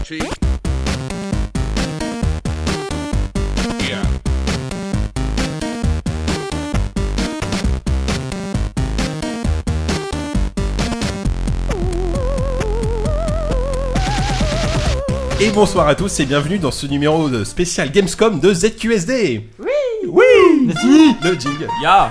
cheek. Yeah. Et bonsoir à tous et bienvenue dans ce numéro de spécial Gamescom de ZQSD. Oui, le jingle. Ya.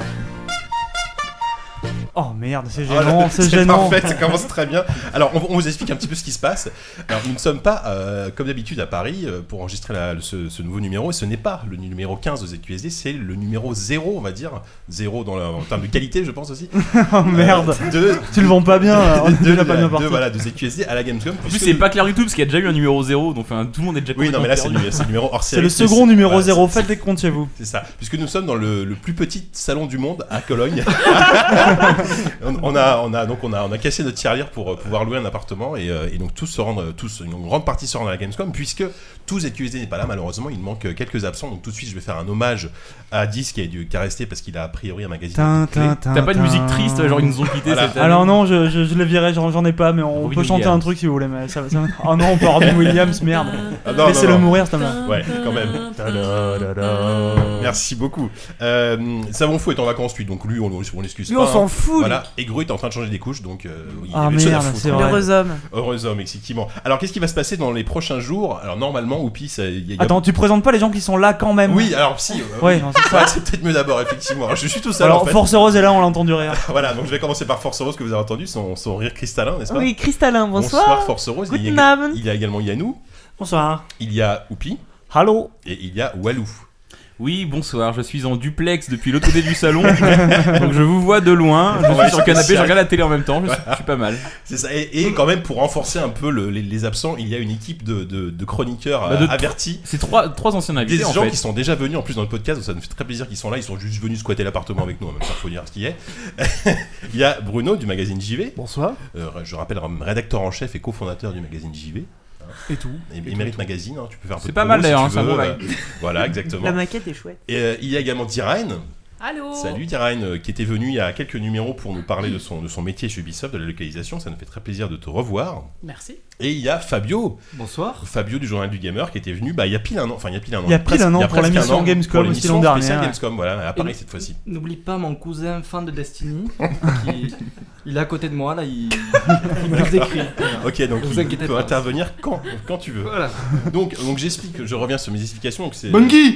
Oh merde, c'est gênant, c'est c'est gênant. parfait, ça commence très bien. Alors, on vous explique un petit peu ce qui se passe. Alors, nous ne sommes pas, comme d'habitude, à Paris pour enregistrer ce nouveau numéro. Et ce n'est pas le numéro 15 de ZQSD, c'est le numéro 0, on va dire. 0 en termes de qualité, je pense aussi. Oh merde, tu le vends pas bien, on est déjà pas bien parti. De ZQSD à la Gamescom. En plus, c'est pas clair du tout parce qu'il y a déjà eu un numéro 0, donc tout le monde est déjà Oui, non, mais là, c'est perdu. le numéro hors C'est série. le second numéro voilà, 0, faites les comptes chez vous. C'est ça, puisque nous sommes dans le plus petit salon du monde à Cologne. on a cassé notre tirelire pour pouvoir louer un appartement et donc une grande partie se rendre à la Gamescom, puisque tout ZQSD n'est pas là malheureusement, il manque quelques absents. Donc tout de suite je vais faire un hommage à Diz qui est resté parce qu'il a a priori un magazine. T'as pas de musique triste, genre ils nous ont quittés cette année. Alors non, je le virais, j'en ai pas, mais on peut chanter un truc si vous voulez. Mais ça... Oh non, on peut Robin Williams, merde. Laissez-le mourir, cet homme-là. Ouais, quand même. Merci beaucoup. Savon Fou est en vacances lui, donc lui on l'excuse pas. Lui on s'en fout. Voilà, et Gru est en train de changer des couches, donc il ah avait des choses à merde, foutre. c'est vrai. Heureux homme. Heureux homme, effectivement. Alors qu'est-ce qui va se passer dans les prochains jours? Alors normalement, Oupi, ça. Attends, tu présentes pas les gens qui sont là quand même? Oui, alors si. Ouais, non, c'est ça. Ouais, c'est peut-être mieux d'abord, effectivement. Alors, je suis tout seul. Alors en fait. Force Rose est là, on l'a entendu rire. Voilà, donc je vais commencer par Force Rose que vous avez entendu, son rire cristallin, n'est-ce pas? Oui, Cristallin, bonsoir. Bonsoir Force Rose. Guten Abend. Il y a également Yannou, Bonsoir. il y a Oupi Allô. et il y a Walou. Oui, bonsoir, je suis en duplex depuis l'autre côté du salon, donc je vous vois de loin, je suis sur le canapé, je regarde la télé en même temps, je suis pas mal. C'est ça, et quand même pour renforcer un peu les absents, il y a une équipe de chroniqueurs de avertis. C'est trois anciens invités Des en gens fait. qui sont déjà venus en plus dans le podcast, donc ça nous fait très plaisir qu'ils sont là, ils sont juste venus squatter l'appartement avec nous, en même temps faut dire ce qu'il y a. Il y a Bruno du magazine JV. Bonsoir. Je rappelle, rédacteur en chef et cofondateur du magazine JV. Et tout. Et Mérite Magazine, hein, tu peux faire un peu C'est de pas promo mal, d'ailleurs, si tu hein, veux, ça vaut la- Voilà, exactement. La maquette est chouette. Et il y a également Tiraine. Allô. Salut Tiraine, qui était venu il y a quelques numéros pour nous parler de son métier chez Ubisoft, de la localisation. Ça nous fait très plaisir de te revoir. Merci. Et il y a Fabio. Bonsoir. Fabio du Journal du Gamer qui était venu il y a pile un an. Enfin, il y a pile un an. Il y a pile un an pour presque l'émission un an, Gamescom pour aussi l'émission l'an dernier, spéciale ouais. Gamescom, voilà, à Paris cette fois-ci. N'oublie pas mon cousin fan de Destiny. Il est à côté de moi, là, il me décrit. Ok, donc Vous il inquiétez peut pas. intervenir quand tu veux. Voilà. Donc j'explique, je reviens sur mes explications. Donc c'est... Bungie.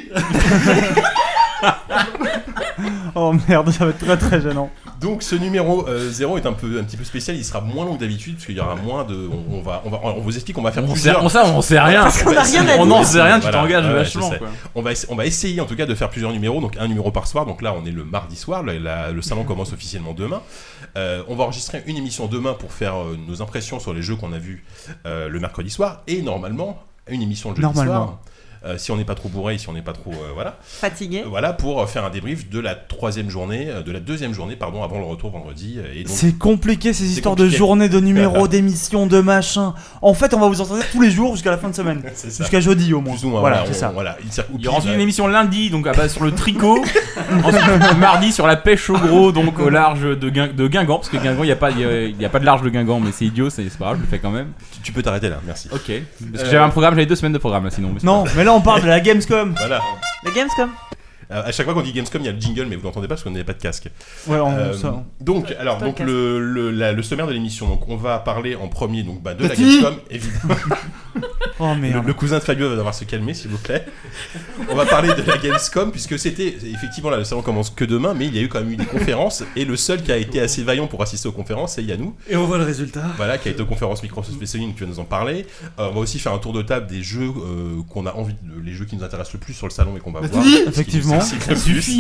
Oh merde, ça va être très très gênant. Donc ce numéro 0 est un petit peu spécial, il sera moins long que d'habitude parce qu'il y aura moins de... On vous explique, on va faire On plusieurs... sait rien. Parce qu'on a rien à On dire. n'en sait rien, tu Voilà, t'engages ouais, vachement je sais. quoi. On va essayer en tout cas de faire plusieurs numéros, donc un numéro par soir. Donc là on est le mardi soir, le salon commence officiellement demain. On va enregistrer une émission demain pour faire nos impressions sur les jeux qu'on a vus le mercredi soir, et normalement une émission le jeudi soir. Si on n'est pas trop bourré, si on n'est pas trop voilà. Fatigué. Voilà pour faire un débrief de la deuxième journée pardon, avant le retour vendredi. Et donc, C'est compliqué ces histoires compliqué. de journées, de numéros, d'émissions, de machin. En fait, on va vous entendre tous les jours jusqu'à la fin de semaine. c'est ça. Jusqu'à jeudi au moins. Plus ou moins, Voilà, c'est ça. Voilà. Il y aura ensuite une émission lundi donc sur le tricot, ensuite mardi sur la pêche au gros donc au large de Guingamp parce que Guingamp il y a pas de large de Guingamp mais c'est idiot, c'est pas grave, je le fais quand même. Tu peux t'arrêter là, merci. Ok. Parce que j'avais un programme, j'avais 2 semaines de programme là sinon. Mais c'est Non, mais là on parle de la Gamescom. Voilà. La Gamescom. À chaque fois qu'on dit Gamescom, il y a le jingle, mais vous l'entendez pas parce qu'on n'avait pas de casque. Ouais, Donc Podcast. le sommaire de l'émission. Donc, on va parler en premier de la Petit. Gamescom, évidemment. Oh merde. Le cousin de Fabio va devoir se calmer, s'il vous plaît. On va parler de la Gamescom, puisque c'était effectivement là, le salon commence que demain, mais il y a eu quand même eu des conférences, et le seul qui a été assez vaillant pour assister aux conférences, c'est Yannou. Et on voit le résultat. Voilà, qui a été aux conférences Microsoft et Sony, donc tu vas nous en parler. On va aussi faire un tour de table des jeux qu'on a envie, les jeux qui nous intéressent le plus sur le salon et qu'on va voir. Effectivement. Ça suffit.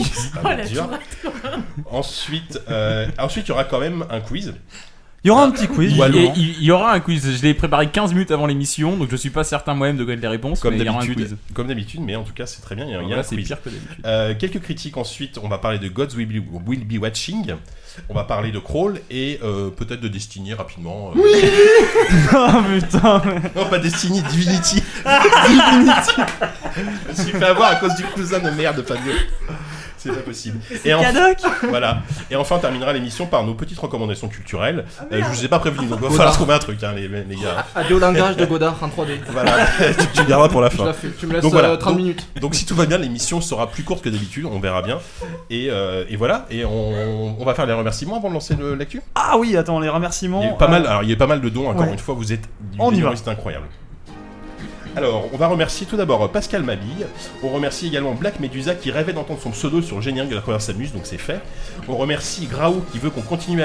Ensuite, il y aura quand même un quiz. Il y aura un petit quiz. Il y aura un quiz, je l'ai préparé 15 minutes avant l'émission donc je suis pas certain moi-même de connaître les réponses Comme mais il y aura un quiz. d'habitude, mais en tout cas c'est très bien. Il y a Voilà, un c'est quiz. pire que d'habitude. Quelques critiques ensuite. On va parler de Gods Will Be Watching. On va parler de Crawl et peut-être de Destiny rapidement. Oh putain. Non, pas Destiny, Divinity. Divinity. Je me suis fait avoir à cause du cousin de merde de Fabio. C'est pas possible. C'est Cadoc. Voilà. Et enfin, on terminera l'émission par nos petites recommandations culturelles. Je vous ai pas prévenu, donc il va falloir trouver un truc, les gars. Adieu au langage de Godard en 3D. Voilà, tu le garderas pour la fin. Tu me laisses Donc voilà. 30 minutes. Donc si tout va bien, l'émission sera plus courte que d'habitude, on verra bien. Et voilà, et on va faire les remerciements avant de lancer l'actu. Ah oui, attends, les remerciements. Il y a eu pas mal de dons, encore une fois, vous êtes des humoristes incroyables. Alors, on va remercier tout d'abord Pascal Mabille. On remercie également Black Medusa qui rêvait d'entendre son pseudo sur Génial de la première s'amuse, donc c'est fait. On remercie Graou qui veut qu'on continue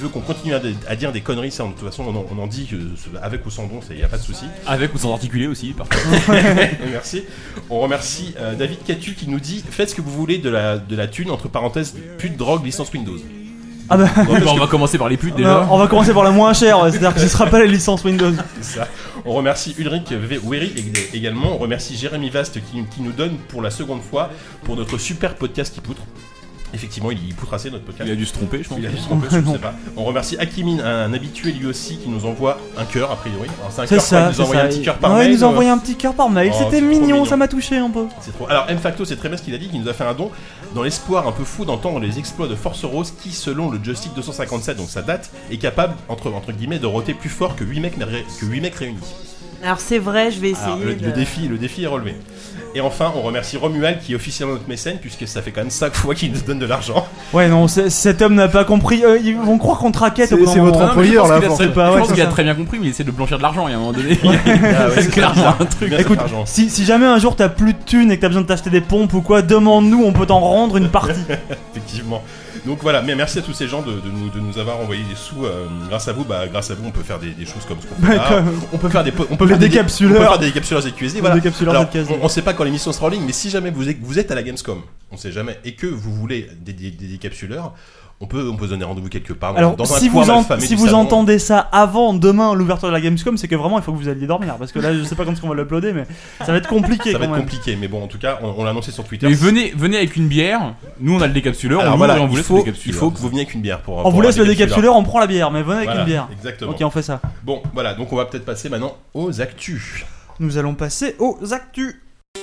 à dire des conneries. Ça, de toute façon, on en dit avec ou sans don, il n'y a pas de souci. Avec ou sans articuler aussi, parfois. Merci. On remercie David Catu qui nous dit faites ce que vous voulez de la thune, entre parenthèses, pute, drogue, licence Windows. Ah bah, on va commencer par les putes déjà. On va commencer par la moins chère, c'est-à-dire que ce sera pas la licence Windows. C'est ça. On remercie Ulrich Wery également. On remercie Jérémy Vast qui nous donne pour la seconde fois pour notre super podcast qui poutre. Effectivement, il poutre assez notre podcast. Il a dû se tromper, je pense. Il a dû se tromper, je ne sais pas. On remercie Hakimin, un habitué lui aussi, qui nous envoie un cœur a priori. Alors, c'est un cœur, ça, il nous a envoyé un petit cœur par mail. Il nous a envoyé un petit cœur par mail. Oh, c'était mignon, ça m'a touché un peu. C'est trop. Alors, M Facto, c'est très bien ce qu'il a dit, qu'il nous a fait un don dans l'espoir un peu fou d'entendre les exploits de Force Rose qui, selon le Joystick 257, donc sa date, est capable, entre guillemets, de roter plus fort que 8 mecs réunis. Alors c'est vrai, je vais essayer. Alors, le défi est relevé. Et enfin, on remercie Romuald qui est officiellement notre mécène puisque ça fait quand même 5 fois qu'il nous donne de l'argent. Ouais, non, cet homme n'a pas compris. Ils vont croire qu'on traquette. C'est votre employeur là. Je pense qu'il a très bien compris, mais il essaie de blanchir de l'argent. Et à un moment donné, c'est clairement un truc. Écoute, si jamais un jour t'as plus de thunes et que t'as besoin de t'acheter des pompes ou quoi, demande-nous, on peut t'en rendre une partie. Effectivement. Donc voilà, mais merci à tous ces gens de nous avoir envoyé des sous. Grâce à vous, on peut faire des choses comme ce qu'on fait là. On peut faire des décapsuleurs ZQSD. Voilà. Alors, on sait pas quand l'émission sera en ligne, mais si jamais vous êtes à la Gamescom, on sait jamais, et que vous voulez des décapsuleurs, on peut donner rendez-vous quelque part. Alors, si vous entendez ça avant demain l'ouverture de la Gamescom, c'est que vraiment il faut que vous alliez dormir. Parce que là, je sais pas quand on va l'uploader, mais ça va être compliqué. Ça va être compliqué, mais bon, en tout cas, on l'a annoncé sur Twitter. Mais venez avec une bière. Nous, on a le décapsuleur. Alors voilà, on vous laisse le décapsuleur. Il faut que vous veniez avec une bière pour. On vous laisse le décapsuleur, on prend la bière, mais venez avec une bière. Exactement. Ok, on fait ça. Bon, voilà, donc on va peut-être passer maintenant aux actus. Nous allons passer aux actus.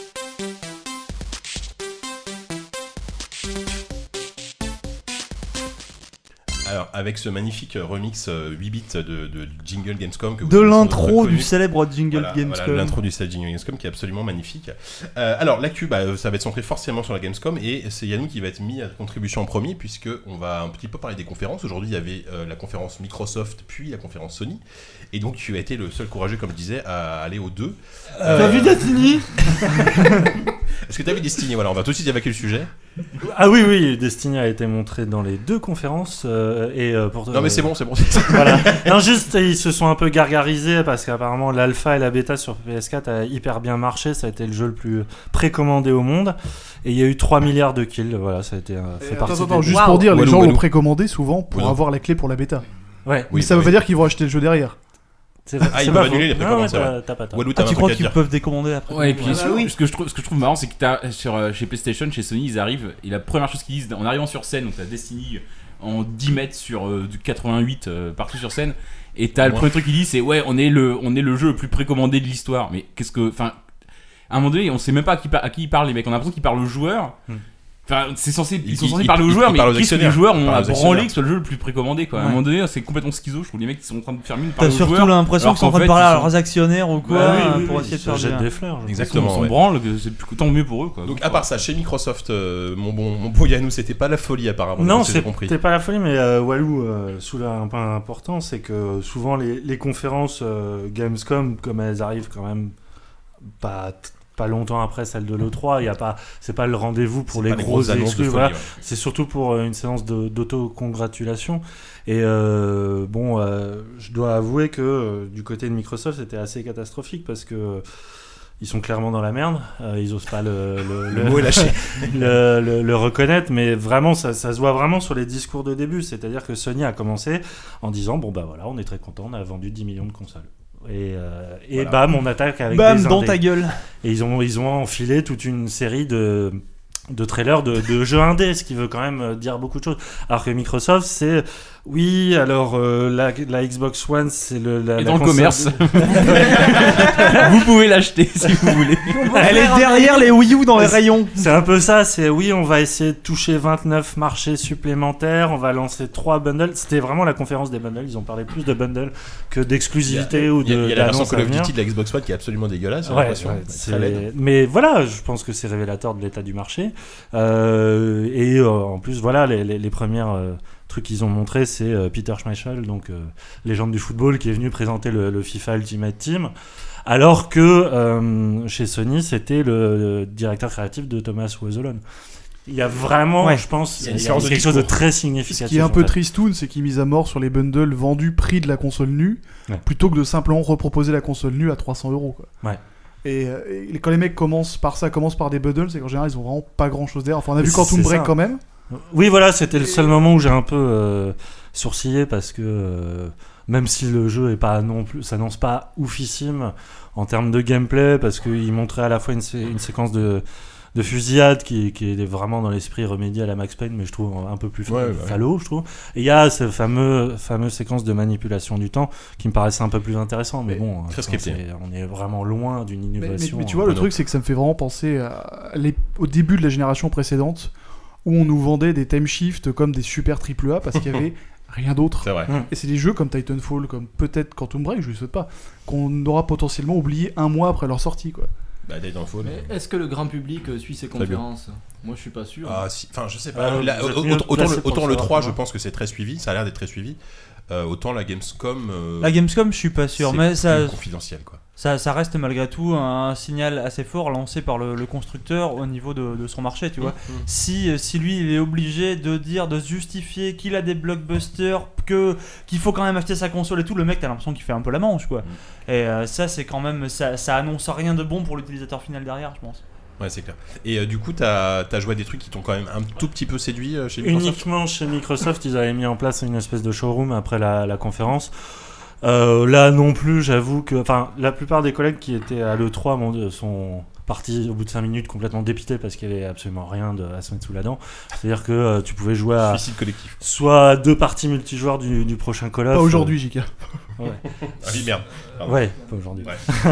Alors, avec ce magnifique remix 8 bits de Jingle Gamescom que vous de l'intro du célèbre Jingle Gamescom. Voilà, l'intro du célèbre Jingle Gamescom qui est absolument magnifique. Alors, l'actu, ça va être centré forcément sur la Gamescom et c'est Yannou qui va être mis à contribution en premier puisque on va un petit peu parler des conférences. Aujourd'hui, il y avait la conférence Microsoft puis la conférence Sony et donc tu as été le seul courageux, comme je disais, à aller aux deux. T'as vu Destiny? Est-ce que t'as vu Destiny? Voilà, on va tout de suite évacuer le sujet. Ah oui, Destiny a été montré dans les deux conférences non mais c'est bon. Voilà. Non, juste ils se sont un peu gargarisés parce qu'apparemment l'alpha et la bêta sur PS4 a hyper bien marché, ça a été le jeu le plus précommandé au monde et il y a eu 3 milliards de kills, voilà, ça a été fait partie. Attends, juste pour dire, les gens l'ont précommandé souvent pour avoir la clé pour la bêta. Ouais. Mais ça veut pas dire qu'ils vont acheter le jeu derrière. Ils peuvent annuler les précommandes, c'est vrai. Tu crois qu'ils peuvent décommander après? Ouais, et puis ce que je trouve marrant, c'est que chez PlayStation, chez Sony, ils arrivent et la première chose qu'ils disent en arrivant sur scène, donc t'as Destiny en 10 mètres sur du 88 partout sur scène, et t'as le premier truc qu'ils disent, c'est ouais, on est le jeu le plus précommandé de l'histoire. Mais qu'est-ce que, enfin, à un moment donné, on sait même pas à qui ils parlent les mecs. On a l'impression qu'ils parlent aux joueurs. Enfin, ils sont censés parler aux joueurs, mais qu'est-ce que les joueurs ont à branler que ce soit le jeu le plus précommandé, quoi. À un moment donné, c'est complètement schizo. Je trouve les mecs qui sont en train de faire mine parler aux joueurs. T'as surtout l'impression qu'ils sont en train de parler à leurs actionnaires ou quoi, pour essayer de faire des fleurs. Exactement. On s'en branle, c'est tant mieux pour eux, quoi. Donc à part ça, chez Microsoft, mon beau Yannou, c'était pas la folie apparemment. Non, c'était pas la folie, mais Walou soulève un point important, c'est que souvent les conférences Gamescom, comme elles arrivent quand même pas longtemps après celle de l'E3, c'est pas le rendez-vous pour les grosses annonces de folie, voilà. C'est surtout pour une séance d'auto-congratulation et je dois avouer que du côté de Microsoft c'était assez catastrophique parce que ils sont clairement dans la merde, ils osent pas le reconnaître, mais vraiment ça se voit vraiment sur les discours de début, c'est-à-dire que Sony a commencé en disant bon bah voilà, on est très content, on a vendu 10 millions de consoles. Et bam, on attaque avec des indés. Dans ta gueule. Et ils ont enfilé toute une série de de trailers de jeux indés, ce qui veut quand même dire beaucoup de choses. Alors que Microsoft, c'est oui, alors la Xbox One, c'est la dans le console commerce. Vous pouvez l'acheter si vous voulez. Elle est derrière les Wii U dans les rayons. C'est un peu ça, c'est oui, on va essayer de toucher 29 marchés supplémentaires, on va lancer 3 bundles. C'était vraiment la conférence des bundles, ils ont parlé plus de bundles que d'exclusivité ou de Il y a la version d'annonces Call à of venir. Duty de la Xbox One qui est absolument dégueulasse, j'ai Ouais, l'impression. ouais, Ça l'aide. mais voilà, je pense que c'est révélateur de l'état du marché. En plus, voilà, les premières trucs qu'ils ont montré, c'est Peter Schmeichel, donc légende du football, qui est venu présenter le FIFA Ultimate Team, alors que chez Sony, c'était le directeur créatif de Thomas Wazolon. Il y a vraiment, je pense, il y a quelque chose de très significatif. Ce qui est un peu tristoun, c'est qu'ils misent à mort sur les bundles vendus prix de la console nue, plutôt que de simplement reproposer la console nue à 300 €. Quoi. Ouais. Et quand les mecs commencent par des bundles, c'est qu'en général, ils ont vraiment pas grand chose derrière. Enfin, on a vu Quantum Break quand même. Oui, voilà, c'était le seul moment où j'ai un peu sourcillé parce que même si le jeu est pas non plus, s'annonce pas oufissime en termes de gameplay, parce qu'il montrait à la fois une séquence de fusillade qui est vraiment dans l'esprit Remedy à la Max Payne, mais je trouve un peu plus falot, je trouve. Et il y a cette fameuse séquence de manipulation du temps qui me paraissait un peu plus intéressant, mais bon, très scripté. on est vraiment loin d'une innovation. Mais tu vois, le truc, c'est que ça me fait vraiment penser au début de la génération précédente, où on nous vendait des time shifts comme des super AAA parce qu'il y avait rien d'autre. C'est vrai. Et c'est des jeux comme Titanfall, comme peut-être Quantum Break, je ne le souhaite pas, qu'on aura potentiellement oublié un mois après leur sortie, quoi. Bah, Titanfall. Mais est-ce que le grand public suit ces conférences ? Moi, je suis pas sûr. Enfin, je sais pas. Autant le 3, je pense que c'est très suivi, ça a l'air d'être très suivi. Autant la Gamescom. La Gamescom, je suis pas sûr, mais ça. Confidentiel, quoi. Ça reste malgré tout un signal assez fort lancé par le constructeur au niveau de son marché, tu vois. Si lui il est obligé de se justifier qu'il a des blockbusters, qu'il faut quand même acheter sa console et tout, le mec t'as l'impression qu'il fait un peu la manche, quoi. Et ça c'est quand même, ça annonce rien de bon pour l'utilisateur final derrière, je pense. Ouais, c'est clair. Et du coup, t'as joué à des trucs qui t'ont quand même un tout petit peu séduit chez Microsoft ? Uniquement chez Microsoft, ils avaient mis en place une espèce de showroom après la conférence. Là non plus, j'avoue que la plupart des collègues qui étaient à l'E3 sont partis au bout de 5 minutes complètement dépités parce qu'il n'y avait absolument rien à se mettre sous la dent. C'est-à-dire que tu pouvais jouer à suicide collectif. Soit 2 parties multijoueurs du prochain Call of. Pas aujourd'hui, JK. Ouais. Ah oui, merde. Pardon. Ouais, pas aujourd'hui. Ouais.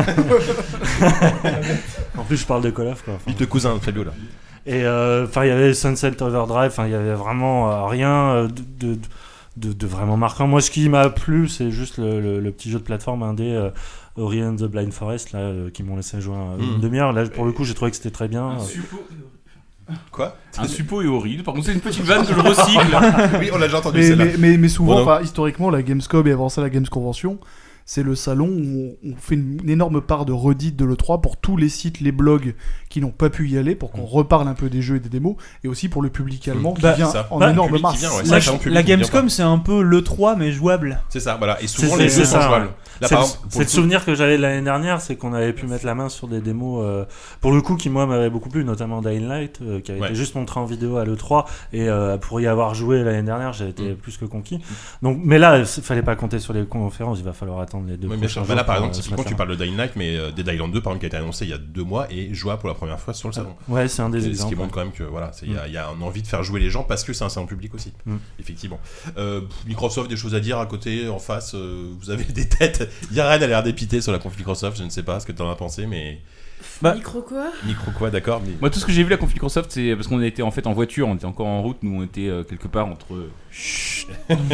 En plus, je parle de Call of, quoi. Vite le cousin, Fabio, là. Et il y avait Sunset Overdrive, il y avait vraiment rien de vraiment marquant. Moi, ce qui m'a plu, c'est juste le petit jeu de plateforme indé Ori and the Blind Forest là, qui m'ont laissé jouer une demi-heure. Là, pour le coup, j'ai trouvé que c'était très bien. Quoi ? Un suppo et horrible. Par contre, c'est une petite vanne que je recycle. Oui, on l'a déjà entendu celle-là. Mais souvent, historiquement, la Gamescom et avant ça la Games Convention, c'est le salon où on fait une énorme part de redite de l'E3 pour tous les sites, les blogs qui n'ont pas pu y aller, pour qu'on reparle un peu des jeux et des démos, et aussi pour le public allemand qui vient en énorme masse. La Gamescom, c'est un peu l'E3 mais jouable. C'est ça, voilà. Et souvent les jeux sont jouables. Là, c'est le souvenir que j'avais l'année dernière, c'est qu'on avait pu mettre la main sur des démos pour le coup qui moi m'avait beaucoup plu, notamment Dying Light qui avait été juste montré en vidéo à l'E3 et pour y avoir joué l'année dernière j'ai été plus que conquis. Donc, mais là il fallait pas compter sur les conférences, il va falloir attendre les 2 prochains jours. Là par exemple typiquement tu parles de Dying Light, mais Dead Island 2 par exemple qui a été annoncé il y a 2 mois et jouable pour la première fois sur le salon. Ouais, c'est un des exemples. Ce qui montre quand même que voilà, il y a une envie de faire jouer les gens parce que c'est un salon public aussi. Effectivement. Microsoft, des choses à dire à côté, en face, vous avez des têtes. Yaren a l'air dépité sur la conf Microsoft, je ne sais pas ce que tu en as pensé, mais. Micro quoi, d'accord. Mais... Moi, tout ce que j'ai vu la conf Microsoft, c'est parce qu'on était en fait en voiture, on était encore en route, nous on était quelque part entre. Chut.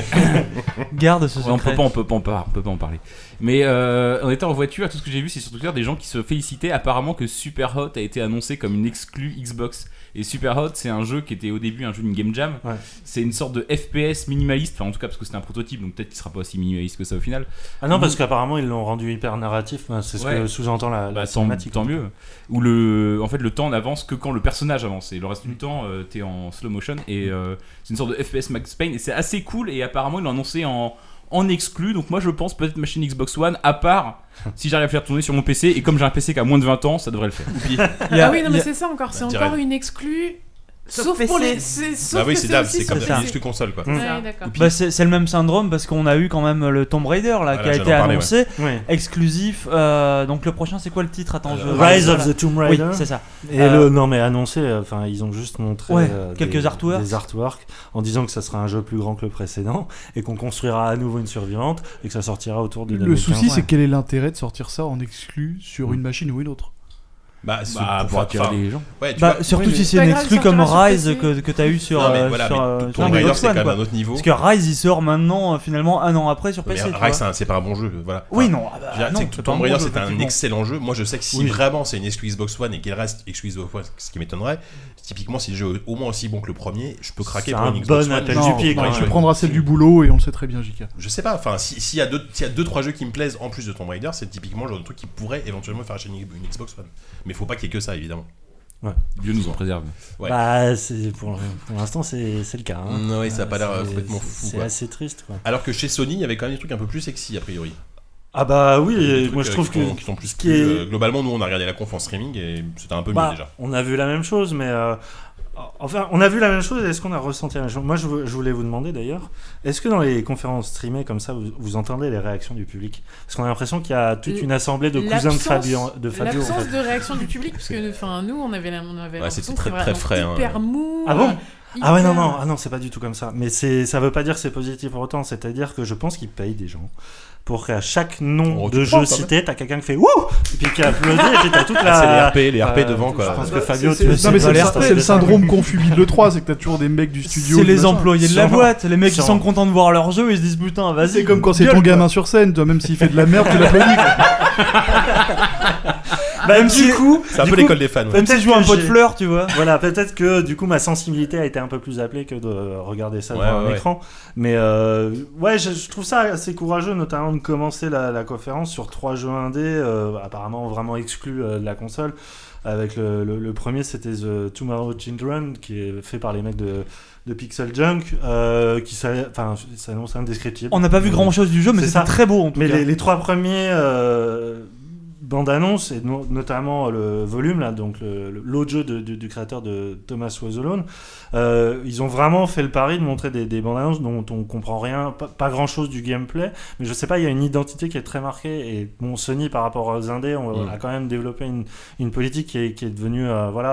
Garde ce secret. On peut pas en parler. Mais on était en voiture, tout ce que j'ai vu, c'est sur Twitter des gens qui se félicitaient apparemment que Super Hot a été annoncé comme une exclue Xbox. Et Super Hot, c'est un jeu qui était au début un jeu d'une Game Jam. Ouais. C'est une sorte de FPS minimaliste, enfin en tout cas parce que c'était un prototype, donc peut-être qu'il sera pas aussi minimaliste que ça au final. Ah non, parce qu'apparemment ils l'ont rendu hyper narratif, c'est ce que sous-entend la cinématique. Tant mieux. Où en fait le temps n'avance que quand le personnage avance, et le reste du temps t'es en slow motion, et c'est une sorte de FPS Max Payne, et c'est assez cool, et apparemment ils l'ont annoncé en exclu, donc moi je pense peut-être machine Xbox One, à part si j'arrive à faire tourner sur mon PC, et comme j'ai un PC qui a moins de 20 ans, ça devrait le faire. Ah oui, non mais c'est ça encore, c'est encore une exclue Sauf PC. pour les. Sauf Ah oui, que c'est dab, aussi c'est comme sur ça. des PC. exclus console quoi. Ouais, d'accord. Bah, c'est le même syndrome parce qu'on a eu quand même le Tomb Raider là, Voilà, qui a j'allais été en parler, annoncé, Ouais. exclusif. Donc le prochain, c'est quoi le titre? Attends, je. Rise of the Tomb Oui, Raider. c'est ça. Et non mais annoncé, enfin ils ont juste montré Ouais, quelques artworks. des artworks en disant que ça sera un jeu plus grand que le précédent et qu'on construira à nouveau une survivante et que ça sortira autour de Le 2015. souci, c'est quel est l'intérêt de sortir ça en exclu sur une machine ou une autre? Bah, Pour attirer les gens. Ouais, tu Bah, vois, surtout oui, mais- si c'est Pas une grave, exclu il comme sortira Rise sur PC. que t'as eu sur. non, mais voilà, sur, mais sur Tomb Xbox Raider c'est One, quand quoi. même un autre niveau. Parce que Rise il sort maintenant, finalement, un an après sur Mais PC. tu Rise vois. c'est pas un bon jeu, voilà. Oui, Enfin, non. je veux dire, non, c'est que c'est Tomb pas un Raider bon jeu, c'est un effectivement. excellent jeu. Moi je sais que si Oui. vraiment c'est une exclu Xbox One et qu'il reste exclu Xbox One, ce qui m'étonnerait, typiquement si le jeu est au moins aussi bon que le premier, je peux craquer C'est pour un une Xbox bon One. attaque Non, du pied, ouais, quand tu même. prendras celle du boulot et on le sait très bien, JK. Je sais pas, enfin s'il y a 2-3 jeux qui me plaisent en plus de Tomb Raider, c'est typiquement le genre de truc qui pourrait éventuellement faire acheter une Xbox One. Mais faut pas qu'il y ait que ça évidemment. Dieu nous en préserve. Ouais. Bah c'est pour l'instant c'est le cas. Hein. Oui, ça a pas l'air C'est- complètement fou. C'est quoi. assez triste quoi. Alors que chez Sony, il y avait quand même des trucs un peu plus sexy a priori. Ah bah oui, Des et trucs, moi je trouve qui sont- que qui sont plus ce qui est- globalement, nous on a regardé la conf en streaming et c'était un peu bah, mieux déjà. on a vu la même chose, mais enfin on a vu la même chose. Est-ce qu'on a ressenti la même chose? Moi je voulais vous demander d'ailleurs, est-ce que dans les conférences streamées comme ça, vous entendez les réactions du public? Parce qu'on a l'impression qu'il y a toute une assemblée de cousins de Fabio en L'absence fait. de réaction du public, parce que enfin, nous, on avait l'impression c'était que très, c'était très vraiment frais, hein. hyper mou. Ah bon? Ah ouais hyper- non c'est pas du tout comme ça. Mais ça veut pas dire que c'est positif pour autant. C'est-à-dire que je pense qu'ils payent des gens pour qu'à chaque nom Oh, tu de crois, jeu quand même. cité, t'as quelqu'un qui fait wouh et puis qui applaudit et puis t'as toute Ah, c'est la. les RP devant Je quoi. pense que Fabio, C'est- tu le non, mais sais, c'est l'air, c'est le syndrome confus de l'E3, c'est que t'as toujours des mecs du studio. C'est du les machin. employés de la Sûrement. boîte, les mecs qui Sûrement. sont contents de voir leur jeu, ils se disent putain, vas-y. C'est comme quand c'est gueule, ton quoi. gamin sur scène, toi, même s'il fait de la merde, tu l'applaudis. quoi. Bah, du coup, C'est un du peu coup, l'école des fans. Ouais. Même si je joue un pot de fleurs, tu vois. Voilà, peut-être que du coup ma sensibilité a été un peu plus appelée que de regarder ça Ouais, devant un ouais. écran. Mais ouais, je trouve ça assez courageux, notamment de commencer la conférence sur 3 jeux indés, apparemment vraiment exclus de la console. Avec le premier, c'était The Tomorrow Children, qui est fait par les mecs de Pixel Junk, qui s'annonce indescriptible. On n'a pas vu grand chose du jeu, mais C'est c'était ça. très beau en tout Mais cas. les 3 premiers bandes annonces, et notamment le volume, là, donc l'autre jeu du créateur de Thomas Was Alone, ils ont vraiment fait le pari de montrer des bandes annonces dont on comprend rien, pas grand chose du gameplay, mais je sais pas, il y a une identité qui est très marquée. Et bon, Sony par rapport aux indés, a quand même développé une politique qui est devenue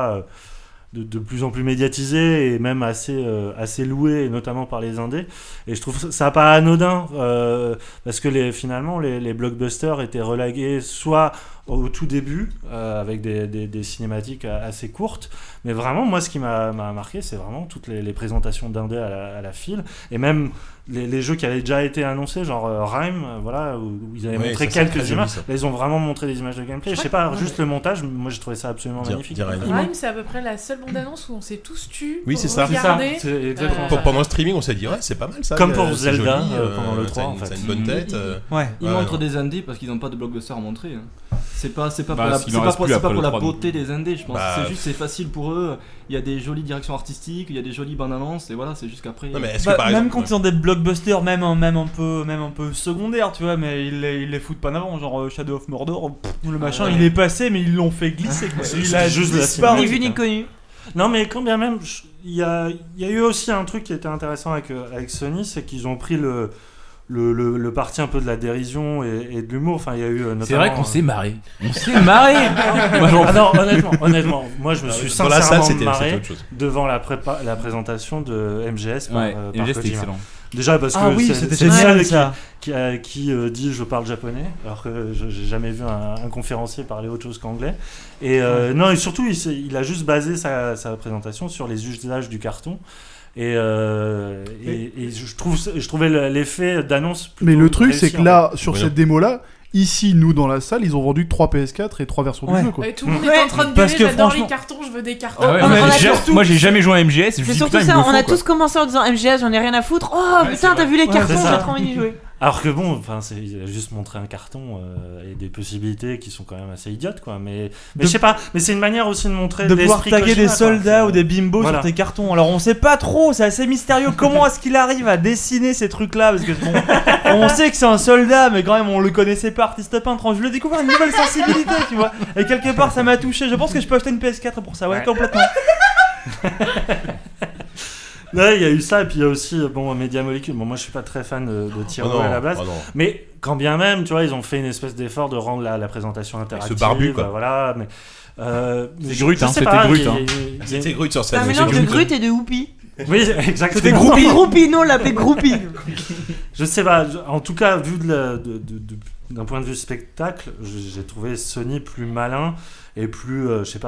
de plus en plus médiatisé et même assez loué, notamment par les indés. Et je trouve ça pas anodin, parce que finalement les blockbusters étaient relégués soit au tout début, avec des cinématiques assez courtes, mais vraiment moi ce qui m'a marqué, c'est vraiment toutes les présentations d'indés à la file, et même les jeux qui avaient déjà été annoncés, genre Rime, voilà, où ils avaient Ouais, montré ça, c'est très quelques joli, images. ça. Là, ils ont vraiment montré des images de gameplay. Je sais pas, juste le montage, moi j'ai trouvé ça absolument magnifique. Rime, c'est à peu près la seule bande-annonce où on s'est tous tus. Oui, pour c'est ça. regarder. C'est exactement Euh, ça. Pendant le streaming, on s'est dit ouais, c'est pas mal ça. Comme pour c'est Zelda, joli, pendant le 3, ça a en une- fait. Ça a une bonne tête. Ouais. Ils Ouais, montrent non. des indés parce qu'ils n'ont pas de blockbuster à montrer. Hein. C'est pas Bah, pour la, s'il c'est en pas reste pour, plus c'est pas après pour le la 3, beauté des indés, je pense. Bah, C'est juste c'est facile pour eux. Il y a des jolies directions artistiques, il y a des jolies bandes annonces et voilà, c'est juste qu'après. Non, mais est-ce Bah, que par même exemple, quand ils ont des blockbusters, même un peu secondaires, tu vois, mais ils les foutent pas en avant, genre Shadow of Mordor, le machin, ouais. il est passé, mais ils l'ont fait glisser. Quoi. C'est Il a juste la disparu. Ni vu ni connu. Non, mais quand bien même, il y a eu aussi un truc qui était intéressant avec Sony, c'est qu'ils ont pris le parti un peu de la dérision et de l'humour. Enfin, il y a eu notamment. C'est vrai qu'on s'est marré. On s'est marré. Moi, j'en Ah non, honnêtement, moi je me suis dans la salle, sincèrement c'était marré autre chose. devant la présentation de MGS par, Ouais, par MGS, c'était Kojima. excellent. Déjà parce que Ah oui, c'est c'était le génial seul ça. qui dit je parle japonais, alors que j'ai jamais vu un conférencier parler autre chose qu'anglais. Et non, et surtout il a juste basé sa présentation sur les usages du carton. Et je trouvais l'effet d'annonce. Mais plutôt le truc, réussi, c'est que en là, sur Oui, cette démo-là, ici, nous, dans la salle, ils ont vendu 3 PS4 et 3 versions Ouais. du jeu, quoi. Et tout le monde Ouais, est en train de parce gueuler, que j'adore franchement- les cartons, je veux des cartons. Ah ouais, On mais a j'ai- surtout- moi j'ai jamais joué à MGS. Je me C'est dis, surtout putain, il ça, me le on faut, a quoi. tous commencé en disant MGS, j'en ai rien à foutre. Oh Ouais, putain, c'est t'as vu les Ouais, cartons, c'est ça. j'ai trop envie d'y jouer. Alors que bon, enfin, il a juste montré un carton et des possibilités qui sont quand même assez idiotes, quoi. Mais je sais pas, mais c'est une manière aussi de montrer De pouvoir l'esprit taguer Kojima, des quoi. soldats ou des bimbos Voilà. sur tes cartons. Alors on sait pas trop, c'est assez mystérieux. Comment est-ce qu'il arrive à dessiner ces trucs-là? Parce que bon, on sait que c'est un soldat, mais quand même on le connaissait pas, artiste peintre. Je lui ai découvert une nouvelle sensibilité, tu vois. Et quelque part ça m'a touché. Je pense que je peux acheter une PS4 pour ça, ouais, complètement. Ouais, il y a eu ça, et puis il y a aussi Media Molecule. Bon, moi je suis pas très fan de Tireway à la base, mais quand bien même, tu vois, ils ont fait une espèce d'effort de rendre la présentation interactive. Ce barbu, quoi. Voilà, mais. C'est Grut, hein, c'était Grut. C'était Grut sur C'est un scène. mélange de Grut et de Whoopi. Oui, exactement. C'était Groupie. Groupie, non, on l'appelait Groupie. Je sais pas, en tout cas, vu d'un point de vue spectacle, j'ai trouvé Sony plus malin et plus,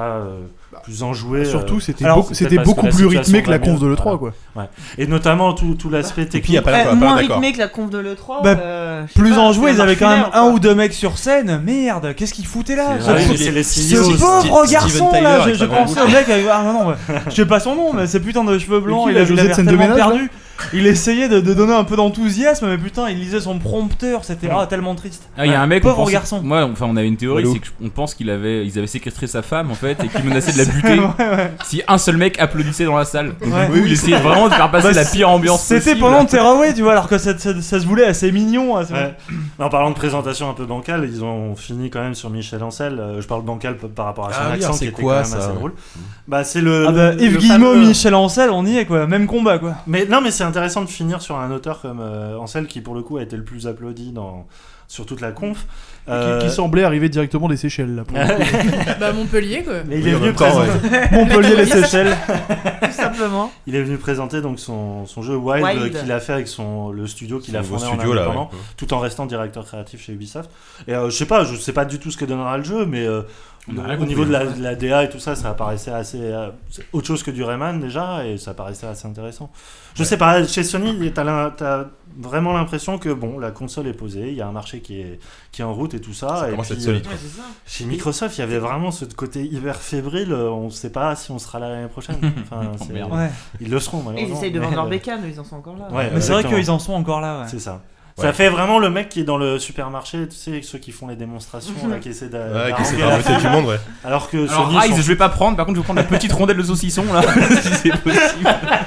plus enjoué. Surtout, c'était Alors, c'était parce beaucoup que la plus situation rythmé que la va conf de mieux, l'E3, voilà. quoi. Et notamment tout l'aspect Et puis, il technique. y a pas Moins d'accord. rythmé que la conf de l'E3. Bah, je sais Plus pas, enjoué, c'est ils avaient quand même marginal, un quoi. ou deux mecs sur scène. Merde, qu'est-ce qu'ils foutaient là C'est vrai, c'est les Ce CEO. pauvre Steven garçon Tyler là, avec je sa grande pensais au mec avec... Ah non, ouais. Je sais pas son nom, mais c'est putain de cheveux blancs, qui, il la avait Josette l'air scène de tellement ménage, là perdu. Il essayait de donner un peu d'enthousiasme, mais putain, il lisait son prompteur, c'était tellement triste. Ah, il y a un mec, Pauvre on pensait- garçon. Moi, enfin, on avait une théorie, Walou. c'est qu'on pense qu'ils avaient séquestré sa femme en fait et qu'ils menaçaient de la buter Ouais. si un seul mec applaudissait dans la salle. Donc, Ouais. du coup, il essayait vraiment de faire passer Bah, la pire ambiance C'était possible. pendant Terraway, tu vois, alors que ça se voulait assez mignon. Assez Ouais. En parlant de présentation un peu bancale, ils ont fini quand même sur Michel Ancel. Je parle bancal par rapport à son Ah oui, accent alors qui c'est était quoi, quand même ça, assez ouais. drôle. Bah c'est le. Ah bah, le Yves Guillemot, fameux- Michel Ancel, on y est quoi, même combat quoi. Mais non, mais c'est intéressant de finir sur un auteur comme Ancel qui pour le coup a été le plus applaudi sur toute la conf. Qui semblait arriver directement des Seychelles, là. Pour le coup. Bah Montpellier quoi. Mais il Oui, est en venu même temps, présenter. Montpellier, les Seychelles. Tout simplement. Il est venu présenter donc son jeu Wild, Wild. qu'il a fait avec le studio qu'il a Son fondé nouveau en studio, là, indépendant, ouais. tout en restant directeur créatif chez Ubisoft. Et je sais pas du tout ce que donnera le jeu, mais On a rien au niveau compris. de la DA et tout ça, ça apparaissait assez c'est autre chose que du Rayman déjà, et ça paraissait assez intéressant. Je sais pas, chez Sony, t'as vraiment l'impression que bon, la console est posée, il y a un marché qui est en route et tout ça. Ça et commence à être puis, solide. Ouais, c'est ça. chez Microsoft, il y avait vraiment ce côté hyper fébrile. On ne sait pas si on sera là l'année prochaine. Enfin, Oh, c'est- merde. Ouais. Ils le seront Ils malheureusement. essayent de mais, vendre leur bécane, ils en sont encore là. Ouais, Mais c'est vrai exactement. qu'ils en sont encore là. Ouais. C'est ça. Ouais. Ça fait vraiment le mec qui est dans le supermarché, tu sais, ceux qui font les démonstrations, là, qui essaient Ouais, qui essaie d'arranger la d'embêter fin. du monde, ouais. Alors que Alors Sony Rise, sont- je vais pas prendre, par contre, je vais prendre la petite rondelle de saucisson là, si c'est possible.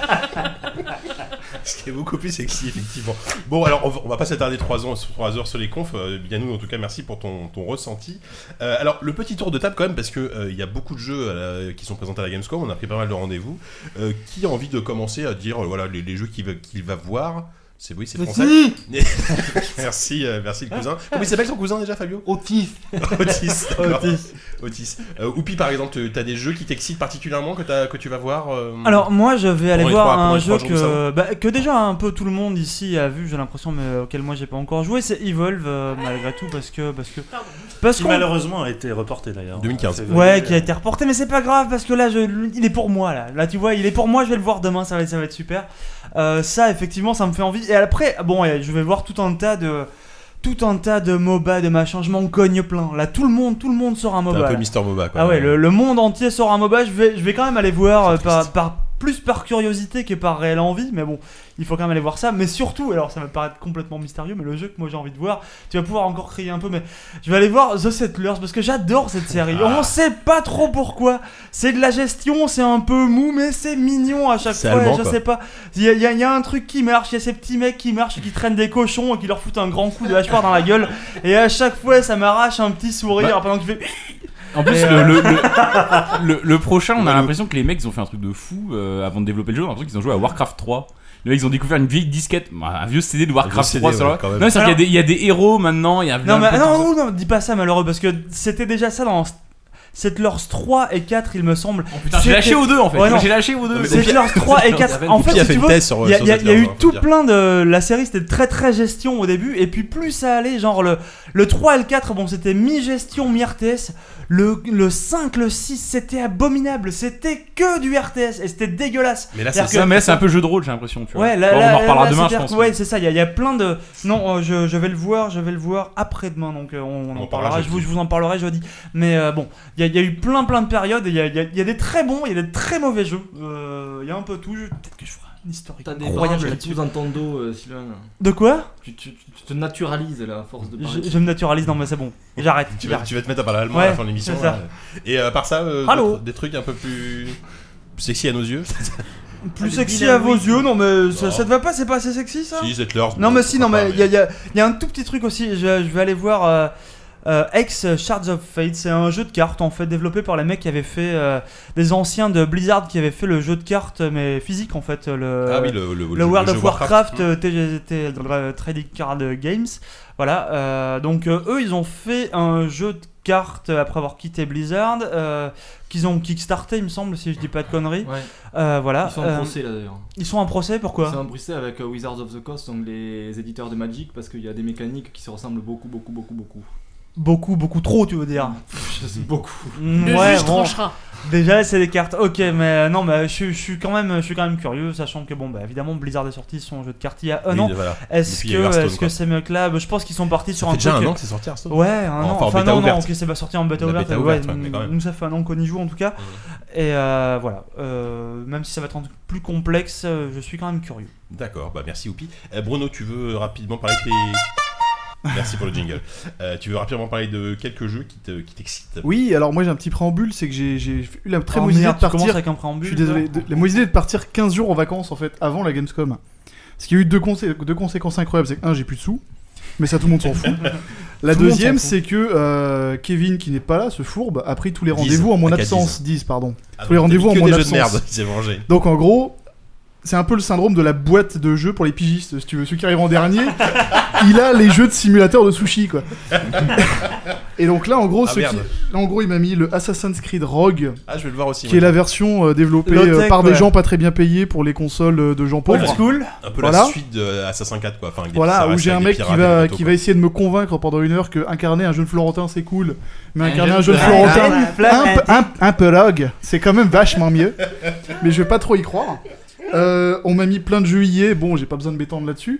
Ce qui est beaucoup plus sexy, effectivement. Bon, alors, on va pas s'attarder 3 heures sur les confs. Bien nous, en tout cas, merci pour ton ressenti. Alors, le petit tour de table, quand même, parce que il y a beaucoup de jeux qui sont présentés à la Gamescom. On a pris pas mal de rendez-vous. Qui a envie de commencer à dire, voilà, les jeux qu'il va voir? C'est français. Merci le cousin. Comment il s'appelle ton cousin déjà, Fabio? Otis. Otis. d'accord. Otis. Oupi, par exemple, t'as des jeux qui t'excitent particulièrement que tu vas voir Alors moi je vais aller Pendant les voir pendant un les jeu 3 jours de que déjà un peu tout le monde ici a vu, j'ai l'impression, mais auquel moi j'ai pas encore joué, c'est Evolve malgré tout parce qui qu'on malheureusement a été reporté d'ailleurs. 2015. ouais, qui a été reporté, mais c'est pas grave parce que là, il est pour moi là. Tu vois, il est pour moi. Je vais le voir demain. Ça va être super. Ça, effectivement, ça me fait envie. Et après, bon, je vais voir tout un tas de MOBA, de machin. Je m'en cogne plein. Là, tout le monde sort un T'es MOBA. un peu là. Mister MOBA, quoi. Ah ouais, le monde entier sort un MOBA. Je vais quand même aller voir plus par curiosité que par réelle envie, mais bon, il faut quand même aller voir ça. Mais surtout, alors ça va paraître complètement mystérieux, mais le jeu que moi j'ai envie de voir, tu vas pouvoir encore crier un peu, mais je vais aller voir The Settlers parce que j'adore cette série. On sait pas trop pourquoi. C'est de la gestion, c'est un peu mou, mais c'est mignon à chaque C'est fois. allemand, Je quoi. sais pas. Il y a un truc qui marche, il y a ces petits mecs qui marchent, qui traînent des cochons et qui leur foutent un grand coup de hachoir dans la gueule. Et à chaque fois, ça m'arrache un petit sourire pendant que je fais. En plus, Et, le prochain, on a Walou. l'impression que les mecs ils ont fait un truc de fou avant de développer le jeu. On a l'impression qu'ils ont joué à Warcraft 3. Les mecs ils ont découvert une vieille disquette, un vieux CD de Warcraft CD, 3 sur ouais, là. quand même. Non, c'est qu'il y a des héros maintenant. Il y a Non, un mais peu tout ça. non, dis pas ça malheureux parce que c'était déjà ça dans Settlers 3 et 4, il me semble. Oh, putain, j'ai lâché aux deux en fait. Ouais, non. J'ai lâché aux deux. mais Settlers 3 et 4. En Oupi fait, a si fait tu une veux, thèse sur il y a Settlers, eu on peut tout dire. plein de. La série c'était très gestion au début, et puis plus ça allait, genre le 3 et le 4, bon, c'était mi-gestion, mi-RTS. Le 5, le 6, c'était abominable. C'était que du RTS et c'était dégueulasse. Mais là, C'est-à-dire c'est que- Ça, mais là, c'est un peu jeu de rôle, j'ai l'impression. Tu vois. Ouais, Bon, on en reparlera là, demain, je c'est-à-dire pense. que, ouais, c'est ça. Il y a plein de. Non, je vais le voir après-demain, donc on en en parlera. parlera Je vous en parlerai jeudi. Mais bon, il y a eu plein de périodes. Et il y a des très bons, il y a des très mauvais jeux. Il y a un peu tout. Peut-être que je ferai une historique T'as des incroyable barrages qui là-dessus. poussent dans ton dos, Sylvain. De quoi? Tu te naturalises là, à force de parler. Je me naturalise. Non, mais c'est bon. J'arrête. Tu vas te mettre à parler allemand à Ouais, la fin de l'émission. c'est ça. là. Et à part ça, Allô des trucs un peu plus sexy à nos yeux. Plus sexy à vos yeux, non mais ça te va pas? C'est pas assez sexy ça? Si, Settlers. Non mais si, non mais il il y a un tout petit truc aussi. Je vais aller voir Ex Shards of Fate, c'est un jeu de cartes en fait développé par les mecs qui avaient fait des anciens de Blizzard qui avaient fait le jeu de cartes mais physique en fait le World of Warcraft Trading Card Games. Voilà, donc eux ils ont fait un jeu de cartes après avoir quitté Blizzard qu'ils ont kickstarté il me semble si je dis pas de conneries. Ouais. Voilà. Ils sont en procès là d'ailleurs. Ils sont en procès pourquoi ? Ils sont en procès avec Wizards of the Coast, donc les éditeurs de Magic, parce qu'il y a des mécaniques qui se ressemblent beaucoup. Beaucoup trop tu veux dire. Beaucoup. Le Ouais, juge bon. tranchera. Déjà c'est des cartes, ok mais non mais je suis quand même curieux sachant que bon bah évidemment Blizzard est sorti son jeu de cartes il y a un an. Voilà. Est-ce Depuis, il y a eu Hearthstone, que quoi. ces mecs là, je pense qu'ils sont partis sur Ça un fait déjà truc. un an que c'est sorti Hearthstone. Ouais, un an. Enfin, en Enfin bêta non, ouverte. ok, c'est pas sorti en bêta La ouverte. bêta ouverte, ouais, mais quand même. Nous ça fait un an qu'on y joue en tout cas. Et voilà, même si ça va être un truc plus complexe, je suis quand même curieux. D'accord, bah merci Oupi. Bruno, tu veux rapidement parler de tes... Merci pour le jingle. Tu veux rapidement parler de quelques jeux qui t'excitent? Oui, alors moi j'ai un petit préambule, c'est que j'ai eu la très Oh mauvaise idée merde, de tu commences partir. avec un préambule. Je suis désolé, la mauvaise idée de partir 15 jours en vacances en fait avant la Gamescom. Parce qu'il y a eu deux conséquences incroyables, c'est que j'ai plus de sous, mais ça tout le monde s'en fout. La Tout le monde deuxième, s'en fout. c'est que Kevin qui n'est pas là, ce fourbe, a pris tous les 10, rendez-vous en mon à 10. absence. 10, pardon. Ah, Tous les donc, rendez-vous t'as en mis que mon des jeux de absence. merde, il s'est vengé. Donc en gros, c'est un peu le syndrome de la boîte de jeux pour les pigistes, si tu veux. Ceux qui arrivent en dernier, il a les jeux de simulateur de sushi, quoi. Et donc là, en gros, Ah, merde. il m'a mis le Assassin's Creed Rogue, Ah, je vais le voir aussi. qui est la version développée Low-tech, par des ouais. gens pas très bien payés pour les consoles de gens pauvres. Old school. Un peu Voilà. la suite de Assassin's 4, quoi. Enfin, avec des- Voilà, ça où reste j'ai un avec mec des qui pirates et va, des qui bateaux, va essayer de me convaincre pendant une heure que incarner un jeune Florentin c'est cool, mais incarner un jeune jeune Florentin. Florentin un peu rogue, c'est quand même vachement mieux. Mais je vais pas trop y croire. On m'a mis plein de jeux EA, bon j'ai pas besoin de m'étendre là-dessus.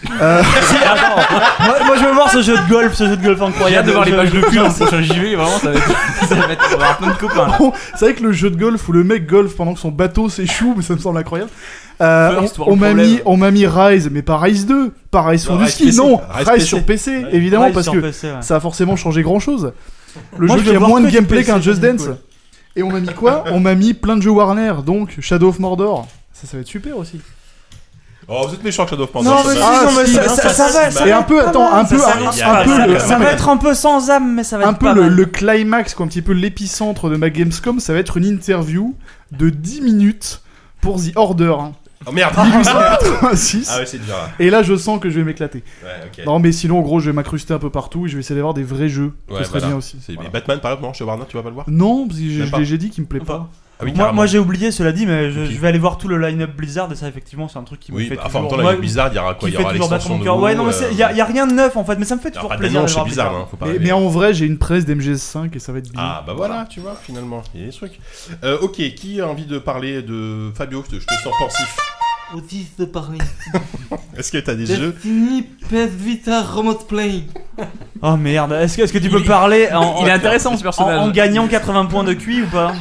moi je veux voir ce jeu de golf J'ai incroyable. hâte de voir les Je- pages de pub dans le prochain JV, vraiment ça va être, on va avoir plein de copains là. Bon, c'est vrai que le jeu de golf où le mec golf pendant que son bateau s'échoue, mais ça me semble incroyable. First world On m'a mis Rise, mais pas Rise 2, pas Rise sur Non, du Rise ski, PC. non, Rise Rise PC. sur PC, Ouais. évidemment, Ouais, parce sur que PC, ouais. ça a forcément changé grand chose. Le Moi, jeu je qui veux a voir moins que de du gameplay PC, qu'un Just ça, c'est Dance. cool. Et on m'a mis quoi? On m'a mis plein de jeux Warner, donc Shadow of Mordor. Ça va être super aussi. Oh, vous êtes méchant, Shadow of Non, Mordor. mais ça si, va. non, mais si, ça va. Et un peu, attends, un peu, ça un peu, ça va être un peu sans âme, mais ça va un être peu pas le mal. climax, quoi, un petit peu l'épicentre de ma Gamescom, ça va être une interview de 10 minutes pour The Order, hein, Oh merde. 1886. Ah ouais, c'est dur là. Et là, je sens que je vais m'éclater. Ouais, ok. Non, mais sinon, en gros, je vais m'incruster un peu partout et je vais essayer d'avoir des vrais jeux. Ouais, Ça serait voilà. bien aussi. Mais Voilà. Batman, par exemple, non, chez Warner, tu vas pas le voir? Non, parce que Même pas. j'ai dit qu'il me plaît pas. Ah oui, Moi, carrément. j'ai oublié, cela dit, mais je Ok. vais aller voir tout le line-up Blizzard et ça, effectivement, c'est un truc qui me Oui, fait bah, enfin, en même temps, toujours. là, Blizzard, il y aura quoi? Qui Il y fait aura toujours battre l'extension mon de cœur. WoW, Ouais, non, mais il y a rien de neuf en fait, mais ça me fait Alors, toujours pas plaisir. d'annonce de chez voir Blizzard, Blizzard. hein, faut pas Mais, rêver. mais en vrai, j'ai une presse d'MGS5 et ça va être bien. Ah bah voilà, tu vois, finalement, il y a des trucs. Ok, qui a envie de parler de Fabio? Je te sens pensif. Autiste de parler. Est-ce que t'as des jeux? Destiny, PS Vita, Remote Play. Oh merde, est-ce que tu peux parler Il est intéressant ce personnage. en gagnant 80 points de QI ou pas?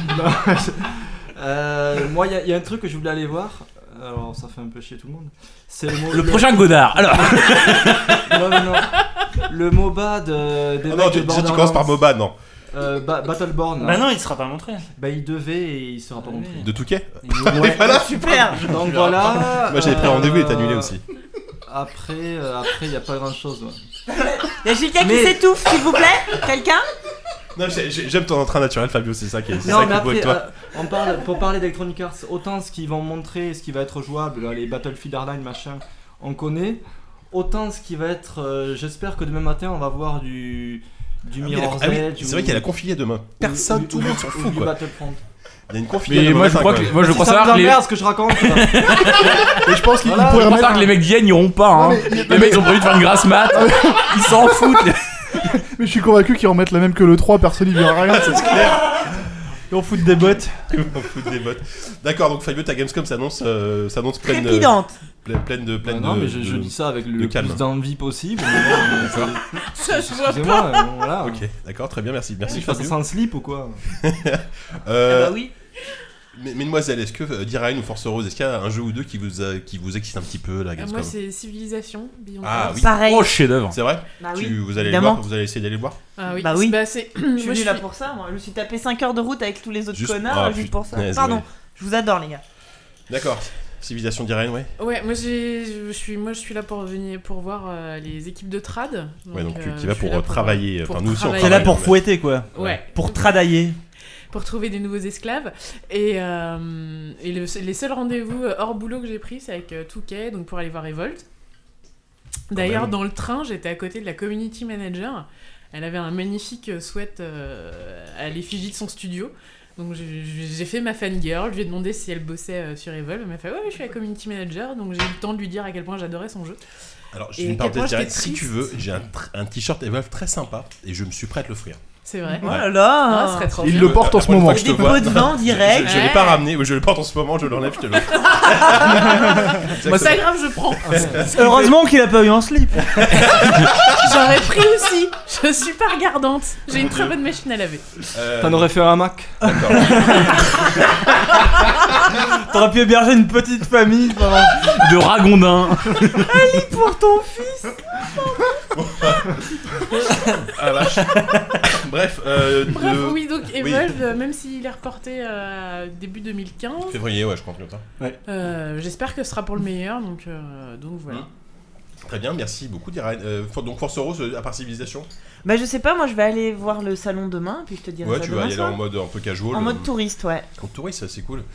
Moi, il y a un truc que je voulais aller voir. Alors, ça fait un peu chier tout le monde. C'est Le prochain Godard. Alors, Non. Le MOBA des Oh mecs non, de tu commences par MOBA, non. Battleborn. Bah non, il sera pas montré. Bah, il devait et il sera pas montré. De Touquet? Ouais. Super. Donc voilà. Moi j'avais pris rendez-vous, il est annulé aussi. Après, il y a pas grand chose. Y'a quelqu'un qui Mais- s'étouffe, s'il vous plaît? Quelqu'un? Non, j'aime ton entrain naturel, Fabio, c'est ça qui est Non, ça mais qui est beau avec après, toi. pour parler d'Electronic Arts, autant ce qu'ils vont montrer, ce qui va être jouable, là, les Battlefield Hardline, machin, on connaît. Autant ce qui va être. J'espère que demain matin, on va voir du Mirror's Ah oui, Edge. c'est vrai qu'il y a la confilée demain. Personne, tout le monde s'en ou fout du quoi. Battlefront. Il y a une confilée mais demain moi je matin, crois quoi. que moi je Si crois ça savoir que les m'emmerde ce que je raconte. Et je pense qu'il Voilà, pourrait je crois remettre. savoir que les mecs d'Yen n'iront pas. Hein. mais- Les mecs ils ont prévu de faire une grasse mat. Ils s'en foutent. Mais je suis convaincu qu'ils remettent la même que le 3, personne n'y verra rien, c'est clair. Et on fout des bottes. On fout des bottes. D'accord, donc Fabio, ta Gamescom s'annonce pleine Trépidante. Non, mais je dis ça avec le calme. plus d'envie possible. mais bon, Ça, je vois excusez-moi, pas. voilà. Ok, d'accord, très bien, merci. Merci Je fasse ça Fabio. sans slip ou quoi? Euh, Bah oui. Mesdemoiselles, est-ce que Diraine ou Force Rose, est-ce qu'il y a un jeu ou deux qui vous excite un petit peu la Gamescom? Moi, c'est Civilisation, Beyond Ah, Earth. oui. Pareil. Oh chef-d'œuvre. C'est vrai? Bah oui. Vous allez le évidemment. voir, vous allez essayer d'aller le voir? Ah oui. Bah oui. C'est. Je suis venu là pour ça, moi. Je me suis tapé 5 heures de route avec tous les autres Juste- connards ah, juste pour ça. punaise, Pardon, ouais. je vous adore, les gars. D'accord. Civilisation d'Irène, ouais. Ouais, moi je suis là pour venir pour voir les équipes de trad. Ouais, donc je qui va suis pour là travailler. pour Enfin, nous aussi, on travailler. C'est là travaille, pour mais- fouetter quoi. Ouais. Pour tradailler. Pour trouver des nouveaux esclaves. Et les seuls rendez-vous hors boulot que j'ai pris, c'est avec Touquet, donc pour aller voir Evolt. D'ailleurs, même. dans le train, j'étais à côté de la community manager. Elle avait un magnifique sweat à l'effigie de son studio. Donc j'ai fait ma fangirl, je lui ai demandé si elle bossait sur Evolve. Elle m'a fait ouais, je suis la community manager, donc j'ai eu le temps de lui dire à quel point j'adorais son jeu. Alors, je Et vais une à quel parenthèse point directe. j'étais Si tu triste. veux, j'ai un t-shirt Evolve très sympa et je me suis prêt à te l'offrir. C'est vrai. Oh là Ah, là. ce serait trop Il bien. le porte en La ce prochaine moment. fois que je te Des vois- pots de vin direct. Je l'ai pas ramené, je le porte en ce moment, je l'enlève, je te l'offre. Moi, c'est pas grave, je prends. Heureusement qu'il a pas eu un slip. J'aurais pris aussi. Je suis pas regardante. J'ai une très bonne machine à laver. T'en aurais fait un Mac. T'aurais pu héberger une petite famille pendant. De ragondin. Pour ton fils. Ah vache. Bref, Bref, oui, donc Evolve, même s'il est reporté à début 2015, février, ouais, je pense comme ça. j'espère que ce sera pour le meilleur, donc voilà. Très bien, merci beaucoup d'Irène. Donc Force Rose, à part Civilisation. Bah je sais pas, moi je vais aller voir le salon demain, puis je te dirai Ouais, ça tu vas demain y aller soir. en mode un peu casual. En mode touriste, ouais. En touriste, ça c'est cool.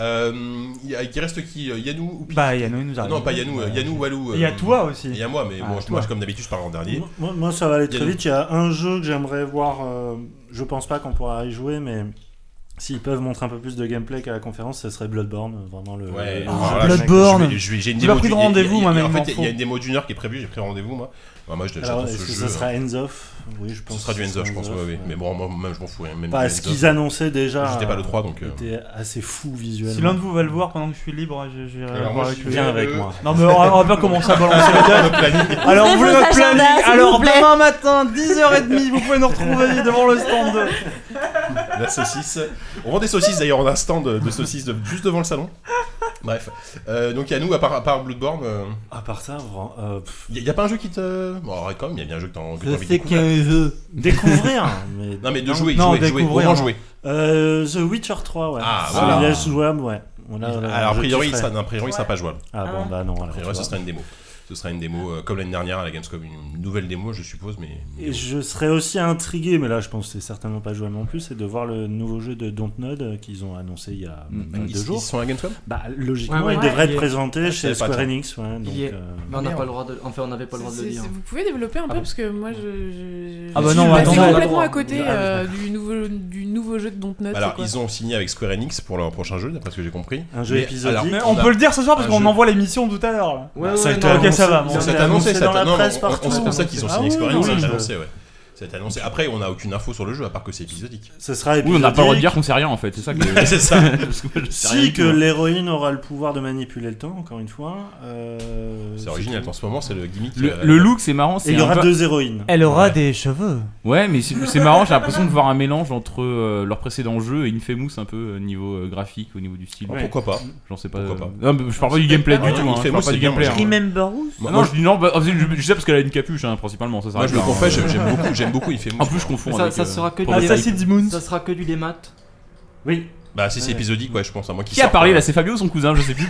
Il reste qui Yanou ou Pi Bah Yannou il nous arrive. Non, pas Yanou, Yanou, Walou. Il y a toi aussi. Il y a moi, mais Ah, moi, toi. comme d'habitude, je parle en dernier. Moi, ça va aller très Yannou. vite. Il y a un jeu que j'aimerais voir. Je pense pas qu'on pourra y jouer, mais s'ils peuvent montrer un peu plus de gameplay qu'à la conférence, ce serait Bloodborne. Vraiment le. Ouais, le- alors le- là, Bloodborne. j'ai une J'ai pas démo pris de d'une- rendez-vous, moi, mais En il m'en fait, il y a faut. une démo d'une heure qui est prévue, j'ai pris rendez-vous, moi. Moi, Alors, j'attends est-ce ce que jeu. ce sera Hands Off? Oui, je pense. Ce sera du que hands-off, je pense, Hands ouais, Off, ouais. Mais bon, moi, même, je m'en fous. Même Pas du ce hands-off. qu'ils annonçaient déjà. J'étais pas le 3, donc. Était assez fou visuellement. Si l'un de vous va le voir pendant que je suis libre, j'irai Alors, voir moi, avec je lui. Viens avec moi. Non mais on va pas commencer à balancer les dates. Alors vous Ouvrez voulez vos notre planning. agendas, s'il Alors vous plaît. demain matin 10h30 vous pouvez nous retrouver devant le stand de... La saucisse. On vend des saucisses d'ailleurs, on a un stand de saucisses juste devant le salon. Bref. Donc, Yanou, à part Bloodborne, À part ça, y a pas un jeu qui te. Bon, quand même, il y a bien un jeu que t'as envie de Je sais découvrir. qu'un jeu. découvrir. Mais Non, mais de Non, jouer, non, jouer, découvrir, vraiment non. jouer. The Witcher 3, ouais. Ah, C'est voilà. bien jouable, ouais. Voilà, Alors, a priori, il ça. sera pas jouable. Ah bon, bah non. A Alors, priori, tu ce vois. sera une démo. Ce sera une démo comme l'année dernière à la Gamescom, une nouvelle démo, je suppose, mais. Et je serais aussi intrigué, mais là je pense que c'est certainement pas jouable non plus, c'est de voir le nouveau jeu de Dontnod qu'ils ont annoncé il y a Ils 2 jours. sont à la Gamescom. Bah logiquement, Ouais, il ouais, devrait il être est- présenté je chez savais pas, Square tiens. Enix. Ouais, donc, Il est- Mais on n'a Merde. pas le droit de. Enfin, on n'avait pas le droit de le dire. Vous pouvez développer un peu bon parce que moi je Ah bah suis non, passée attendez. complètement à côté Ah, du nouveau jeu de Dontnod. Alors, c'est quoi ils ont signé avec Square Enix pour leur prochain jeu, d'après ce que j'ai compris. un jeu Mais, épisodique. alors, Mais on peut le dire ce soir parce un qu'on jeu. envoie l'émission tout à l'heure là. Ouais, ça a ouais, été non, ok, ça va, annoncé- bon. ça a C'est été annoncé, dans la presse on partout. sait pour ça qu'ils ont signé Ah Square oui, Enix, oui, c'est oui. annoncé, ouais. C'est annoncé. Après, on n'a aucune info sur le jeu à part que c'est épisodique. Ce sera Oui, épisodique. on n'a pas le droit de dire qu'on sait rien en fait, c'est ça que. C'est ça. Parce que moi, je sais rien Si du que tout. l'héroïne aura le pouvoir de manipuler le temps, encore une fois. C'est original. En ce moment, c'est le gimmick. Le look, c'est marrant. Et C'est il y aura un peu- 2 héroïnes. Elle aura Ouais. des cheveux. Ouais, mais c'est marrant, j'ai l'impression de voir un mélange entre leur précédent jeu et Infamous un peu niveau graphique, au niveau du style. Ouais. Pourquoi pas J'en sais pas. Pourquoi pas. Non, mais je parle pas du gameplay pas du mal. tout. Hein, je Infamous, parle pas c'est du bien, gameplay. moi, hein. Remember Who? Non, je dis non, bah, je dis ça parce qu'elle a une capuche, hein, principalement. Ça, Moi, je le confesse, j'aime beaucoup Infamous. En plus, je confonds Ça- avec. ça sera que du- Prototype. Assassin's Moon. Ça sera que du démat. Oui. Bah, si c'est épisodique, ouais, je pense à moi Qui a parlé là? C'est Fabio ou son cousin? Je sais plus.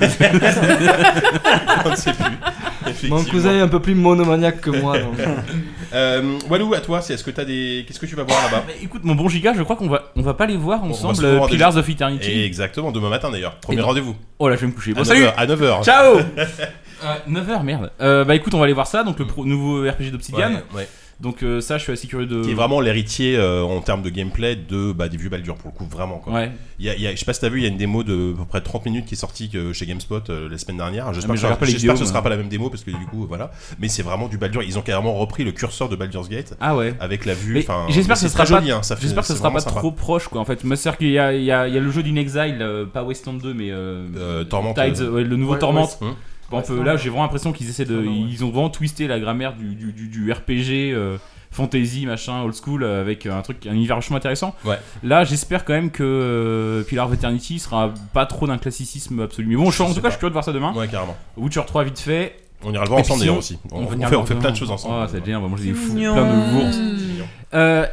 On ne sait plus. Mon Effectivement. cousin est un peu plus monomaniaque que moi. Donc. Walou, à toi, est-ce que t'as des. Qu'est-ce que tu vas voir là-bas Mais écoute, mon bon Giga, je crois qu'on va pas les voir va ensemble. se voir Pillars of Eternity. Exactement, demain matin d'ailleurs. Premier Et- rendez-vous. Oh là, je vais me coucher. Bon, À salut. 9h. À 9h. Ciao. 9h, merde. Bah écoute, on va aller voir ça. Donc le nouveau RPG d'Obsidian. Ouais. Donc ça, je suis assez curieux de. Qui est vraiment l'héritier en termes de gameplay des vieux Baldur pour le coup, vraiment quoi. Ouais. Je sais pas si t'as vu, il y a une démo de à peu près 30 minutes qui est sortie chez GameSpot la semaine dernière. J'espère mais je regarde pas les que ce vidéos, sera moi. pas la même démo parce que du coup voilà. Mais c'est vraiment du Baldur. Ils ont carrément repris le curseur de Baldur's Gate Ah ouais. avec la vue. Mais Enfin, j'espère mais que ce c'est sera très pas. joli, hein, ça fait- J'espère que ce c'est sera pas vraiment sympa. trop proche quoi. En fait, moi c'est-à-dire qu'il y a le jeu d'In Exile, pas Wasteland 2 mais Torment. Tides, ouais, le nouveau Ouais, Torment. ouais. Bon, là, j'ai vraiment l'impression qu'ils essaient de. Ils ont vraiment twisté la grammaire du RPG. Fantasy, machin, old school, avec un univers vachement intéressant. Ouais. Là, j'espère quand même que Pillars of Eternity sera pas trop d'un classicisme absolu. Mais bon, en tout cas, je suis curieux de voir ça demain. Ouais, carrément. Witcher 3, vite fait. On ira le voir Et puis ensemble d'ailleurs sinon, aussi. On va fait venir plein de choses ensemble. Oh, ça va être génial, on va manger des fous, Mignon. plein de bourses. Sinon,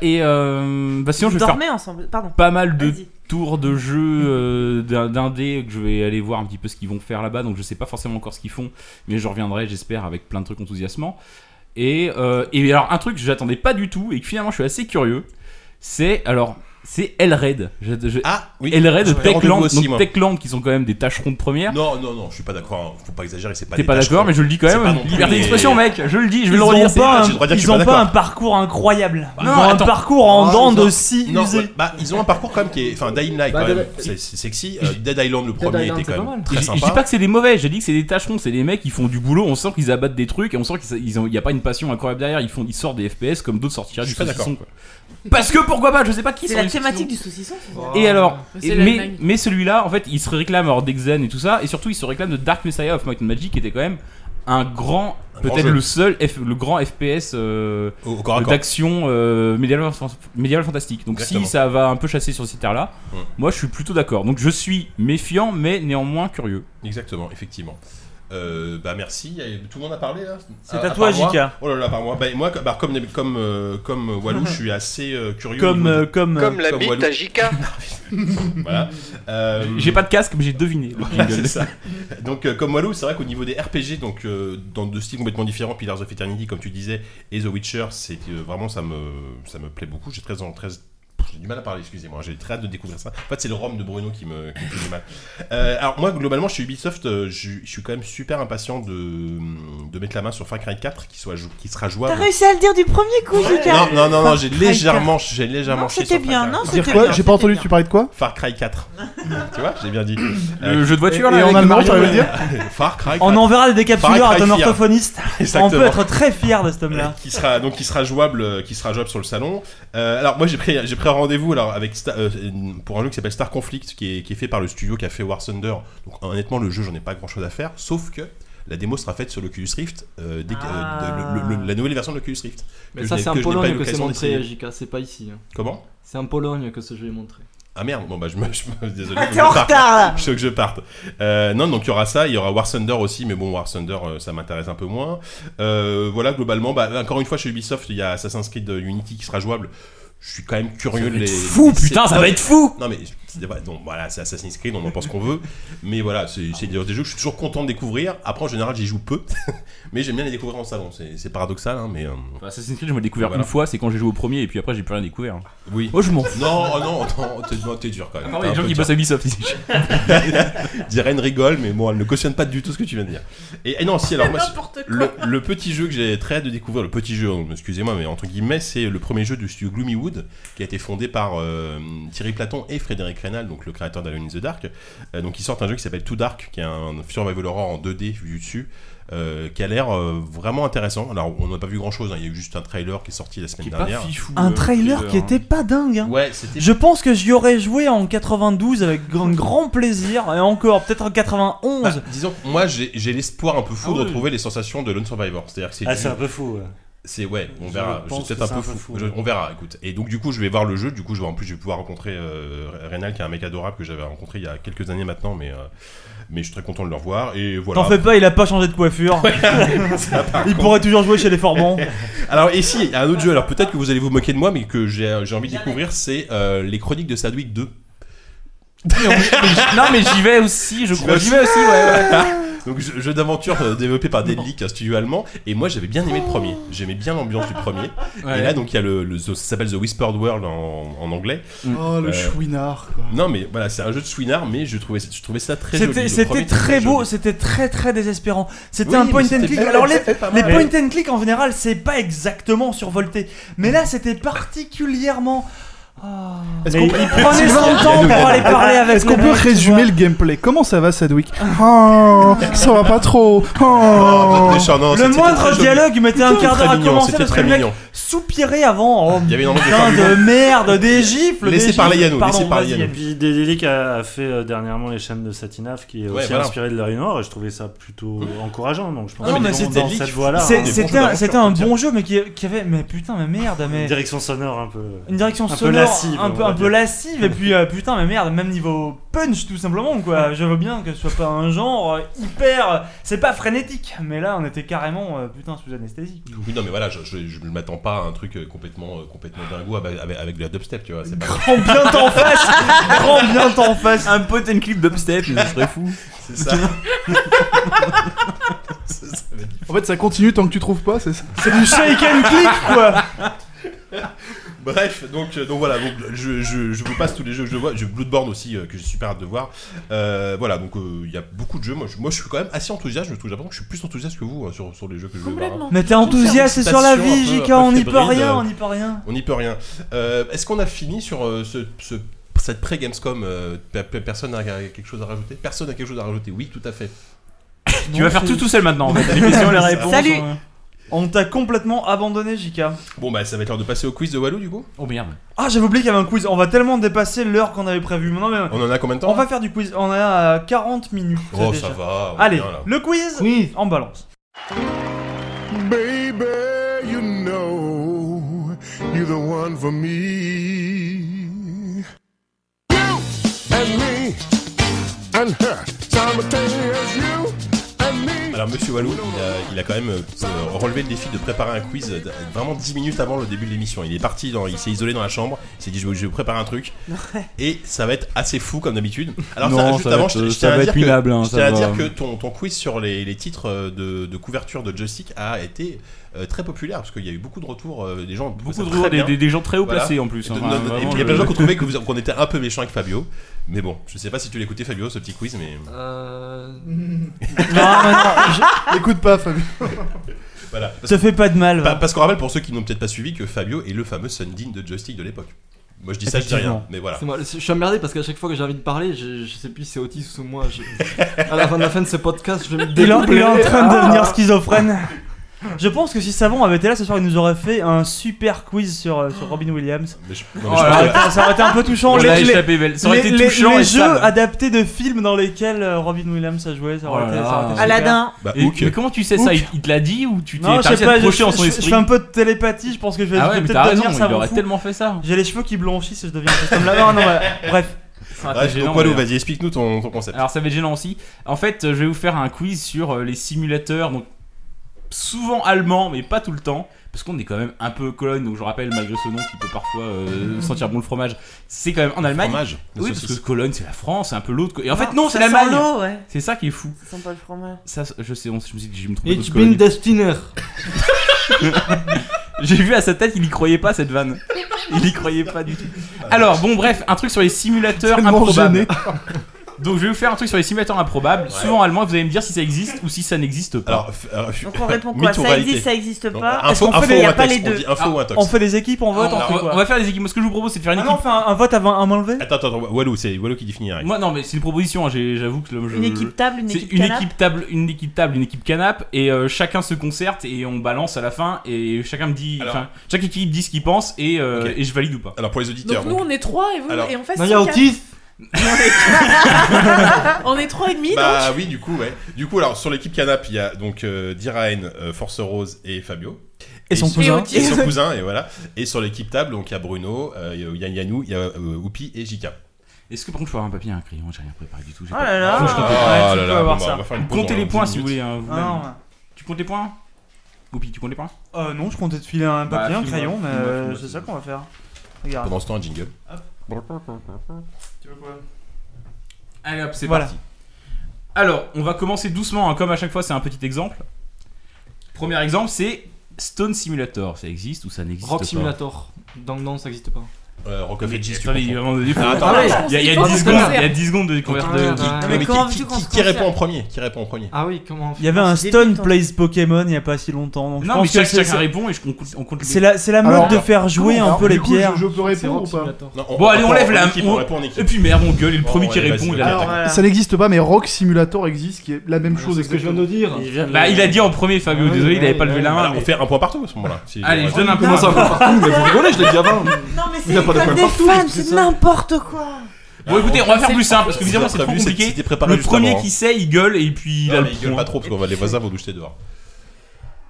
je Vous vais faire dormez ensemble. Pardon. pas mal de Vas-y. tours de jeu d'indé que je vais aller voir un petit peu ce qu'ils vont faire là-bas. Donc je sais pas forcément encore ce qu'ils font, mais je reviendrai, j'espère, avec plein de trucs enthousiasmants. Et alors un truc que j'attendais pas du tout et que finalement je suis assez curieux, c'est Hellraid. Ah oui. Hellraid de J'avais rendez-vous Techland, aussi, donc moi. Techland qui sont quand même des tâcherons de première. Non, je suis pas d'accord. Faut pas exagérer, c'est pas. T'es des pas tâches d'accord, trop. mais je le dis quand C'est pas même. non plus Liberté les- d'expression, mec. Je le dis, je vais Ils le ont redire. pas j'ai le droit de dire que je suis ils ont pas pas d'accord. un parcours incroyable. Non, Ils ont un attends. parcours en dents ils de ont- scie Non, usée. ils ont un parcours quand même qui est. Enfin, Dying Light, Bah, quand même, Dead- c'est sexy. Dead Island, le premier, Island, était c'est quand pas même mal. très Je dis sympa. pas que c'est des mauvais, j'ai dit que c'est des tâcherons, c'est des mecs qui font du boulot, on sent qu'ils abattent des trucs et on sent qu'il y a pas une passion incroyable derrière, ils sortent des FPS comme d'autres sortiront Je du suis pas saucisson quoi. Parce que pourquoi pas, je sais pas qui C'est sort la du thématique saucisson. du saucisson. c'est ça Et alors, C'est l'Allemagne. mais celui-là, en fait, il se réclame alors d'Exen et tout ça, et surtout il se réclame de Dark Messiah of Might and Magic, qui était quand même un grand, peut-être jeu. le grand FPS Au corps à corps. d'action médiéval fantastique. Donc Exactement. si ça va un peu chasser sur ces terres-là, moi je suis plutôt d'accord. Donc je suis méfiant, mais néanmoins curieux. Exactement, effectivement. Bah merci. Tout le monde a parlé là. C'est à toi, part moi. Jika. Oh là là, par moi. Bah, moi, comme Walou, je suis assez curieux. Comme Comme la comme bite Walou. à Jika. voilà. J'ai pas de casque, mais j'ai deviné. le Voilà, jingle. c'est ça. Donc comme Walou, c'est vrai qu'au niveau des RPG, donc dans deux styles complètement différents, Pillars of Eternity comme tu disais, et The Witcher, c'est vraiment ça me plaît beaucoup. J'ai du mal à parler, excusez-moi, j'ai très hâte de découvrir ça. En fait, c'est le rhum de Bruno qui me fait du mal. Alors moi, globalement, chez Ubisoft, je suis quand même super impatient de mettre la main sur Far Cry 4 qui sera jouable. T'as réussi à le dire du premier coup, Jika. Non, j'ai Far Cry légèrement Non, chié c'était sur bien, Far Cry. non, Dire c'était quoi bien. J'ai pas entendu, c'était tu parlais de quoi Far Cry 4. Tu vois, j'ai bien dit. Le jeu de voiture Et là. en avec allemand, Mario, t'arrives à le dire Far Cry 4. On enverra des décapsuleurs Far à Cry ton fier. orthophoniste. On Exactement. peut être très fier de cet homme-là. qui sera jouable sur le salon. Alors moi j'ai pris un rendez-vous alors avec pour un jeu qui s'appelle Star Conflict qui est fait par le studio qui a fait War Thunder. Donc honnêtement le jeu j'en ai pas grand chose à faire sauf que la démo sera faite sur l'Oculus Rift la nouvelle version de l'Oculus Rift. Mais Que ça, je c'est n'ai- en que je n'ai pas eu Pologne que c'est l'occasion montré, d'essayer. JK, c'est pas ici. hein. Comment C'est en Pologne que ce jeu est montré. Ah merde, bon bah désolé. Ah, faut que t'es en je parte. retard là. Je sais que je parte. Non, donc il y aura ça, il y aura War Thunder aussi, mais bon, War Thunder, ça m'intéresse un peu moins. Voilà, globalement, bah, encore une fois, chez Ubisoft, il y a Assassin's Creed Unity qui sera jouable. Je suis quand même curieux de les. Fou, putain, ça va être fou. Non, mais donc, voilà, c'est Assassin's Creed, on en pense qu'on veut. Mais voilà, c'est des jeux que je suis toujours content de découvrir. Après, en général, j'y joue peu. Mais j'aime bien les découvrir en salon. C'est paradoxal, hein, mais. Enfin, Assassin's Creed, je me l'ai découvert Voilà. une fois, c'est quand j'ai joué au premier, et puis après j'ai plus rien découvert. Oui. Oh, je m'en fous. Non, t'es dur quand même. Il y a des gens qui bossent à Ubisoft ici. Diren rigole, mais bon, elle ne cautionne pas du tout ce que tu viens de dire. Et non, si, alors moi, N'importe quoi. le petit jeu que j'ai très hâte de découvrir, le petit jeu, excusez-moi, mais entre guillemets, c'est le premier jeu du studio Gloomywood, qui a été fondé par Thierry Platon et Frédéric Reynal, donc le créateur d'Alone in the Dark. Donc ils sortent un jeu qui s'appelle Too Dark, qui est un survival horror en 2D vu dessus. Qui a l'air vraiment intéressant. Alors on n'a pas vu grand chose, il y a eu juste un trailer qui est sorti la semaine dernière. Un trailer qui était pas dingue. Hein. Ouais, c'était. Je pense que j'y aurais joué en 92 avec grand plaisir, et encore peut-être en 91. Bah, disons que moi j'ai l'espoir un peu fou Ah de oui. retrouver les sensations de Lone Survivor. C'est-à-dire que c'est Ah, c'est un peu fou. Ouais. C'est ouais, on Je verra. pense C'est que peut-être c'est un peu fou. On verra, écoute. Et donc du coup, je vais voir le jeu. Du coup, en plus, je vais pouvoir rencontrer Reynal, qui est un mec adorable que j'avais rencontré il y a quelques années maintenant, mais je suis très content de le revoir. Et voilà. T'en fais pas, il a pas changé de coiffure. Il pourrait toujours jouer chez les Forbans. Alors ici, il y a un autre jeu. Alors peut-être que vous allez vous moquer de moi, mais que j'ai envie de découvrir, c'est les Chroniques de Sadwick 2. Non, mais j'y vais aussi, je Tu crois. vas J'y vais aussi, ouais. Donc jeu d'aventure développé par Deadlick, un studio allemand. Et moi j'avais bien aimé le premier. J'aimais bien l'ambiance du premier. Ouais. Et là donc il y a ça s'appelle The Whispered World en anglais. Oh, le chouinard, quoi. Non mais voilà, c'est un jeu de Swinard, mais je trouvais ça très joli. Le C'était premier très beau, joli. c'était très désespérant. C'était Oui, un mais point and c'était click. bien, Alors les c'était pas mal. point and click en général, c'est pas exactement survolté. Mais là, c'était particulièrement. Est-ce Mais qu'on il prenait son temps pour aller parler avec Est-ce les qu'on peut mecs, tu résumer vois. le gameplay? Comment ça va, Sadwick? Oh, ça va pas trop. Oh. Méchant, non, Le c'était moindre très joli. dialogue mettait un C'était quart d'heure très à mignon, commencer c'était parce que très le mec mignon. soupirait avant. Oh, Il y avait énormément de putain arguments. de merde, des gifles. Laissez des parler gifles. Yannou, Pardon, laissez parler vas-y, Yannou. Et puis Dédélic a fait dernièrement les chaînes de Satinaf qui est Ouais, aussi voilà. inspiré de Larry Noir et je trouvais ça plutôt encourageant, donc je pense Non, qu'ils mais vont c'était dans Dédélic. cette voie-là. C'est- hein. des bons jeux C'était d'aventure, un comme ça. bon jeu, mais qui avait. Mais putain, mais merde, Une mais. direction sonore un peu. Une direction un peu sonore Lascive, un on va peu dire. lascive et puis putain mais merde, même niveau punch tout simplement quoi. Je veux bien que ce soit pas un genre hyper, c'est pas frénétique, mais là on était carrément putain sous anesthésie. Oui, non, mais voilà, je ne m'attends pas à un truc complètement dingo avec de la dubstep, tu vois. C'est pas... Grand bien t'en face, grand bien t'en face. Un pot and clip dubstep, ce serait fou. C'est ça. Ça va être- En fait, ça continue tant que tu trouves pas, c'est ça. C'est du shake and click quoi. Bref, donc voilà, donc je vous passe tous les jeux que je vois. J'ai Bloodborne aussi que j'ai super hâte de voir. Voilà, donc il y a beaucoup de jeux. Moi, je suis quand même assez enthousiaste. Je trouve que je suis plus enthousiaste que vous sur les jeux que je vais voir. Complètement. Mais t'es enthousiaste sur la vie, Un peu JK, on n'y peut fébrile, rien, on n'y peut rien. On n'y peut rien. Est-ce qu'on a fini sur cette pré-Gamescom personne n'a quelque chose à rajouter? Personne n'a quelque chose à rajouter? Oui, tout à fait. Tu vas faire tout seul maintenant. En fait. Les questions, les réponses. Salut. On t'a complètement abandonné, JK. Bon, bah ça va être l'heure de passer au quiz de Walou du coup. Oh merde. Ah, j'avais oublié qu'il y avait un quiz. On va tellement dépasser l'heure qu'on avait prévu. Non, mais On en a combien de temps? on va faire du quiz. On est à 40 minutes. Oh, déjà. ça va. on est Allez, bien, là. le quiz, en balance. Baby, you know you're the one for me. You and me and her, simultaneous you and me. Alors Monsieur Walou, il a quand même relevé le défi de préparer un quiz vraiment 10 minutes avant le début de l'émission. Il est parti, il s'est isolé dans la chambre, il s'est dit je vais vous préparer un truc et ça va être assez fou comme d'habitude. Alors Non, juste ça va avant, être- je ça tiens va à être dire que, minable, hein, je ça tiens à va. dire que ton quiz sur les titres de couverture de Joystick a été très populaire parce qu'il y a eu beaucoup de retours, des gens Beaucoup de retours, des gens très haut Voilà. placés en plus. Et Enfin, puis vraiment, il y a plein de gens qui ont trouvé qu'on était un peu méchant avec Fabio. Mais bon, je sais pas si tu l'écoutais Fabio ce petit quiz, mais Non, Écoute pas, Fabien. voilà. te fais pas de mal. va. Parce qu'on rappelle pour ceux qui n'ont peut-être pas suivi que Fabio est le fameux Sundin de Joystick de l'époque. Moi je dis ça, je dis rien, Effectivement. mais voilà. C'est moi, je suis emmerdé parce qu'à chaque fois que j'ai envie de parler, je sais plus si c'est Otis ou moi. À la fin de ce podcast, je vais me Il est en dédoubler. train de devenir schizophrène. Je pense que si Savon avait été là ce soir, il nous aurait fait un super quiz sur Robin Williams. Mais je- non, mais Oh je là pense là. que- Ça aurait été un peu touchant. On Les- l'a les- échappé belle. Ça aurait été touchant les et jeux sale. adaptés de films dans lesquels Robin Williams a joué, ça aurait Oh été là ça aurait là. été super. Aladdin. Bah, Et- Hook. mais comment tu sais ça? Il te l'a dit ou tu t'es Non, je sais réussi à pas, te projeter dans son je esprit? fais un peu de télépathie, je pense que je vais, Ah je ouais, vais mais peut-être t'as raison, devenir il savon aurait fou. tellement fait ça. J'ai les cheveux qui blanchissent et je deviens cet homme-là. Non, bref. Bref, donc Walou, vas-y, explique-nous ton concept. Alors ça va être gênant aussi. En fait, je vais vous faire un quiz sur les simulateurs, donc souvent allemands, mais pas tout le temps, parce qu'on est quand même un peu Cologne. Donc je rappelle, malgré ce nom qui peut parfois sentir bon le fromage, c'est quand même en Allemagne. Fromage. Oui, parce que Cologne c'est la France, c'est un peu l'autre. Et en fait Ah, non, c'est ça sent l'Allemagne. l'eau, ouais. C'est ça qui est fou. Ça sent pas le fromage. Ça, je sais, je me suis dit que je me trompais. Ich bin Destiner. J'ai vu à sa tête, il y croyait pas cette vanne. Il y croyait pas du tout. Alors bon, bref, un truc sur les simulateurs Tellement improbables. gêné. Donc je vais vous faire un truc sur les simulateurs improbables, souvent allemands, et vous allez me dire si ça existe ou si ça n'existe pas. Alors, Donc on répond quoi? mythe ou Ça réalité existe, ça existe Donc, pas. info, Est-ce qu'on info fait ou il y a un pas tox, les on deux? dit info ou un tox. On fait des équipes, on vote, on fait on quoi? va faire des équipes. Moi, ce que je vous propose, c'est de faire une Ah équipe. non, on fait un vote à main levée. Attends, Walou, c'est Walou qui définit la règle. Moi, non, mais c'est une proposition. Hein, j'avoue que Une équipe table, une c'est équipe une canapé. équipe table, une équipe canap, et chacun se concerte et on balance à la fin et chacun me dit, Alors. enfin, chaque équipe dit ce qu'il pense et et je valide ou pas. Alors pour les auditeurs, Donc nous on est 3 et vous Alors, et on fait Non, il y a 4. Otis. On est 3 et demi donc. bah oui, du coup, ouais. Du coup, alors sur l'équipe canap, il y a donc Diraen, Force Rose et Fabio. Et son sur- cousin. Otis. Et son cousin, et voilà. Et sur l'équipe table, donc il y a Bruno, il y a Yannou, il y a Oupi et Jika. Est-ce que par contre je peux avoir un papier et un crayon? J'ai rien préparé du tout. j'ai Oh pas- là là. Faut que je compte les Ouais, points. tu peux avoir ça. on va faire une Vous pause comptez dans les points 10 si vous minutes. voulez. Hein, vous-même. Ah non, Tu comptes les points? Oupi, tu comptes les points? non, je comptais te filer un papier, Bah, un file-moi, crayon, mais file-moi, c'est ça qu'on va faire. Regarde. Pendant ce temps, un jingle. Tu veux quoi? Allez hop, c'est Voilà. parti. Alors, on va commencer doucement, hein, comme à chaque fois, c'est un petit exemple. Premier exemple, c'est Stone Simulator. Ça existe ou ça n'existe Rock pas? Simulator. Donc non, ça existe pas. Rock of Mais Ages, tu attendez, comprends. à un moment donné, faut- Attends, Ah ouais. il y a faut 10 qu'on secondes, se il y a 10 secondes de convertir de... Ouais, Mais Mais comment veux-tu qu'on se qui répond en concerte premier? Qui répond en premier? Ah oui, comment on fait? Il y avait un c'est Stone débutant. Plays Pokémon il y a pas si longtemps. Donc je Non, mais pense que chacun répond et on compte les... c'est la mode Alors, de faire jouer un Alors, peu les du coup, pierres. Je peux C'est répondre Rock ou pas? Simulator. Non, Bon, allez, on lève répond la en équipe, on- on répond en équipe. Et puis merde, on gueule et le premier Bon, qui allez, répond, vas-y, il a... vas-y. Voilà. Ça n'existe pas, mais Rock Simulator existe, qui est la même chose. C'est ce que je viens de dire. Bah, il a dit en premier, Fabio, Ouais, désolé, il avait ouais, pas levé ouais. la main. Alors, on mais- fait un point partout à ce moment-là. Si- Allez, je donne un Comment point. ça va partout? Mais vous rigolez, je l'ai dit avant. Non, mais Il y a c'est pas de comme point des partout, fans, c'est c'est ça. n'importe quoi. Bon, écoutez, on va faire plus simple parce que évidemment c'est trop prévu, compliqué. c'était préparé Le juste premier avant, qui sait, il gueule et puis il Non, a mais le il gueule point. pas trop parce que les voisins vont nous jeter dehors.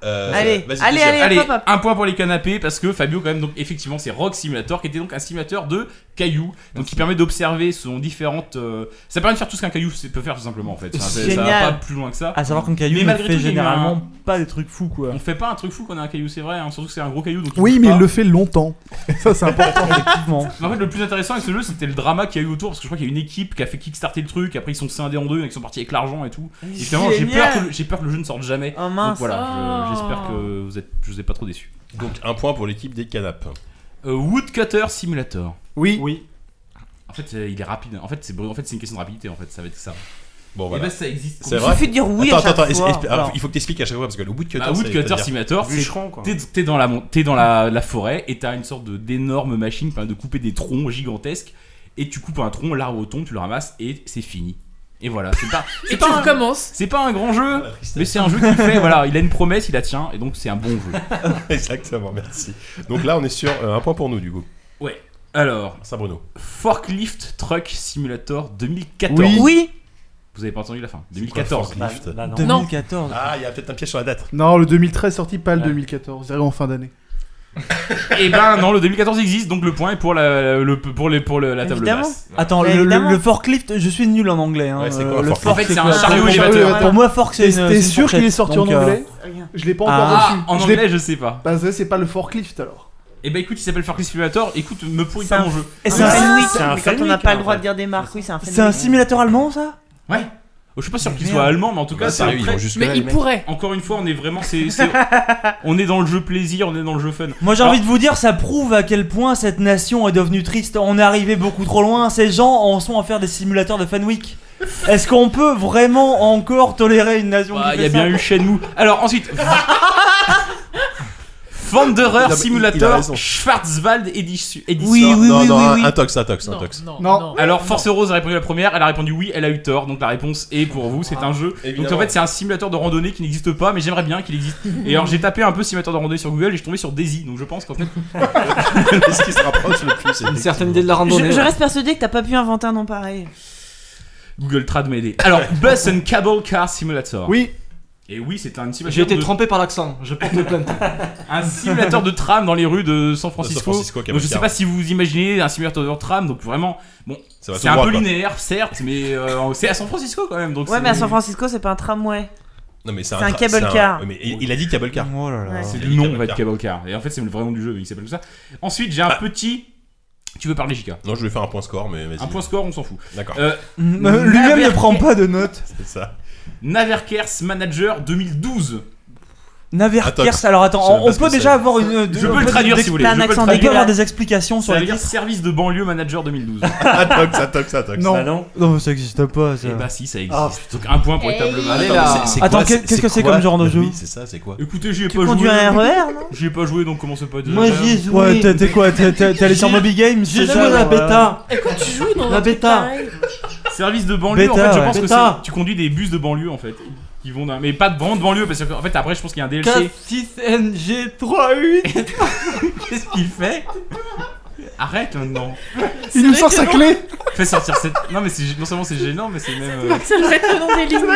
Allez, vas-y, allez, deuxième. Allez, hop, hop. un point pour les canapés parce que Fabio quand même donc effectivement c'est Rock Simulator qui était donc un simulateur de cailloux donc qui permet d'observer selon différentes ça permet de faire tout ce qu'un caillou peut faire tout simplement en fait. Ça va Génial. pas plus loin que ça. À savoir qu'un caillou Mais ne malgré fait tout, il y a eu généralement pas des trucs fous quoi. On fait pas un truc fou qu'on a un caillou, c'est vrai, hein, surtout que c'est un gros caillou donc Oui, bouge mais pas. il le fait longtemps. Ça, c'est important. Effectivement. Mais en fait, le plus intéressant avec ce jeu, c'était le drama qu'il y a eu autour, parce que je crois qu'il y a une équipe qui a fait kickstarter le truc, après ils sont scindés en deux, donc ils sont partis avec l'argent et tout. Et finalement, j'ai peur que le jeu ne sorte jamais. Oh mince. Donc voilà, Oh. j'espère que je vous ai pas trop déçu. Donc un point pour l'équipe des canapes. Woodcutter Simulator. Oui. Oui. En fait, il est rapide. En fait, c'est une question de rapidité. En fait, ça va être ça. Bon Et voilà. ben, ça existe. C'est Il vrai. suffit de dire oui attends, à chaque fois. alors, Alors, il faut que t'expliques à chaque fois parce que le Woodcutter, Bah, Woodcutter Simulator, c'est Bûcheron, quoi. t'es dans la forêt et t'as une sorte d'énorme machine qui permet de couper des troncs gigantesques et tu coupes un tronc, l'arbre tombe, tu le ramasses et c'est fini. Et voilà, Et tu recommences. c'est pas un grand jeu, mais c'est un jeu qui fait, voilà, il a une promesse, il la tient et donc c'est un bon jeu. Exactement, merci. Donc là, on est sur un point pour nous du coup. Ouais. Alors, Ça, Bruno. Forklift Truck Simulator 2014. Oui. oui. Vous avez pas entendu la fin. C'est 2014. quoi, Forklift Bah non. 2014. Ah, il y a peut-être un piège sur la date. Non, le 2013 sorti, pas le Ouais. 2014. C'est en fin d'année. Et ben non, le 2014 existe, donc le point est pour la table Évidemment. basse. Attends, Mais le évidemment. forklift, je suis nul en anglais. Hein. Ouais, c'est quoi un Le forklift En fait, c'est un quoi chariot Pour- élévateur. Pour moi, fork, c'est une. T'es c'est une sûr qu'il est fourchette. sorti en Donc, anglais Rien. Je l'ai pas encore Ah, reçu. En Je l'ai- anglais, je sais pas. Bah, ça, c'est pas le forklift alors. Et ben écoute, il s'appelle Forklift Simulator. Écoute, me pourris C'est pas un- mon jeu. Et C'est c'est un un, Fenwick. c'est un Mais quand on n'a Fenwick, pas le en droit fait. de dire des marques, oui, c'est un c'est un Fenwick. simulateur allemand, ça Ouais. Je suis pas sûr qu'il Merde. soit allemand, mais en tout cas, Bah, c'est sérieux, ils très- vont jusque Mais là. il pourrait. Encore une fois, on est vraiment, on est dans le jeu plaisir, on est dans le jeu fun. Moi, j'ai Alors- envie de vous dire, ça prouve à quel point cette nation est devenue triste. On est arrivé beaucoup trop loin. Ces gens en sont à faire des simulateurs de Fenwick. Est-ce qu'on peut vraiment encore tolérer une nation Bah, qui il y a fait bien ça eu Shenmue. Alors ensuite, Wanderer Non, mais il a Simulator raison. Schwarzwald Edition. Oui, oui, non, oui, non, oui, oui. un tox. Non. Alors Force Rose a répondu la première, elle a répondu oui, elle a eu tort, donc la réponse est pour vous, c'est un jeu. Donc évidemment. en fait c'est un simulateur de randonnée qui n'existe pas, mais j'aimerais bien qu'il existe. Et alors j'ai tapé un peu simulateur de randonnée sur Google et je suis tombé sur Daisy, donc je pense qu'en fait Ce qui se rapproche le plus, c'est Une certaine idée de la randonnée. Je reste persuadé que t'as pas pu inventer un nom pareil. Google Trad m'a aidé. Alors Bus and Cable Car Simulator. Oui. Et oui, c'est un J'ai simulateur été de... trompé par l'accent, je porte plainte. un simulateur de tram dans les rues de San Francisco. Cable Donc je sais car. pas si vous imaginez un simulateur de tram, donc vraiment, bon, Ça va c'est tout un droit, peu quoi. linéaire, certes, mais c'est à San Francisco quand même. Donc Ouais, c'est- mais à San Francisco, c'est pas un tramway. Non, mais C'est un cable car. Ouais, mais il a dit cable car. Oh là là. Ouais. C'est Il le a dit nom, cable en fait, car. Cable Car. Et en fait, c'est le vrai nom du jeu, il s'appelle comme ça. Ensuite, j'ai un petit. Tu veux parler, Jika? Non, je vais faire un point score, mais vas-y. Un point score, on s'en fout. D'accord, Lui-même ne Naver- prend pas de notes. c'est ça. Naverkers Manager 2012. Naverkers, alors attends, Je sais même on pas ce peut que déjà c'est. avoir une. Je peux le traduire si vous voulez. T'as un Je peux le accent On traduire. peut avoir dégueulasse. des explications sur Ça la veut dire liste. Service de banlieue manager 2012. Un tox. Non. Bah non. Non, ça existe pas ça. Et bah si, ça existe. Ah, Donc un point pour établir. Allez Attends, là. mais c'est Attends, quoi, qu'est-ce que c'est quoi comme genre de Oui, jeu c'est ça, c'est quoi? Écoutez, j'y ai Tu pas conduis joué. un RER, non J'y ai pas joué, donc comment ça peut être. Moi j'y ai joué. Ouais, t'es quoi T'es allé sur Moby Games J'ai c'est joué ça, à la voilà. bêta. Et quand tu joues dans La un truc bêta. pareil, Service de banlieue, en Bêta, fait, je ouais. pense que Bêta. c'est. Tu conduis des bus de banlieue, en fait. Qui vont d'un. Mais pas de vraiment de banlieue, parce qu'en fait, après, je pense qu'il y a un DLC. K6NG38. Qu'est-ce qu'il fait? Arrête maintenant. Il nous sort sa clé. Fais sortir cette. Non, mais c'est non seulement c'est gênant, mais c'est même. ça doit être le nom des lignes,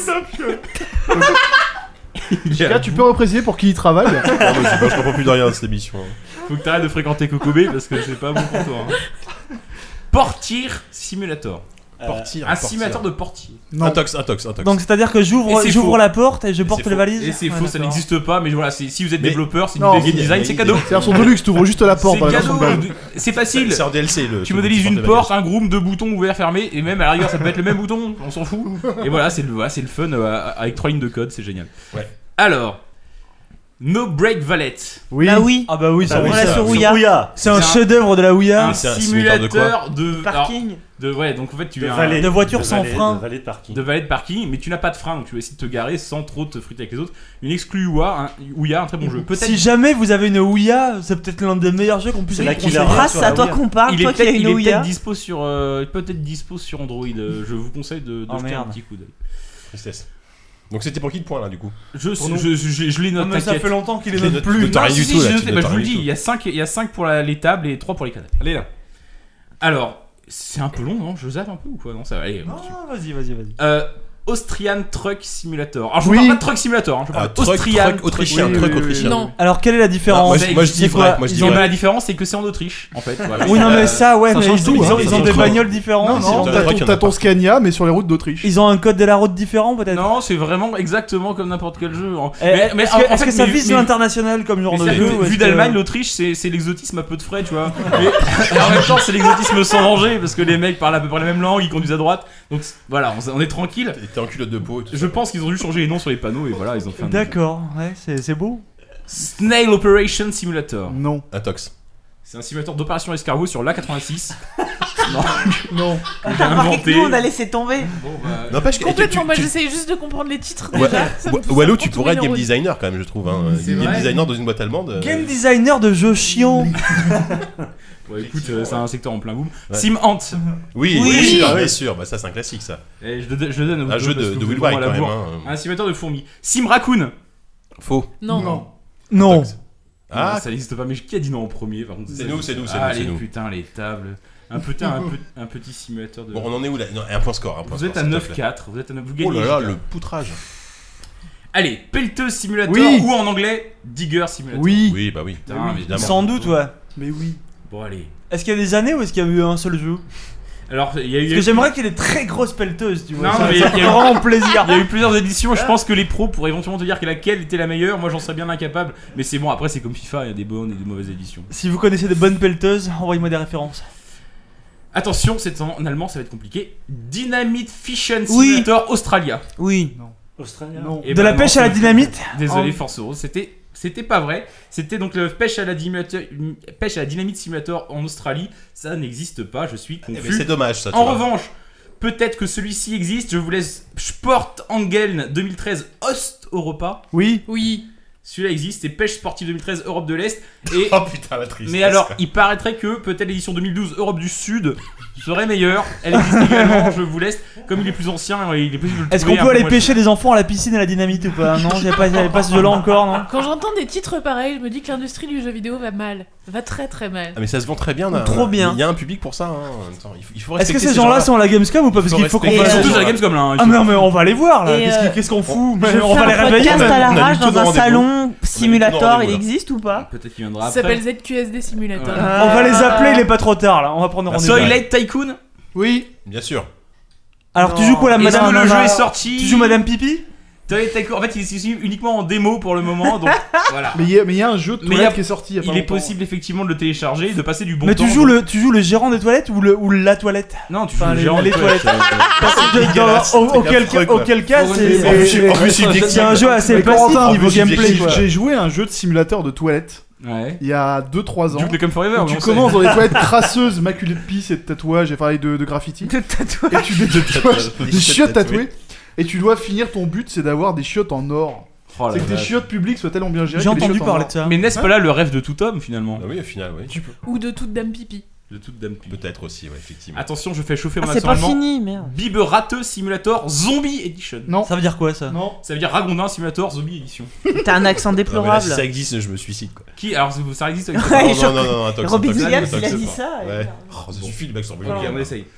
je pense. Là, tu peux repréciser pour qui il travaille. Non, mais je comprends plus de rien de cette émission. Faut que t'arrêtes de fréquenter Kokobé parce que c'est pas bon pour toi. Hein. Portier Simulator. Portir. Un simulateur de portier. Un tox. Donc c'est-à-dire que Et c'est j'ouvre faux. la porte et je porte c'est les faux. valises. Et c'est Ouais, faux, ça d'accord. n'existe pas, mais voilà, si vous êtes Mais- développeur, c'est Non, du game il y a- design, il y a- c'est cadeau. C'est un son de luxe, t'ouvres juste la porte C'est dans la cadeau. balle. C'est facile. C'est en DLC le. Tu modélises une porte, un groupe, deux boutons ouverts, fermés, et même à la rigueur, ça peut être le même bouton, on s'en fout. Et voilà, c'est le fun avec 3 lignes de code, c'est génial. Ouais. Alors, No Break Valet. Oui. Bah oui. Ah bah oui, ça On oui, l'a ça. sur Ouya. Ouya. C'est un C'est un- chef-d'œuvre de la Ouya. Un c'est un simulateur de quoi simulateur de Parking. ouais, donc en fait, tu De as un- valet. de voitures sans frein. De valet de parking. de valet de parking, mais tu n'as pas de frein, donc tu vas essayer de te garer sans trop te friter avec les autres. Une exclue Ouya, un très bon jeu. Peut-être Si jamais vous avez une Ouya, c'est peut-être l'un des meilleurs jeux qu'on puisse C'est la vous killer conseiller. app. Phrase, c'est à toi qu'on parle, il est toi qui as peut-être une Ouya. dispo sur peut-être dispo sur Android. Je vous conseille de Oh, jeter un merde. petit coup d'œil. Tristesse. Donc c'était pour qui le point là du coup? Je nous. les Non, note, mais ça t'inquiète. fait longtemps qu'il est Je les note note- plus. de rien Non, du si, tout, j'ai là, noté, tu bah, notes je vous le rien dis, du il y a 5 pour les tables et 3 pour les canapes. Allez là. Alors, c'est un peu long, non? Je zappe un peu ou quoi? Non, ça va aller. Non, vas-y. Austrian Truck Simulator. Alors je Oui. parle pas de Truck Simulator, je parle Truck d'Austrian. autrichien. Non. Alors quelle est la différence? Ouais, Moi je dis C'est quoi? vrai. Moi je dis Ils ont vrai. la différence, c'est que c'est en Autriche, en fait. Voilà. Oui, non, mais ça, ouais, ça mais change ils tout, ont, hein, ils ça ont change des tout. bagnoles différentes. Non, c'est t'as vrai qu'il y en a t'as ton pas. Scania, mais sur les routes d'Autriche. Ils ont un code de la route différent, peut-être. Non, c'est vraiment exactement comme n'importe quel jeu. Est-ce que ça vise l'international comme genre de Mais jeu ou vu est-ce d'Allemagne, que- l'Autriche, c'est l'exotisme à peu de frais, tu vois. Mais en même temps, c'est l'exotisme sans danger parce que les mecs parlent à peu près la même langue, ils conduisent à droite. Donc voilà, on est tranquille. T'es en culotte de peau et tout. Je pense qu'ils ont dû changer les noms sur les panneaux et voilà, ils ont fait un. D'accord, ouais, c'est beau. Snail Operation Simulator. Non. Intox. C'est un simulateur d'opération escargot sur l'A86. Non. J'ai inventé. Nous, on a laissé tomber. Bon, bah, N'empêche que Complètement, moi tu- j'essaye juste de comprendre les titres. Ouais. déjà. Ça me- ça me Walou, prend tu tous pourrais mes être game neurones. designer quand même, je trouve. Hein. C'est Game vrai. designer dans une boîte allemande. Game designer de jeux chiants. bon, écoute, c'est un secteur en plein boom. Ouais. Sim Ant. Oui, Oui. bien sûr, bien sûr. Bah, ça, c'est un classique, ça. Et je le donne au Un jeu parce de que vous Will êtes vraiment Wright à la quand même. bourre. Hein. Un simulateur de fourmis. Sim Raccoon. Faux. Non. Non. Ah, ça n'existe pas, mais qui a dit non en premier par contre? C'est nous, c'est nous, c'est Allez, nous. putain, les tables. Un petit simulateur de. Bon, on en est où là? Non, un point score. Vous êtes à 9-4, vous êtes à 9, vous Oh gagnez. là là, Giga. le poutrage. Allez, Pelleteuse Simulator Oui. ou en anglais Digger Simulator. Oui. Oui, bah oui. Putain, mais évidemment. Sans doute, ouais. Mais oui. Bon, allez. Est-ce qu'il y a des années ou est-ce qu'il y a eu un seul jeu? Alors, il y a eu. Parce que j'aimerais qu'il y ait des très grosses pelleteuses, tu vois. Non, Ça mais me fait il y a eu- vraiment plaisir. Il y a eu plusieurs éditions, je pense que les pros pourraient éventuellement te dire laquelle était la meilleure, moi j'en serais bien incapable, mais c'est bon, après c'est comme FIFA, il y a des bonnes et des mauvaises éditions. Si vous connaissez des bonnes pelleteuses, envoyez-moi des références. Attention, c'est en allemand, ça va être compliqué. Dynamite Fission Oui. Simulator Australia. Oui. Australien. Non. Et De la non, pêche à la dynamite. Désolé, Oh. Force Rose, c'était pas vrai. C'était donc le pêche à la dynamite simulator en Australie. Ça n'existe pas, je suis Eh, mais confus. c'est dommage, ça. tu En vois. revanche, peut-être que celui-ci existe. Je vous laisse Sport Angeln 2013 Ost-Europa. Oui. Oui. Celui-là existe, c'est Pêche Sportive 2013 Europe de l'Est. Et Oh putain, la tristesse. mais alors, il paraîtrait que peut-être l'édition 2012 Europe du Sud serait meilleure. Elle existe également, je vous laisse. Comme il est plus ancien, il est possible de le Est-ce trouver qu'on un peut peu aller moins pêcher des enfants à la piscine à la dynamite ou pas? Non, j'avais pas ce jeu-là encore, non. Quand j'entends des titres pareils, je me dis que l'industrie du jeu vidéo va mal. Va très très mal. Ah, mais ça se vend très bien. Trop bien. Il y a un public pour ça. Hein. En même temps, il faut Est-ce que respecter ces gens-là sont à la Gamescom ou pas? Parce faut qu'il faut qu'on respecter- Ils fasse. sont Et tous à la Gamescom là. hein. Ah mais on va aller voir là. Et, Qu'est-ce qu'on fout? Je On va fais les un réveiller. podcast à on a l'arrache mis tout dans dans un rendez-vous. salon tout simulator, dans il rendez-vous, là. existe ou pas? Peut-être qu'il viendra Ça après. s'appelle ZQSD Simulator. Ouais. On va les appeler, il est pas trop tard là. On va prendre Ah, rendez-vous. Soylent Tycoon. Oui. Bien sûr. Alors tu joues quoi la Est-ce madame? que le jeu est sorti? Tu joues Madame Pipi? Soylent Tycoon. En fait, il est ici uniquement en démo pour le moment. Donc voilà. Mais il y a un jeu de Mais il y a- toilette qui est sorti il y a pas Il est longtemps. possible effectivement de le télécharger et de passer du bon Mais temps. tu joues le gérant des toilettes ou la toilette? Non, tu Enfin, joues le les- gérant les des toilettes. Parce que dégueulasse, dans- c'est affreux, quoi. auquel cas Pour une c'est maison. Et- En plus, c'est un jeu assez Mais passif Corentin, niveau j'ai- gameplay quoi. J'ai joué à un jeu de simulateur de toilette Ouais. il y a 2-3 ans. Duke Nukem Forever. Où tu on sait. commences dans les toilettes crasseuses, maculées de pisse et de tatouages et de graffiti. De tatouage. Et tu des chiottes tatouées. Et tu dois finir, ton but c'est d'avoir des chiottes en or. Oh la C'est que tes vache. chiottes publiques soient tellement bien gérées. J'ai que les entendu chiottes en parler or. de ça. Mais n'est-ce pas là le rêve de tout homme finalement? Ah oui, au final, oui. Ou de toute dame pipi. De toute dame. Peut-être aussi, ouais, effectivement. Attention, je fais chauffer mon Ah, c'est accent pas allemand. fini, merde. Biberateux Simulator Zombie Edition. Non. Ça veut dire quoi ça? Non. Ça veut dire Ragondin Simulator Zombie Edition. T'as un accent Ah, mais là, déplorable. si ça existe, je me suicide quoi. Qui alors ça existe avec Ouais, non, non, non, Intox, Robin Intox, Williams, Intox, il a c'est dit pas. ça. Ouais. Oh, ça suffit, le mec sur Ok, Bulgaria. on essaye.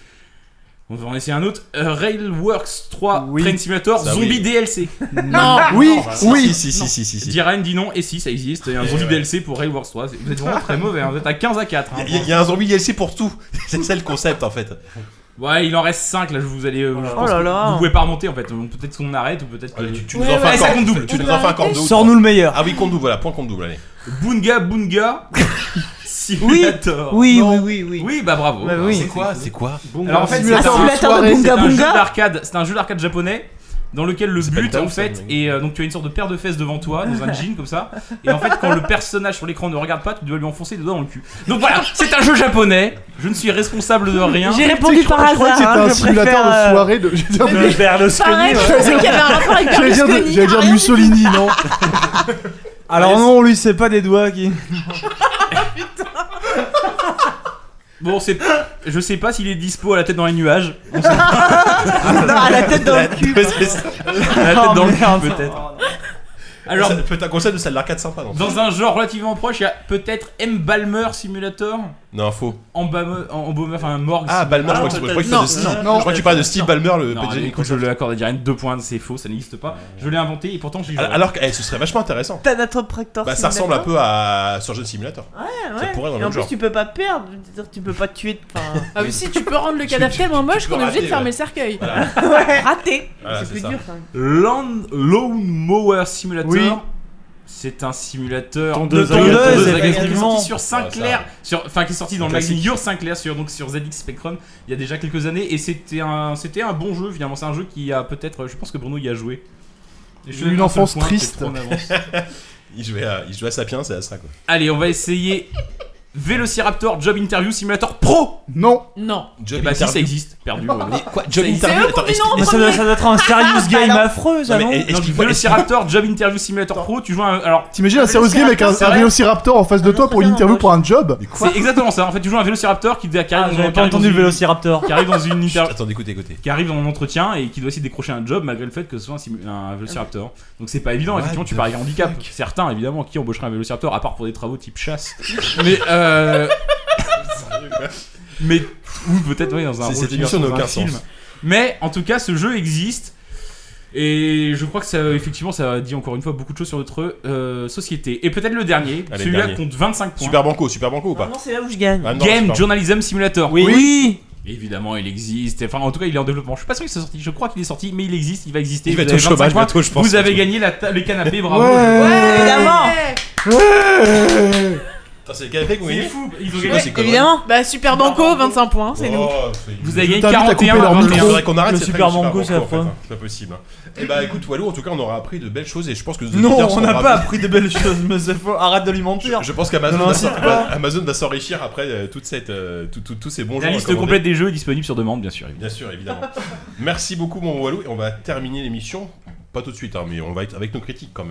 On va en essayer un autre. Railworks 3 Oui. Train Simulator Ça, Zombie oui. DLC. Non. Oui, oui. Si. Diren dit non et si ça existe. Il y a un Zombie ouais. DLC pour Railworks 3. Vous êtes vraiment très mauvais. Hein. Vous êtes à 15-4. Hein. Il y a un zombie DLC pour tout. C'est ça le concept en fait. Ouais, il en reste 5 là. Je vous allez. Je pense là que là. vous pouvez pas remonter en fait. Peut-être qu'on arrête ou peut-être. que- Allez, tu Ouais, nous en fais ouais, un ça corps- compte double. Tu nous en fais un corps de Sors-nous le meilleur. Ah oui, compte double, voilà, point compte double, allez. Bunga Simulator. Oui, Non. oui. Oui, bah bravo. Bah oui. C'est quoi Alors en fait, Simulateur c'est un- de Simulateur de soirée. c'est Bunga un jeu Bunga. d'arcade. C'est un jeu d'arcade japonais dans lequel le Ça s'appelle but en Down, fait ça, est donc tu as une sorte de paire de fesses devant toi dans un jean comme ça et en fait quand le personnage sur l'écran ne regarde pas tu dois lui enfoncer des doigts dans le cul. Donc voilà, c'est un jeu japonais. Je ne suis responsable de rien. J'ai répondu par Je crois que hasard. c'était hein, un je simulateur préfère, de soirée de. Berlusconi. Pareil, je pensais qu'il y avait un rapport avec J'allais Berlusconi. dire rien. Mussolini, non? Alors non, lui c'est pas des doigts qui. Bon, je sais pas s'il est dispo à la tête dans les nuages. Non, à la tête dans le cul. À la tête dans le cul peut-être. Alors Alors, peut-être un concept de salle d'arcade sympa, non? dans un genre relativement proche, il y a peut-être M Balmer Simulator. Non, faux. Enfin, Morgue. Ah, Ballmer, je crois que tu parlais de Steve. Je crois que tu parlais de Steve Ballmer, le Non, PDG. écoute, je lui accorde à Diren 2 points, c'est faux, ça n'existe pas. Je l'ai inventé et pourtant j'y joue. Alors que ce serait vachement intéressant. Thanatopractor. Bah, ça ressemble un peu à Surgeon Simulator. Ouais, Ça pourrait dans le et en même plus, genre. tu peux pas perdre, je veux dire, tu peux pas te tuer. Enfin, Ah, mais si, tu peux rendre le cadavre tellement moche peux qu'on est obligé de rater, fermer ouais. le cercueil. Voilà. raté. Voilà, c'est c'est plus ça. dur quand même. Lone Mower Simulator. Oui. C'est un simulateur Tondeuse de à tondeuse gâteau. à gâteau qui est Effectivement. sorti sur Sinclair, qui est sorti dans le Classique. magazine Your Sinclair donc sur ZX Spectrum il y a déjà quelques années et c'était un bon jeu finalement. C'est un jeu qui a peut-être, je pense que Bruno y a joué. Et je J'ai te eu donne une un seul enfance point, triste. c'est trop en avance. Il jouait à Sapiens et à ça, quoi. Allez, on va essayer Velociraptor Job Interview Simulator Pro. Non. Non. Job Et bah si ça interview. existe, perdu. Bruno. Mais quoi, Job C'est- interview. c'est eux Attends, qui ont dit non, Mais ça doit être un serious game affreux, ça, Non, non mais Non, explique-moi. Velociraptor Job Interview Simulator Pro, tu joues un. Alors, T'imagines un serious game avec un C'est vrai Vélociraptor en face de toi pour une interview pour un job? c'est exactement ça. En fait, tu joues un Velociraptor qui arrive Ah, dans- j'avais qui pas arrive entendu dans le une- Vélociraptor. qui arrive dans une Chut, interview. attends, écoutez. Qui arrive dans un entretien et qui doit essayer de décrocher un job malgré le fait que ce soit un Velociraptor. Donc c'est pas évident, What effectivement, tu the paries un handicap. fuck Certains, évidemment, qui embaucheraient un Velociraptor, à part pour des travaux type chasse. Mais ou peut-être oui, dans un Cette rôle émission n'a dans un aucun film. sens. Mais en tout cas, ce jeu existe. Et je crois que ça, effectivement, ça dit encore une fois beaucoup de choses sur notre société. Et peut-être le dernier, Allez, celui-là dernier. compte 25 points. Super Banco ou pas? Non, c'est là où je gagne. Ah non, Game Super- Journalism Simulator. Oui. Évidemment, il existe. Enfin, en tout cas, il est en développement. Je suis pas sûr qu'il soit sorti. Je crois qu'il est sorti, mais il existe. Il va exister. Il va Vous être au avez 25 chômage points. bientôt, je pense. Vous avez gagné les canapés. Bravo. Ouais. Évidemment. Ouais. Attends, c'est le canapé que vous C'est gagnez? fou. Ils ont C'est gagné. quoi ces conneries? Évidemment. Bah, Super Banco, 25 points, c'est nous. Oh, c'est- Vous avez gagné t'invite à couper 41 leur à micro. 21. Faudrait qu'on arrête Le cette Super règle du Banco, c'est en fait, affreux. hein. C'est pas possible. Et bah écoute Walou, en tout cas on aura appris de belles choses et je pense que nos Non, auditeurs on sont n'a ravis. pas appris de belles choses, monsieur. Arrête de lui mentir. Je pense qu'Amazon Non, va, c'est pas. Amazon va s'enrichir après tous ces bons La jours liste recommandés. complète des jeux est disponible sur demande, bien sûr. évidemment. Bien sûr, évidemment. Merci beaucoup mon Walou et on va terminer l'émission. Pas tout de suite, hein, mais on va être avec nos critiques quand même.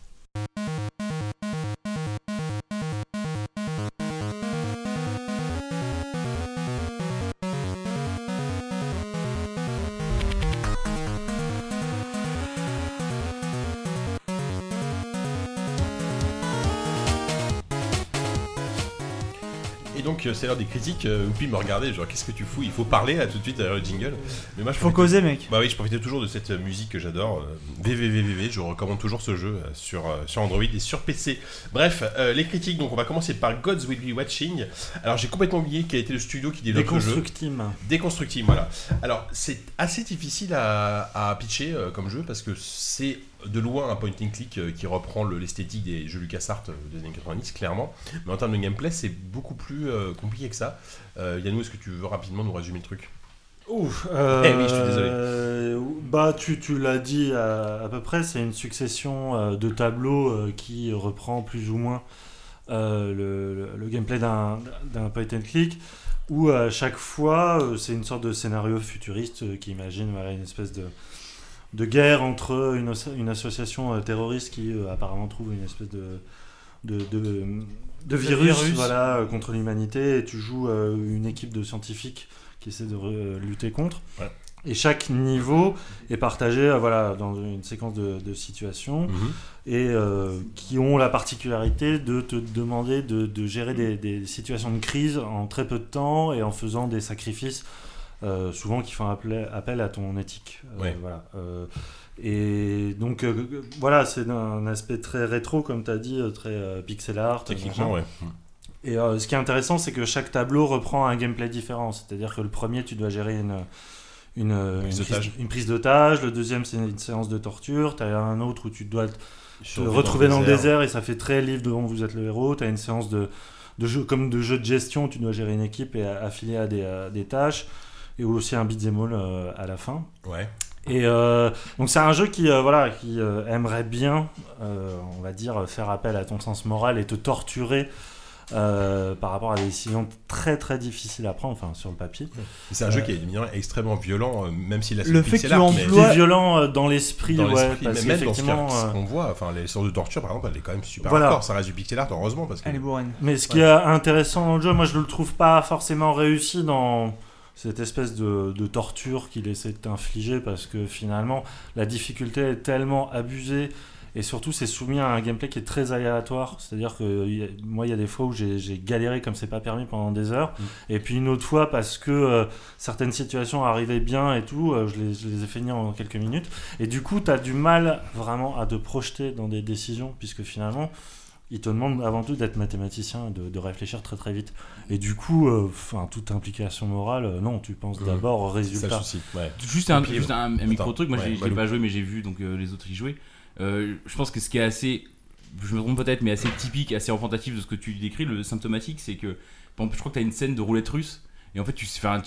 Et donc c'est l'heure des critiques. Oupi me regardait genre qu'est-ce que tu fous? Il faut parler là tout de suite derrière le jingle. Mais moi je Faut profitais- causer, mec. Bah oui, je profitais toujours de cette musique que j'adore. VVVVV, je recommande toujours ce jeu sur Android et sur PC. Bref, les critiques, donc on va commencer par Gods Will Be Watching. Alors j'ai complètement oublié quel était le studio qui développe le jeu. Déconstructime. Déconstructive, voilà. Alors c'est assez difficile à pitcher comme jeu parce que c'est de loin un point and click qui reprend l'esthétique des jeux LucasArts des années 90, clairement. Mais en termes de gameplay, c'est beaucoup plus compliqué que ça. Yannou, est-ce que tu veux rapidement nous résumer le truc? Ouf. Eh oui, je suis désolé. Bah, tu l'as dit à peu près, c'est une succession de tableaux qui reprend plus ou moins le gameplay d'un point and click, où à chaque fois, c'est une sorte de scénario futuriste qui imagine voilà, une espèce de guerre entre une association terroriste qui apparemment trouve une espèce de virus, voilà, contre l'humanité, et tu joues une équipe de scientifiques qui essaie de lutter contre. Ouais. Et chaque niveau est partagé voilà, dans une séquence de situations et qui ont la particularité de te demander de gérer des situations de crise en très peu de temps et en faisant des sacrifices souvent qui font appel à ton éthique. Ouais. Voilà. Et donc voilà, c'est un aspect très rétro, comme tu as dit, très pixel art. Techniquement, machin. ouais. Et ce qui est intéressant, c'est que chaque tableau reprend un gameplay différent. C'est-à-dire que le premier, tu dois gérer une prise d'otage. Le deuxième, c'est une séance de torture. Tu as un autre où tu dois te retrouver dans le désert et ça fait très livre dont vous êtes le héros. Tu as une séance de jeu, comme de jeu de gestion, tu dois gérer une équipe et affiler à des tâches. Et aussi un beat'em all à la fin. Ouais. Et donc c'est un jeu qui aimerait bien, on va dire, faire appel à ton sens moral et te torturer par rapport à des décisions très très difficiles à prendre, enfin sur le papier. C'est un jeu qui est évidemment extrêmement violent, même s'il a Le fait que tu Qui est violent dans l'esprit, dans ouais, l'esprit, parce même dans qu'effectivement, ce qu'on voit, enfin les sortes de torture par exemple, elle est quand même super Voilà. hardcore, ça reste du pixel art heureusement parce que Elle est bourrine. mais ce qui est intéressant dans le jeu, moi je le trouve pas forcément réussi dans cette espèce de torture qu'il essaie de t'infliger, parce que finalement la difficulté est tellement abusée Et surtout, c'est soumis à un gameplay qui est très aléatoire. C'est-à-dire que moi, il y a des fois où j'ai galéré comme c'est pas permis pendant des heures. Et puis une autre fois, parce que certaines situations arrivaient bien et tout, je les ai finies en quelques minutes. Et du coup, tu as du mal vraiment à te projeter dans des décisions, puisque finalement, ils te demandent avant tout d'être mathématicien et de réfléchir très très vite. Et du coup, toute implication morale, non, tu penses d'abord au résultat. Ça, le souci, ouais. Juste un micro-truc, moi j'ai pas joué, mais j'ai vu donc, les autres y jouer. Je pense que ce qui est assez, je me trompe peut-être, mais assez typique, assez représentatif de ce que tu décris, le symptomatique, c'est que, par exemple, je crois que tu as une scène de roulette russe, et en fait,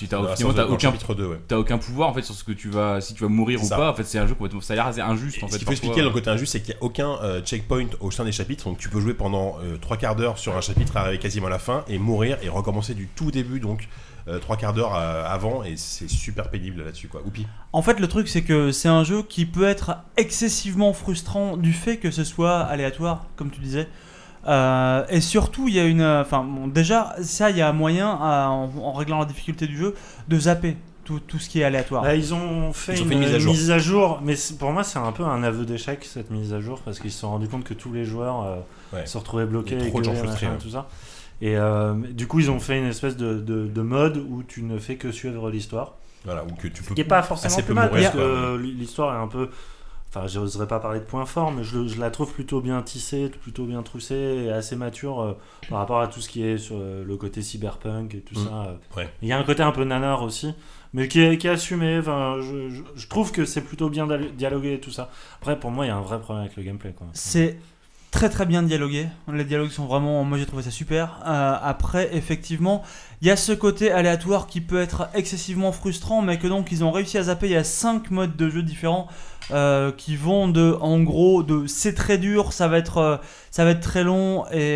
t'as aucun pouvoir en fait sur ce que si tu vas mourir ou pas. En fait, c'est un jeu complètement, ça a l'air assez injuste. En fait, ce qu'il faut expliquer, le côté injuste, c'est qu'il n'y a aucun checkpoint au sein des chapitres, donc tu peux jouer pendant 3 quarts d'heure sur un chapitre, arriver quasiment à la fin, et mourir et recommencer du tout début, donc 3 quarts d'heure avant, et c'est super pénible là-dessus, quoi. Oupi. En fait, le truc, c'est que c'est un jeu qui peut être excessivement frustrant du fait que ce soit aléatoire, comme tu disais. Et surtout, il y a déjà, ça, il y a moyen, en réglant la difficulté du jeu, de zapper tout ce qui est aléatoire. Là, ils ont fait une mise à jour, mais pour moi, c'est un peu un aveu d'échec, cette mise à jour, parce qu'ils se sont rendus compte que tous les joueurs se retrouvaient bloqués, trop de gens frustrés, tout ça. Et du coup, ils ont fait une espèce de mode où tu ne fais que suivre l'histoire. Voilà, ou que tu peux. Ce qui n'est pas forcément plus mal, mourir, parce que l'histoire est un peu. Enfin, j'oserais pas parler de points forts, mais je la trouve plutôt bien tissée, plutôt bien troussée et assez mature par rapport à tout ce qui est sur le côté cyberpunk et tout ça. Ouais. Il y a un côté un peu nanar aussi, mais qui est assumé. Enfin, je trouve que c'est plutôt bien dialogué et tout ça. Après, pour moi, il y a un vrai problème avec le gameplay, quoi. C'est très très bien dialogué. Les dialogues sont vraiment, moi j'ai trouvé ça super. Après, effectivement, il y a ce côté aléatoire qui peut être excessivement frustrant, mais que donc ils ont réussi à zapper. Il y a 5 modes de jeu différents qui vont en gros de c'est très dur, ça va être très long, et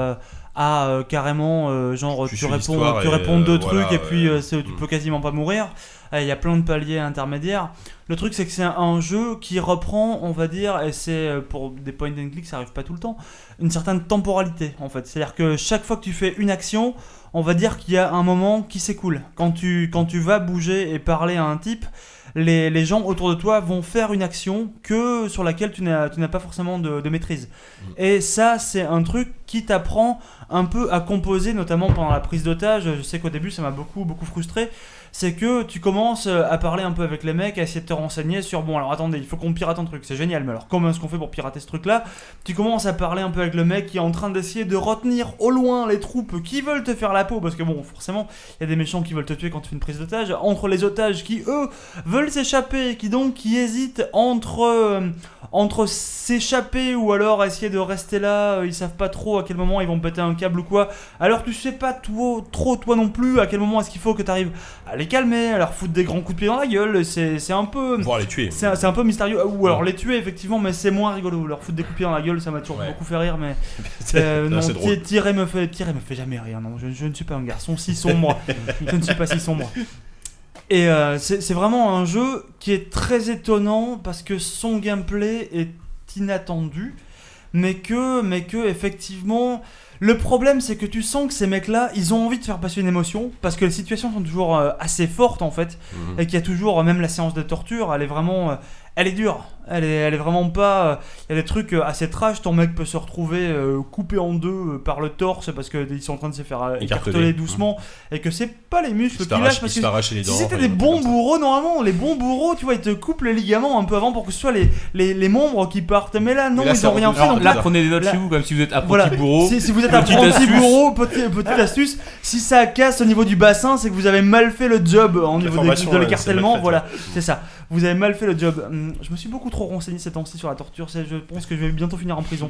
à carrément genre tu réponds 2 trucs et puis tu peux quasiment pas mourir. Il y a plein de paliers intermédiaires. Le truc, c'est que c'est un jeu qui reprend, on va dire, et c'est pour des point and click, ça arrive pas tout le temps, une certaine temporalité en fait. C'est-à-dire que chaque fois que tu fais une action, on va dire qu'il y a un moment qui s'écoule. Quand tu vas bouger et parler à un type, les gens autour de toi vont faire une action sur laquelle tu n'as pas forcément de maîtrise. Et ça, c'est un truc qui t'apprend un peu à composer, notamment pendant la prise d'otage. Je sais qu'au début, ça m'a beaucoup frustré. C'est que tu commences à parler un peu avec les mecs, à essayer de te renseigner sur bon, alors attendez, il faut qu'on pirate un truc, c'est génial, mais alors comment est-ce qu'on fait pour pirater ce truc là? Tu commences à parler un peu avec le mec qui est en train d'essayer de retenir au loin les troupes qui veulent te faire la peau, parce que bon, forcément, il y a des méchants qui veulent te tuer quand tu fais une prise d'otage, entre les otages qui eux veulent s'échapper, qui hésitent entre s'échapper ou alors essayer de rester là, ils savent pas trop à quel moment ils vont péter un câble ou quoi, alors tu sais pas trop toi non plus à quel moment est-ce qu'il faut que tu arrives à les calmer, à leur foutre des grands coups de pied dans la gueule, c'est un peu... Voire les tuer. C'est un peu mystérieux, ou alors les tuer effectivement, mais c'est moins rigolo, leur foutre des coups de pied dans la gueule, ça m'a toujours beaucoup fait rire, mais... non, Thierry me fait jamais rire, non, je ne suis pas un garçon si sombre, je ne suis pas si sombre. Et c'est vraiment un jeu qui est très étonnant, parce que son gameplay est inattendu, mais que effectivement... Le problème, c'est que tu sens que ces mecs-là, ils ont envie de faire passer une émotion, parce que les situations sont toujours assez fortes en fait, et qu'il y a toujours, même la séance de torture, elle est vraiment, elle est dure. Elle est vraiment pas. Il y a des trucs assez trash. Ton mec peut se retrouver coupé en deux par le torse parce qu'ils sont en train de se faire écarteler doucement, et que c'est pas les muscles qui lâchent. Parce que si c'était des bons bourreaux, normalement, les bons bourreaux, tu vois, ils te coupent les ligaments un peu avant pour que ce soit les membres qui partent. Mais là, non, ils ont rien fait. Donc là, prenez des notes chez vous, comme si vous êtes apprenti bourreau. Si vous êtes apprenti bourreau, petite astuce, si ça casse au niveau du bassin, c'est que vous avez mal fait le job au niveau de l'écartèlement. Voilà, c'est ça. Vous avez mal fait le job. Je me suis beaucoup trop renseigné ces temps-ci sur la torture. Je pense que je vais bientôt finir en prison.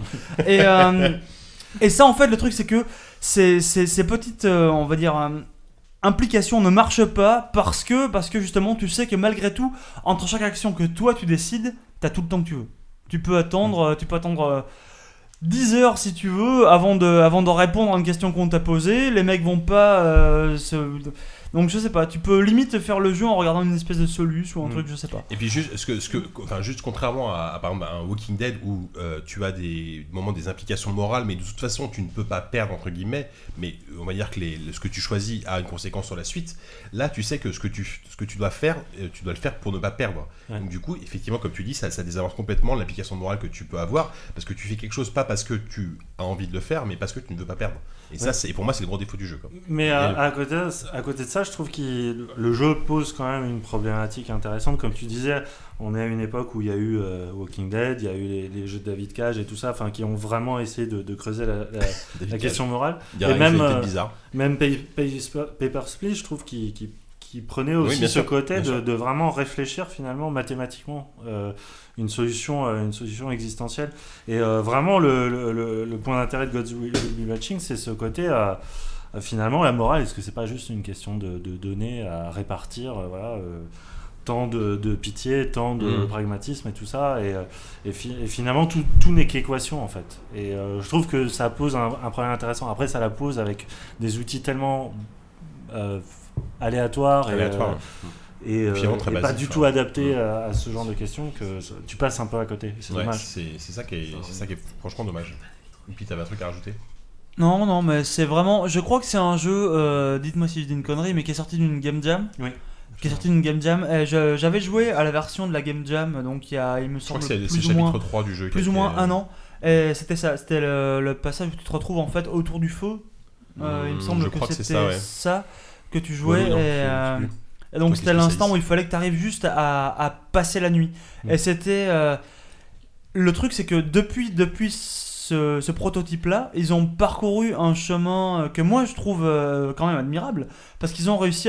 Et ça, en fait, le truc, c'est que ces petites, on va dire, implications ne marchent pas parce que justement, tu sais que malgré tout, entre chaque action que toi tu décides, t'as tout le temps que tu veux. Tu peux attendre 10 heures si tu veux avant de répondre à une question qu'on t'a posée. Les mecs vont pas Donc je sais pas, tu peux limite faire le jeu en regardant une espèce de solus ou un truc, je sais pas. Et puis juste, juste contrairement à par exemple à un Walking Dead où tu as des moments des implications morales, mais de toute façon tu ne peux pas perdre entre guillemets, mais on va dire que ce que tu choisis a une conséquence sur la suite. Là, tu sais que ce que tu dois faire, tu dois le faire pour ne pas perdre. Ouais. Donc du coup, effectivement, comme tu dis, ça désavance complètement l'implication morale que tu peux avoir parce que tu fais quelque chose pas parce que tu as envie de le faire, mais parce que tu ne veux pas perdre. Et ça, pour moi, c'est le gros défaut du jeu, quoi. Mais à côté de ça, je trouve que le jeu pose quand même une problématique intéressante. Comme tu disais, on est à une époque où il y a eu Walking Dead, il y a eu les jeux de David Cage et tout ça, qui ont vraiment essayé de creuser la question morale. Il y a une réalité bizarre. Même Papers, Please, je trouve qu'il prenait aussi bien ce sûr, côté bien sûr. de vraiment réfléchir finalement mathématiquement une solution existentielle. Et vraiment le point d'intérêt de Gods Will Be Watching, c'est ce côté finalement la morale. Est-ce que c'est pas juste une question de données à répartir, tant de pitié, tant de pragmatisme et tout ça, et finalement tout n'est qu'équation en fait. Et je trouve que ça pose un problème intéressant. Après, ça la pose avec des outils tellement aléatoires et pas du tout adaptés à ce genre de questions que tu passes un peu à côté. C'est dommage. C'est ça qui est franchement dommage. Et puis t'avais un truc à rajouter? Non, mais c'est vraiment. Je crois que c'est un jeu, dites-moi si je dis une connerie, mais qui est sorti d'une Game Jam. Oui. Qui est sorti d'une Game Jam. Et j'avais joué à la version de la Game Jam, donc il me Je crois semble que c'est plus ou moins, chapitre 3 du jeu. plus ou moins un an. Et c'était ça, c'était le passage où tu te retrouves en fait autour du feu. Il me semble que c'était ça que tu jouais. Et donc c'était l'instant où il fallait que tu arrives juste à passer la nuit. Et c'était. Le truc, c'est que depuis ce prototype-là, ils ont parcouru un chemin que moi je trouve quand même admirable, parce qu'ils ont réussi à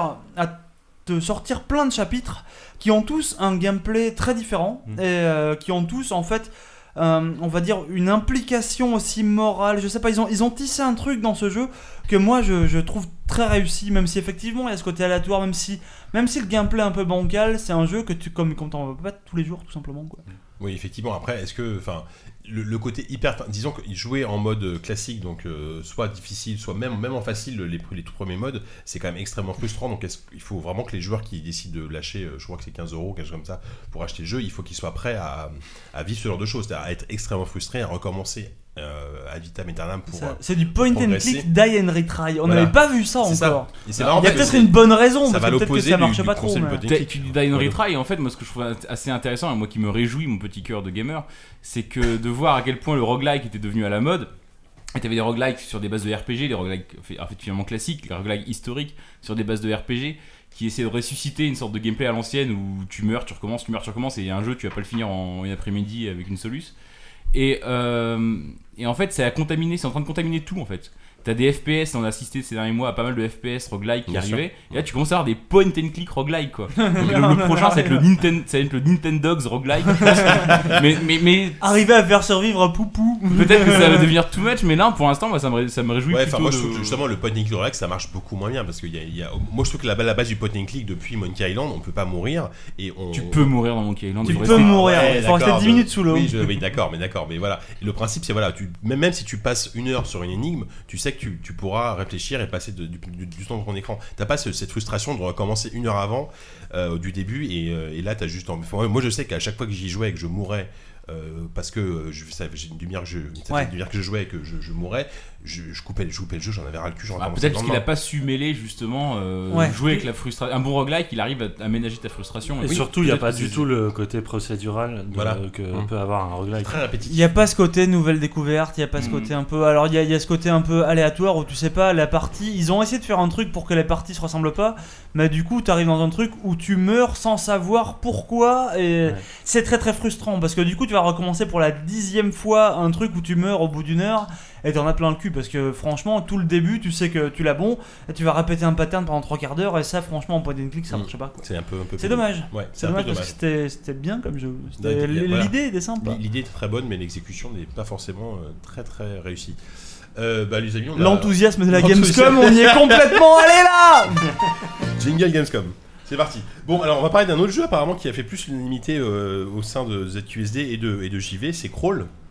te sortir plein de chapitres qui ont tous un gameplay très différent et qui ont tous en fait on va dire une implication aussi morale. Je sais pas, ils ont tissé un truc dans ce jeu que moi je trouve très réussi, même si effectivement il y a ce côté aléatoire, même si le gameplay est un peu bancal. C'est un jeu que tu comme t'en vas pas tous les jours tout simplement, quoi. Oui, effectivement. Après, est-ce que, le côté hyper, disons que jouer en mode classique, donc soit difficile, soit même en facile, les tout premiers modes, c'est quand même extrêmement frustrant. Donc il faut vraiment que les joueurs qui décident de lâcher, je crois que c'est 15 € quelque chose comme ça, pour acheter le jeu, il faut qu'ils soient prêts à vivre ce genre de choses, c'est-à-dire à être extrêmement frustrés, à recommencer ad vitam aeternam pour c'est du point and progresser. click, die and retry. On n'avait pas vu ça C'est encore. Et c'est marrant Il y a parce que peut-être une bonne raison, ça parce va que peut-être que l'opposé ça marchait du pas trop. concept mais- du point and click. Tu dis Die and Retry, et en fait, moi, ce que je trouve assez intéressant, et moi qui me réjouis, mon petit cœur de gamer, c'est que de voir à quel point le roguelike était devenu à la mode. Et t'avais des roguelikes sur des bases de RPG, des roguelikes en fait, finalement classiques, les roguelikes historiques sur des bases de RPG, qui essaient de ressusciter une sorte de gameplay à l'ancienne où tu meurs, tu recommences, et un jeu, tu vas pas le finir en une après-midi avec une soluce. Et en fait, c'est en train de contaminer tout en fait. T'as des FPS, on a assisté ces derniers mois à pas mal de FPS roguelike qui Bien arrivaient, et là tu commences à avoir des point and click roguelike quoi. Donc, le prochain ça va être le Nintendogs roguelike. mais Arriver à faire survivre un poupou. peut-être que ça va devenir too much, mais là pour l'instant moi ça me réjouit Ouais, plutôt. moi je trouve que justement le point and click roguelike ça marche beaucoup moins bien parce que moi je trouve que la base du point and click depuis Monkey Island on peut pas mourir et Tu peux mourir dans Monkey Island. Tu il faut peux rester- mourir, Ouais, il faut rester d'accord, 10 minutes sous l'eau. Oui, d'accord, mais voilà. Et le principe, c'est voilà, même si tu passes 1 heure sur une énigme, tu sais que tu pourras réfléchir et passer du temps sur ton écran. T'as pas cette frustration de recommencer 1 heure avant du début et là t'as juste moi je sais qu'à chaque fois que j'y jouais et que je mourais parce que j'ai une demi-heure que je jouais et que je mourais, je coupais le jeu, j'en avais ras le cul, j'en recommençais peut-être le parce qu'il a lendemain. pas su mêler justement jouer avec la frustration. Un bon roguelike, il arrive à ménager ta frustration. Et Oui, surtout, il n'y a peut-être pas que du c'est- tout le côté procédural Voilà. que peut avoir un roguelike. Très répétitif. Il n'y a pas ce côté nouvelle découverte, il n'y a pas ce côté un peu. Alors il y a ce côté un peu aléatoire où tu sais pas, la partie. Ils ont essayé de faire un truc pour que les parties se ressemblent pas, mais du coup tu arrives dans un truc où tu meurs sans savoir pourquoi et c'est très très frustrant parce que du coup tu vas recommencer pour la 10e fois un truc où tu meurs au bout d'1 heure et t'en as plein le cul parce que franchement tout le début tu sais que tu l'as bon et tu vas répéter un pattern pendant 3 quarts d'heure et ça franchement en point and click ça marche pas, quoi. C'est un peu C'est dommage. Ouais, C'est un peu dommage parce que c'était bien comme jeu. Ouais, voilà. L'idée était sympa. L'idée était très bonne, mais l'exécution n'est pas forcément très très réussie. Les amis, on a L'enthousiasme de la L'enthousiasme. Gamescom, on y est complètement allé là. Jingle Gamescom. C'est parti. Bon, alors on va parler d'un autre jeu apparemment qui a fait plus l'unanimité au sein de ZQSD et de JV, c'est Crawl.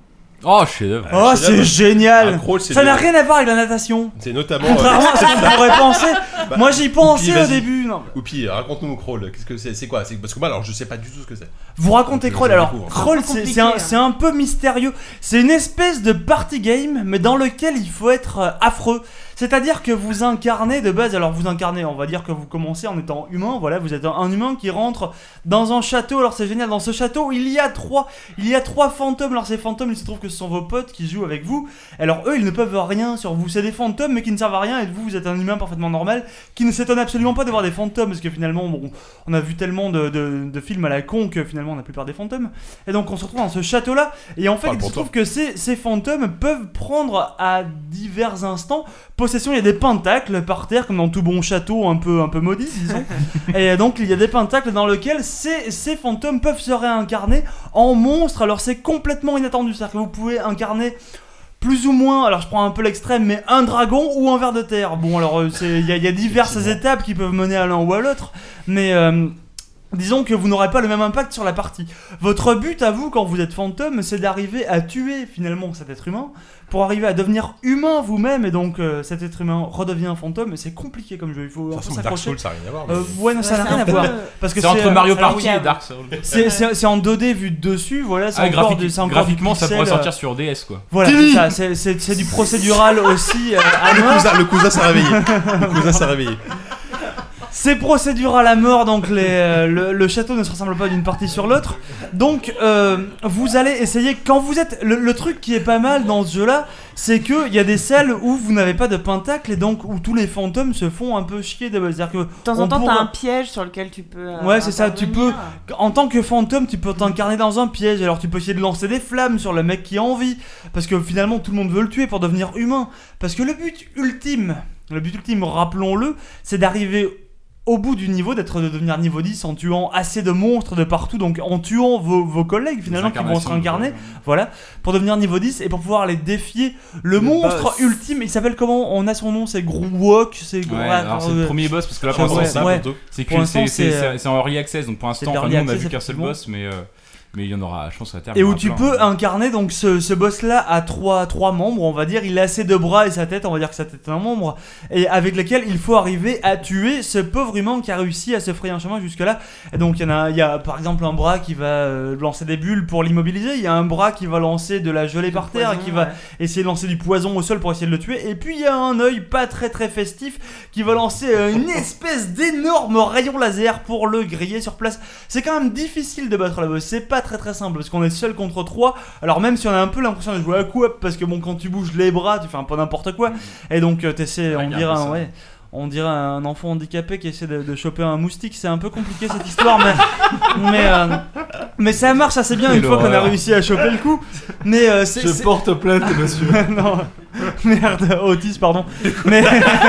Oh, chef-d'œuvre. Oh, c'est génial. Un crawl, c'est Ça n'a le- rien à voir avec la natation. C'est notamment. Contrairement à ce qu'on pourrait penser. Bah, Moi, j'y pensais vas-y. au début. Non. Oupi, raconte-nous au crawl. Qu'est-ce que c'est quoi? Parce que moi, alors, je sais pas du tout ce que c'est. Vous racontez Donc, Crawl. je Alors, découvre. Crawl, C'est un peu c'est un, compliqué, c'est un peu mystérieux. C'est une espèce de party game, mais dans lequel il faut être affreux. C'est-à-dire que vous incarnez de base, alors vous incarnez, on va dire que vous commencez en étant humain, voilà, vous êtes un humain qui rentre dans un château. Alors c'est génial, dans ce château, il y a trois fantômes. Alors ces fantômes, il se trouve que ce sont vos potes qui jouent avec vous. Alors eux, ils ne peuvent rien sur vous. C'est des fantômes, mais qui ne servent à rien. Et vous êtes un humain parfaitement normal, qui ne s'étonne absolument pas de voir des fantômes, parce que finalement, bon, on a vu tellement de films à la con que finalement on n'a plus peur des fantômes. Et donc on se retrouve dans ce château-là, et en fait, Parle il se pour toi. trouve que ces fantômes peuvent prendre à divers instants possession. Il y a des pentacles par terre, comme dans tout bon château un peu maudit, disons. Et donc il y a des pentacles dans lesquels ces fantômes peuvent se réincarner en monstres. Alors c'est complètement inattendu, c'est-à-dire que vous pouvez incarner plus ou moins, alors je prends un peu l'extrême, mais un dragon ou un ver de terre. Bon, alors il y a diverses étapes qui peuvent mener à l'un ou à l'autre, mais disons que vous n'aurez pas le même impact sur la partie. Votre but à vous, quand vous êtes fantôme, c'est d'arriver à tuer finalement cet être humain pour arriver à devenir humain vous-même, et donc cet être humain redevient un fantôme. Et c'est compliqué comme jeu, il faut De un toute peu façon, Dark s'accrocher. Souls, ça n'a rien à voir. Ouais, non, ça n'a Ouais, rien à c'est un voir. peu- Parce que C'est entre Mario alors, Party et Dark Souls. c'est en 2D vu de dessus, voilà. C'est encore c'est encore graphiquement, du ça pourrait pixel, sortir sur DS, quoi. Voilà, c'est ça, c'est du procédural aussi. À mort. Le cousin s'est réveillé. Le cousin s'est réveillé. C'est procédural à mort, donc le château ne se ressemble pas d'une partie sur l'autre. Donc vous allez essayer, quand vous êtes... Le truc qui est pas mal dans ce jeu-là, c'est qu'il y a des salles où vous n'avez pas de pentacle, et donc où tous les fantômes se font un peu chier de base. C'est-à-dire que De temps en on temps, pourra- t'as un piège sur lequel tu peux. Ouais, c'est ça, tu intervenir. en tant que fantôme, tu peux t'incarner dans un piège. Alors tu peux essayer de lancer des flammes sur le mec qui a envie, parce que finalement tout le monde veut le tuer pour devenir humain. Parce que le but ultime, rappelons-le, c'est d'arriver au bout du niveau, de devenir niveau 10 en tuant assez de monstres de partout, donc en tuant vos collègues finalement qui vont se réincarner, voilà, pour devenir niveau 10 et pour pouvoir les défier. Le monstre boss. ultime, il s'appelle comment? On a son nom, c'est Growok, c'est Ouais, alors c'est le premier boss, parce que là, pour Ouais, l'instant, ouais. c'est Pour que l'instant, c'est en early access, donc pour l'instant, c'est enfin, early nous, on a access, vu qu'un seul effectivement. boss, mais il y en aura, je pense, à terme. Et il y en où aura tu plein. peux incarner donc ce boss-là à trois membres, on va dire. Il a assez de bras et sa tête, on va dire que sa tête est un membre, et avec lesquels il faut arriver à tuer ce pauvre humain qui a réussi à se frayer un chemin jusque-là. Et donc il y a par exemple un bras qui va lancer des bulles pour l'immobiliser, il y a un bras qui va lancer de la gelée par terre, et qui va essayer de lancer du poison au sol pour essayer de le tuer, et puis il y a un œil pas très très festif qui va lancer une espèce d'énorme rayon laser pour le griller sur place. C'est quand même difficile de battre la boss, c'est pas très très simple parce qu'on est seul contre 3. Alors même si on a un peu l'impression de jouer à coup, parce que bon, quand tu bouges les bras, tu fais un peu n'importe quoi, et donc t'essaies, Ouais, on il y a dirait un peu ça. on dirait un enfant handicapé qui essaie de choper un moustique. C'est un peu compliqué cette histoire, mais ça marche assez bien une Quelle fois qu'on a horreur. réussi à choper le coup. Mais Je porte plainte, monsieur. non, merde, Otis, pardon. Mais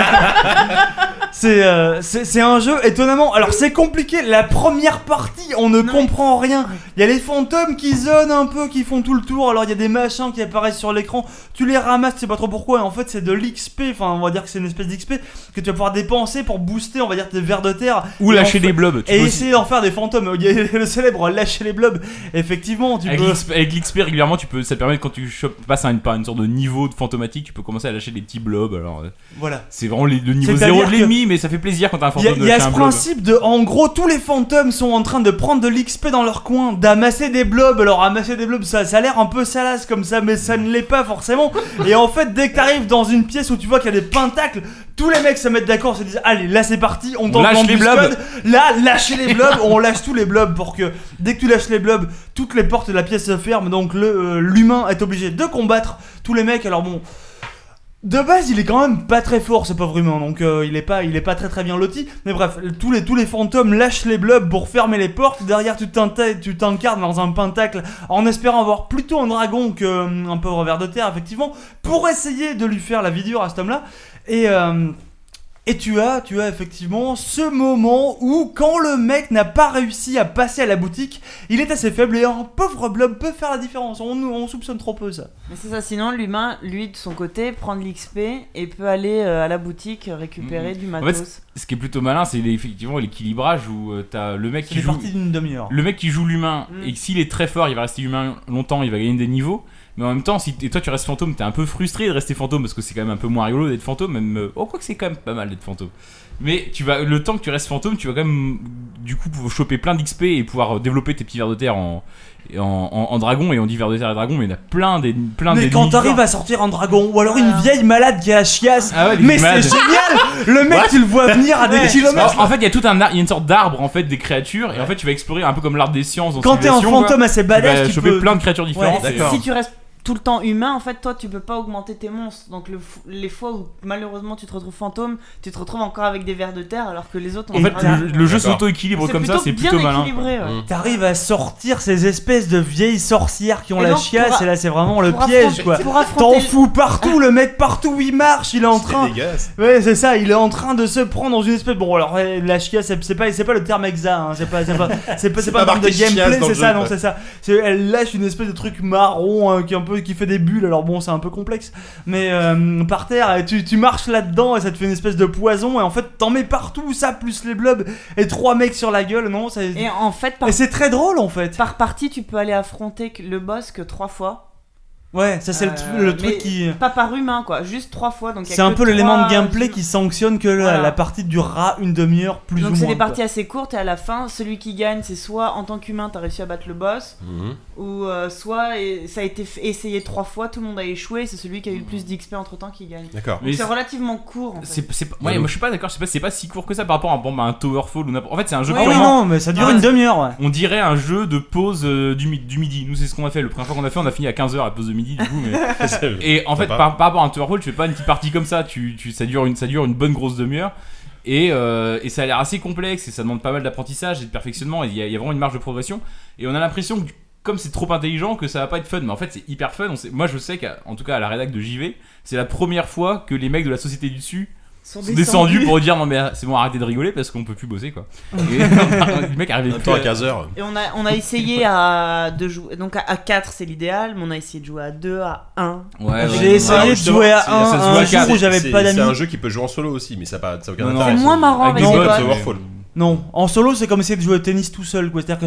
c'est un jeu étonnamment. Alors c'est compliqué. La première partie, on ne comprend rien. Il y a les fantômes qui zonent un peu, qui font tout le tour. Alors il y a des machins qui apparaissent sur l'écran. Tu les ramasses, tu sais pas trop pourquoi. Et en fait, c'est de l'XP. Enfin, on va dire que c'est une espèce d'XP que tu vas pouvoir dépenser pour booster, on va dire, tes vers de terre. Ou Et lâcher en des fait- blobs. Tu Et peux essayer d'en faire des fantômes. Il y a le célèbre lâcher les blobs. Effectivement, tu Avec peux. avec l'XP régulièrement, ça te permet quand tu passes à une sorte de niveau de fantomatique, tu peux commencer à lâcher des petits blobs. Alors Voilà. c'est vraiment le niveau C'est-à-dire 0 de que- l'ennemi, mais ça fait plaisir quand t'as un Il y a, fantôme il y de a lâcher ce un blob. principe de, en gros, tous les fantômes sont en train de prendre de l'XP dans leur coin, d'amasser des blobs. Alors amasser des blobs, ça a l'air un peu salace comme ça, mais ça ne l'est pas forcément. Et en fait, dès que t'arrives dans une pièce où tu vois qu'il y a des pentacles, tous les mecs se mettent d'accord, se disent allez, là c'est parti, on tente lâche les l'embuscade. blobs. Là, lâchez les blobs, on lâche tous les blobs pour que dès que tu lâches les blobs, toutes les portes de la pièce se ferment. Donc l'humain est obligé de combattre tous les mecs. Alors bon. De base, il est quand même pas très fort, ce pauvre humain, donc il est pas très très bien loti. Mais bref, tous les fantômes lâchent les blobs pour fermer les portes. Derrière, tu t'incarnes dans un pentacle en espérant avoir plutôt un dragon qu'un pauvre ver de terre, effectivement, pour essayer de lui faire la vie dure à cet homme-là. Et tu as effectivement ce moment où, quand le mec n'a pas réussi à passer à la boutique, il est assez faible et un pauvre blob peut faire la différence. On soupçonne trop peu ça. Mais c'est ça, sinon l'humain, lui de son côté, prend de l'XP et peut aller à la boutique récupérer du En matos. fait, ce qui est plutôt malin, c'est effectivement l'équilibrage où t'as le mec C'est qui joue. parti d'une demi-heure. Le mec qui joue l'humain, et que s'il est très fort, il va rester humain longtemps, il va gagner des niveaux. Mais en même temps, si toi tu restes fantôme, t'es un peu frustré de rester fantôme parce que c'est quand même un peu moins rigolo d'être fantôme. Même, quoi que c'est quand même pas mal d'être fantôme. Mais le temps que tu restes fantôme, tu vas quand même du coup pouvoir choper plein d'XP et pouvoir développer tes petits vers de terre en dragon. Et on dit vers de terre et dragon, mais il y en a plein Mais des quand t'arrives à sortir en dragon, ou alors une vieille malade qui a la chiasse, Ah ouais, des mais c'est malades. génial. Le mec, tu le vois venir à des kilomètres. En fait, il y a tout il y a une sorte d'arbre en fait des créatures et en fait tu vas explorer un peu comme l'art des sciences. Dans Quand t'es un Civilization, fantôme assez tu vas balèze, tu choper peux. plein de créatures différentes. Ouais, et- Si tu restes tout le temps humain, en fait, toi, tu peux pas augmenter tes monstres. Donc, les fois où malheureusement tu te retrouves fantôme, tu te retrouves encore avec des vers de terre, alors que les autres. En fait, le jeu D'accord. s'auto-équilibre comme ça, c'est plutôt bien malin. équilibré. quoi. Ouais. T'arrives à sortir ces espèces de vieilles sorcières qui ont Et la donc, chiasse, pour et là c'est vraiment le pour piège affronter- quoi. pour T'en affronter fous partout, le mec partout où il marche, il est en train. C'est dégueulasse. Ouais, c'est ça, il est en train de se prendre dans une espèce. Bon, alors la chiasse, c'est pas le terme exact, hein, c'est pas un terme marqué de gameplay, chiasse dans c'est le ça, jeu, non, quoi. c'est ça. Elle lâche une espèce de truc marron hein, qui fait des bulles, alors bon, c'est un peu complexe, mais par terre, tu marches là-dedans et ça te fait une espèce de poison, et en fait, t'en mets partout, ça, plus les blobs, et 3 mecs sur la gueule, non, Et en fait, et c'est très drôle en fait. par partie, tu peux aller affronter le boss que 3 fois. Ouais, ça c'est le truc mais qui. Pas par humain, quoi, juste 3 fois. Donc il y a C'est un que peu l'élément de 3 gameplay qui sanctionne que Voilà. la partie durera une demi-heure plus Donc ou c'est moins. des quoi. parties assez courtes et à la fin, celui qui gagne, c'est soit en tant qu'humain, t'as réussi à battre le boss, ou soit ça a été essayé 3 fois, tout le monde a échoué, c'est celui qui a eu le plus d'XP entre temps qui gagne. D'accord. Mais Donc c'est relativement court. En fait. Ouais, moi je suis pas d'accord, c'est pas si court que ça par rapport à un Towerfall ou n'importe. En fait, c'est un jeu Ouais, purement- non, mais ça dure Ah, une demi-heure, ouais. On dirait un jeu de pause du midi. Nous, c'est ce qu'on a fait. Le première fois qu'on a fait, on a fini à 15h à la pause de midi, du coup. Mais... Et en fait, Sympa. par rapport à un Towerfall, tu fais pas une petite partie comme ça. Ça dure une bonne grosse demi-heure. Et ça a l'air assez complexe et ça demande pas mal d'apprentissage et de perfectionnement. Et il y a vraiment une marge de progression. Et on a l'impression que, comme c'est trop intelligent, que ça va pas être fun. Mais en fait, c'est hyper fun. Moi, je sais qu'en tout cas, à la rédac de JV, c'est la première fois que les mecs de la société du dessus sont descendus pour dire non mais c'est bon, arrêtez de rigoler parce qu'on peut plus bosser quoi. Et le mec arrivait plus Attends, à 15h. Et on a essayé de jouer, donc à 4 c'est l'idéal, mais on a essayé de jouer à 2, à 1. Ouais, J'ai essayé de jouer à un ça se joue à jour où quatre. j'avais pas d'amis. C'est un jeu qui peut jouer en solo aussi, mais ça n'a aucun Non, intérêt. C'est moins marrant avec avec des les bots, potes. Overfall. Non, en solo c'est comme essayer de jouer au tennis tout seul quoi. C'est-à-dire que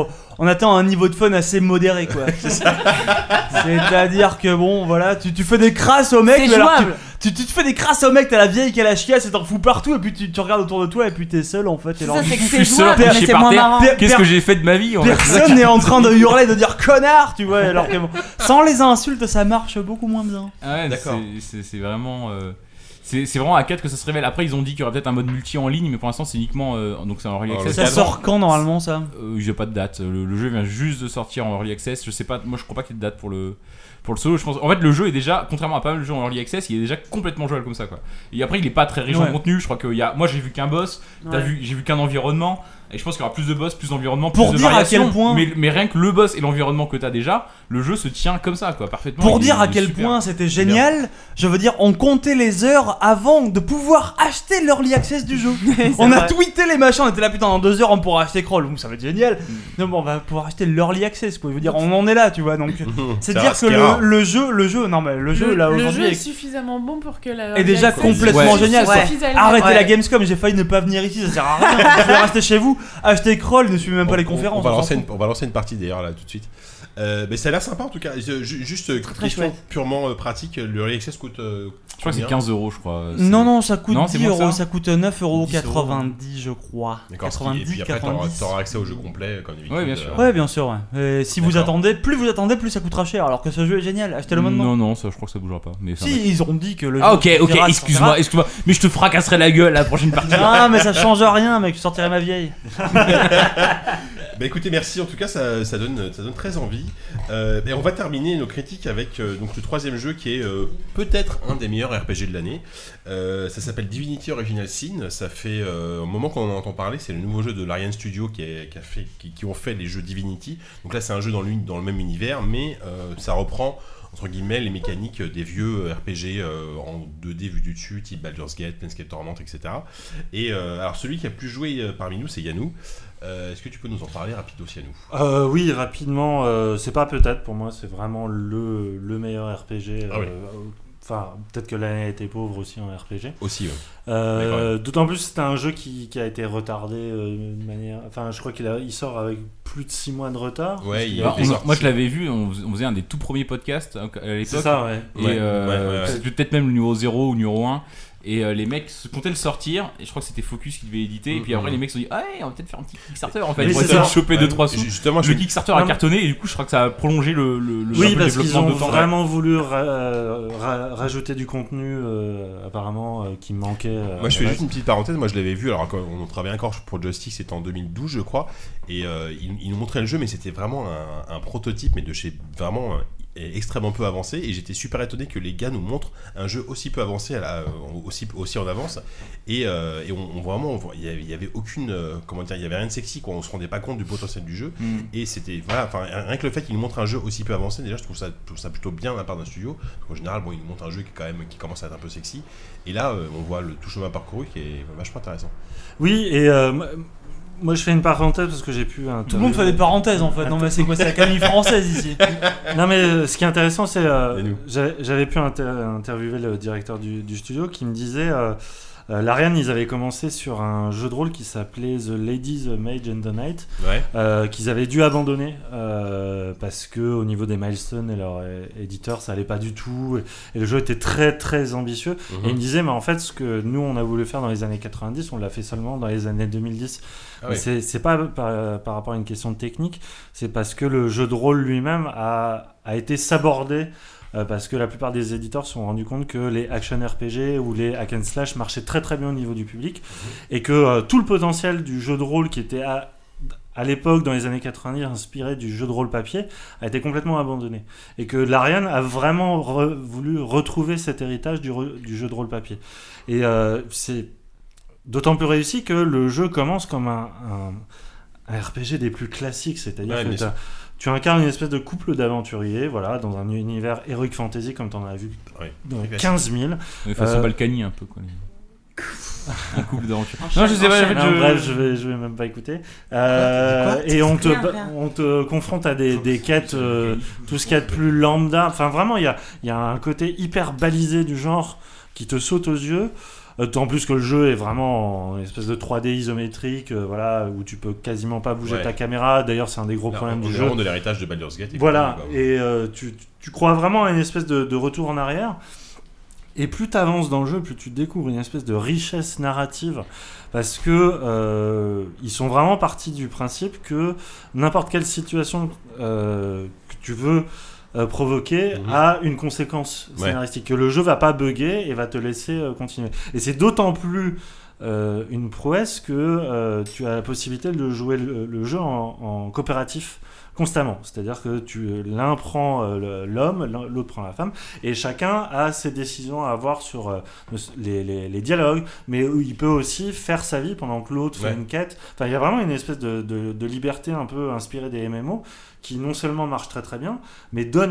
on atteint un niveau de fun assez modéré quoi. C'est-à-dire que bon voilà, tu fais des crasses au mec, C'est mais alors jouable. tu te fais des crasses au mec, t'as la vieille qui a la chiasse et t'en fous partout et puis tu regardes autour de toi et puis t'es seul en fait. C'est Et ça, alors, c'est que Je c'est suis seul jouable, mais accroché c'est par moins terre. marrant. Qu'est-ce que j'ai fait de ma vie en fait. personne n'est en train de hurler, de dire connard, tu vois. Alors que bon, sans les insultes, ça marche beaucoup moins bien. Ah ouais, D'accord. c'est vraiment. C'est vraiment à 4 que ça se révèle. Après, ils ont dit qu'il y aurait peut-être un mode multi en ligne, mais pour l'instant, c'est uniquement. Donc, c'est en early Oh, access. Ça sort quand normalement ça? J'ai pas de date. Le jeu vient juste de sortir en early access. Je sais pas. Moi, je crois pas qu'il y ait de date pour le solo. Je pense. En fait, le jeu est déjà, contrairement à pas mal de jeux en early access, il est déjà complètement jouable comme ça, quoi. Et après, il est pas très riche en Ouais. contenu. Je crois que moi, j'ai vu qu'un boss. Ouais. J'ai vu qu'un environnement. Et je pense qu'il y aura plus de boss, plus d'environnement, Pour plus de dire à variations. quel point- Mais rien que le boss et l'environnement que t'as déjà, le jeu se tient comme ça, quoi, parfaitement. Pour Il dire est à quel super. point c'était génial, je veux dire, on comptait les heures avant de pouvoir acheter l'early access du jeu. On a vrai. tweeté les machins, on était là putain dans 2 heures on pourra acheter Crawl, donc ça va être génial. Non, bon, on va pouvoir acheter l'early access quoi. Je veux dire, on en est là, tu vois. Donc c'est dire que le jeu, non mais le jeu là Le aujourd'hui jeu est est suffisamment bon pour que la. est déjà access complètement Ouais. génial. quoi. suffise à le Arrêtez Ouais. la Gamescom, j'ai failli ne pas venir ici, ça sert à rien. Vous pouvez rester chez vous, acheter Crawl, ne suivez même pas les conférences. On va s'en lancer fout. on va lancer une partie d'ailleurs là tout de suite. Mais ça a l'air sympa en tout cas. Juste très question chouette. purement pratique. Le Early Access coûte. Je crois que c'est combien 15 euros, je crois. Non, ça coûte Non, c'est 10 moins que euros, ça. ça coûte 9,90 10 euros. je crois. D'accord. Et 90, puis après, 90. t'auras accès au jeu complet comme d'habitude. Ouais, bien sûr. Ouais, bien sûr, ouais. Et si vous D'accord. attendez, plus ça coûtera cher, alors que ce jeu est génial. Achetez-le maintenant. Non, ça, je crois que ça bougera pas. Mais enfin, Si, ils ont dit que le Ah, jeu ok, sortira, excuse-moi. Mais je te fracasserai la gueule la prochaine partie. Ah, mais ça change rien, mec, je sortirai ma vieille. Bah écoutez, merci. En tout cas, ça donne très envie. Et on va terminer nos critiques avec donc le troisième jeu qui est peut-être un des meilleurs RPG de l'année. Ça s'appelle Divinity Original Sin. Ça fait un moment qu'on en entend parler. C'est le nouveau jeu de l'Ariane Studio qui ont fait les jeux Divinity. Donc là, c'est un jeu dans le même univers, mais ça reprend entre guillemets les mécaniques des vieux RPG en 2D vu du dessus, type Baldur's Gate, Planescape Torment, etc. Et alors celui qui a plus joué parmi nous, c'est Yannou. Est-ce que tu peux nous en parler rapido, Yannou? Oui, rapidement, c'est pas peut-être pour moi, c'est vraiment le meilleur RPG. Ah oui. Enfin, peut-être que l'année a été pauvre aussi en RPG. Aussi, ouais. D'autant plus c'était un jeu qui a été retardé de manière. Enfin, je crois il sort avec plus de 6 mois de retard. Ouais, moi je l'avais vu, on faisait un des tout premiers podcasts à l'époque. C'est ça, ouais. Et c'était peut-être même le numéro 0 ou le numéro 1. Et les mecs se comptaient le sortir, et je crois que c'était Focus qui devait éditer, et puis après les mecs se sont dit, ah ouais, on va peut-être faire un petit Kickstarter en fait, Oui, pour c'est essayer de ça. choper 2-3 sous. Justement, Le Kickstarter a cartonné, et du coup je crois que ça a prolongé le Oui, le parce qu'ils développement ont de temps. vraiment voulu rajouter du contenu apparemment qui manquait. Moi je fais juste une petite parenthèse, moi je l'avais vu, alors quand on travaillait encore pour Joystick, c'était en 2012 je crois, et ils nous montraient le jeu, mais c'était vraiment un prototype, mais de chez vraiment extrêmement peu avancé, et j'étais super étonné que les gars nous montrent un jeu aussi peu avancé, aussi en avance, et on vraiment, il y avait aucune, comment dire, il y avait rien de sexy, quoi. On se rendait pas compte du potentiel du jeu, et c'était, voilà, enfin, rien que le fait qu'ils nous montrent un jeu aussi peu avancé, déjà je trouve ça plutôt bien de la part d'un studio, parce qu'en général, bon, ils nous montrent un jeu qui commence à être un peu sexy, et là, on voit tout chemin parcouru qui est vachement intéressant. Oui, et moi je fais une parenthèse parce que j'ai pu Tout le monde fait des parenthèses en fait. Non mais c'est quoi, c'est l'Académie française ici. Non mais ce qui est intéressant c'est j'avais pu interviewer le directeur du studio qui me disait l'Ariane, ils avaient commencé sur un jeu de rôle qui s'appelait The Lady, the Mage and the Knight, qu'ils avaient dû abandonner parce que au niveau des milestones et leur éditeur ça allait pas du tout, et le jeu était très très ambitieux. Et il me disait mais en fait ce que nous on a voulu faire dans les années 90 on l'a fait seulement dans les années 2010. Mais c'est pas par rapport à une question de technique, c'est parce que le jeu de rôle lui-même a été sabordé. Parce que la plupart des éditeurs se sont rendus compte que les action RPG ou les hack and slash marchaient très très bien au niveau du public, et que tout le potentiel du jeu de rôle qui était à l'époque, dans les années 90, inspiré du jeu de rôle papier, a été complètement abandonné. Et que l'Ariane a vraiment voulu retrouver cet héritage du jeu de rôle papier. Et c'est d'autant plus réussi que le jeu commence comme un RPG des plus classiques, c'est-à-dire que tu incarnes une espèce de couple d'aventuriers, voilà, dans un univers heroic fantasy comme t'en as vu dans 15 000. Façon Balkany un peu quoi. Un couple d'aventuriers. Non, je sais pas. Bref, je vais même pas écouter. Et on te confronte à des quêtes, tout ce qu'il y a de plus lambda. Enfin, vraiment, il y a un côté hyper balisé du genre qui te saute aux yeux. D'autant plus que le jeu est vraiment en espèce de 3D isométrique, voilà, où tu peux quasiment pas bouger ta caméra. D'ailleurs, c'est un des gros problèmes du jeu. C'est vraiment de l'héritage de Baldur's Gate. Voilà, et tu crois vraiment à une espèce de retour en arrière. Et plus tu avances dans le jeu, plus tu découvres une espèce de richesse narrative, parce que ils sont vraiment partis du principe que n'importe quelle situation que tu veux provoquer a une conséquence scénaristique, que le jeu va pas bugger et va te laisser continuer. Et c'est d'autant plus une prouesse que tu as la possibilité de jouer le jeu en coopératif constamment, c'est-à-dire que l'un prend l'homme, l'autre prend la femme, et chacun a ses décisions à avoir sur les dialogues, mais il peut aussi faire sa vie pendant que l'autre fait une quête. Enfin, il y a vraiment une espèce de liberté un peu inspirée des MMO qui non seulement marche très très bien, mais donne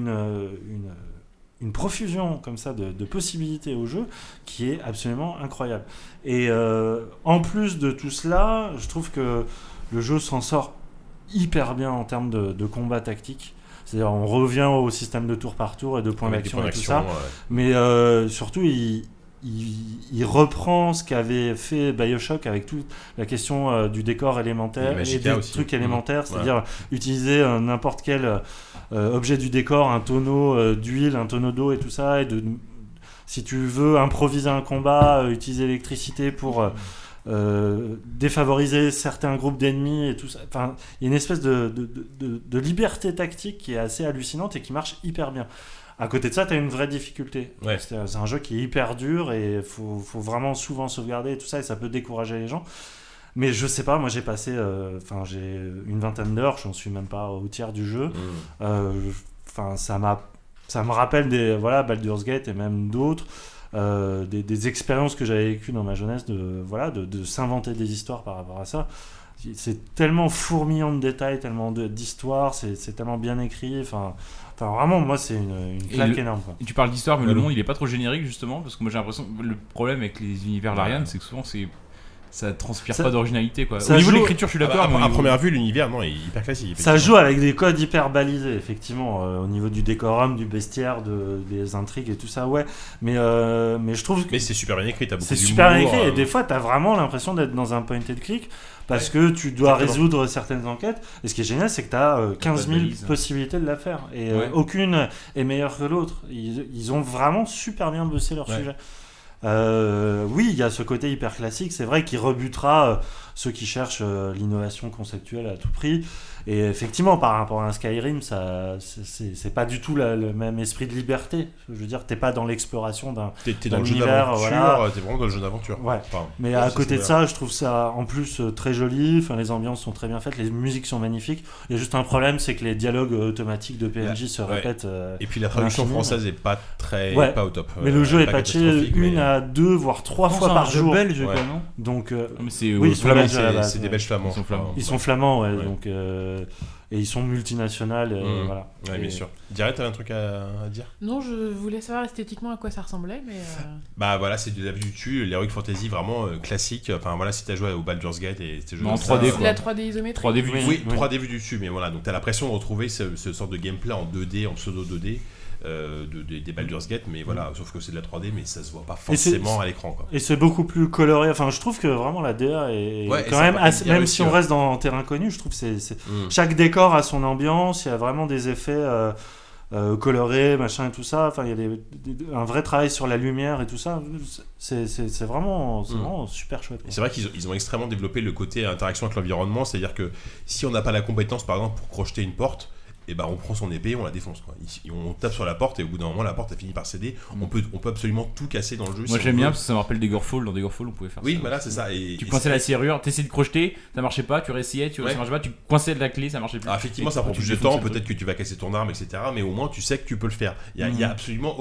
une profusion comme ça de possibilités au jeu qui est absolument incroyable. Et en plus de tout cela, je trouve que le jeu s'en sort hyper bien en termes de combat tactique. C'est-à-dire on revient au système de tour par tour et de points d'action et tout ça. Mais surtout il reprend ce qu'avait fait BioShock avec toute la question du décor élémentaire et des trucs élémentaires, c'est-à-dire utiliser n'importe quel objet du décor, un tonneau d'huile, un tonneau d'eau et tout ça, et si tu veux improviser un combat, utiliser l'électricité pour défavoriser certains groupes d'ennemis et tout ça. Enfin, il y a une espèce de liberté tactique qui est assez hallucinante et qui marche hyper bien. À côté de ça, tu as une vraie difficulté. C'est un jeu qui est hyper dur et il faut vraiment souvent sauvegarder et tout ça, et ça peut décourager les gens. Mais je sais pas, moi j'ai passé j'ai une vingtaine d'heures, je n'en suis même pas au tiers du jeu. Ça me rappelle Baldur's Gate et même d'autres. Des expériences que j'avais vécues dans ma jeunesse de s'inventer des histoires par rapport à ça. C'est tellement fourmillant de détails, tellement d'histoires, c'est tellement bien écrit. Enfin, vraiment, moi, c'est une claque énorme. Quoi. Et tu parles d'histoire, mais le monde, il est pas trop générique, justement, parce que moi, j'ai l'impression que le problème avec les univers Larian, c'est que souvent, c'est ça transpire Ça- pas d'originalité quoi. ça Au niveau de joue- l'écriture, je suis d'accord. mais au À niveau- première vue, l'univers, non, il est hyper classique. Ça effectivement. joue avec des codes hyper balisés, effectivement, au niveau du décorum, du bestiaire, des intrigues et tout ça, ouais. Mais je trouve que Mais c'est super bien écrit, t'as beaucoup c'est d'humour, super bien écrit et des fois, t'as vraiment l'impression d'être dans un point and click parce que tu dois Exactement. résoudre certaines enquêtes. Et ce qui est génial, c'est que t'as 15 000 balise. possibilités de la faire et Ouais. aucune est meilleure que l'autre. Ils ont vraiment super bien bossé leur Ouais. sujet. Oui, il y a ce côté hyper classique, c'est vrai, qui rebutera ceux qui cherchent l'innovation conceptuelle à tout prix. Et effectivement, par rapport à un Skyrim, c'est pas du tout le même esprit de liberté. Je veux dire, t'es pas dans l'exploration d'un. T'es dans le jeu l'univers, d'aventure, voilà. t'es vraiment dans le jeu d'aventure. Ouais. Enfin, Mais à côté de ça, je trouve ça en plus très joli. Enfin, les ambiances sont très bien faites, les musiques sont magnifiques. Il y a juste un problème, c'est que les dialogues automatiques de PNJ se ouais. répètent. Et puis la traduction l'infini, française est pas très, Ouais. pas au top. Mais le jeu est pas patché catastrophique, 1 mais- à 2 voire 3 Non, fois c'est par un jeu jour. belge, Ouais. quoi, non? Donc Non, mais c'est Oui, c'est flamand, flamand. c'est à la base, c'est des ouais. Belges flamands. Ils sont flamands. ils sont flamands, ouais, Ouais. donc et ils sont multinationales, voilà. Ouais, Et- bien sûr. Direct, t'avais un truc à dire? Non, je voulais savoir esthétiquement à quoi ça ressemblait, mais. Bah voilà, c'est de la vue du dessus, l'Heroic Fantasy vraiment classique. Enfin voilà, si t'as joué au Baldur's Gate et ces jeux En comme ça, 3D, quoi. La 3D isométrique. 3D vue. Oui, Oui. 3D vue du dessus, mais voilà, donc t'as l'impression de retrouver ce sorte de gameplay en 2D, en pseudo 2D. Des Baldur's Gate, mais voilà, sauf que c'est de la 3D, mais ça se voit pas Et c'est- forcément à l'écran, quoi. Et c'est beaucoup plus coloré. Enfin, je trouve que vraiment la DA est Ouais, et quand ça même va assez, bien même réussi, si on ouais. reste dans terrain connu, je trouve que Mm. chaque décor a son ambiance. Il y a vraiment des effets colorés, machin et tout ça. Enfin, il y a un vrai travail sur la lumière et tout ça. C'est vraiment super chouette. Et c'est vrai qu'ils ont extrêmement développé le côté interaction avec l'environnement, c'est-à-dire que si on n'a pas la compétence, par exemple, pour crocheter une porte, et ben on prend son épée, on la défonce, quoi. On tape sur la porte et au bout d'un moment la porte a fini par céder. On peut absolument tout casser dans le jeu. Moi si j'aime on bien veut. parce que ça me rappelle Daggerfall. Dans Daggerfall, on pouvait faire Oui, ça. voilà, c'est ça. Et Tu coinçais la serrure, t'essayais de crocheter, ça marchait pas, tu réessayais, Ouais. ça marchait pas, tu coinçais la clé, ça marchait plus. Alors, effectivement, Et ça prend tu plus de défonçais temps, le peut-être truc. que tu vas casser ton arme, etc. Mais au moins, tu sais que tu peux le faire. Il y a absolument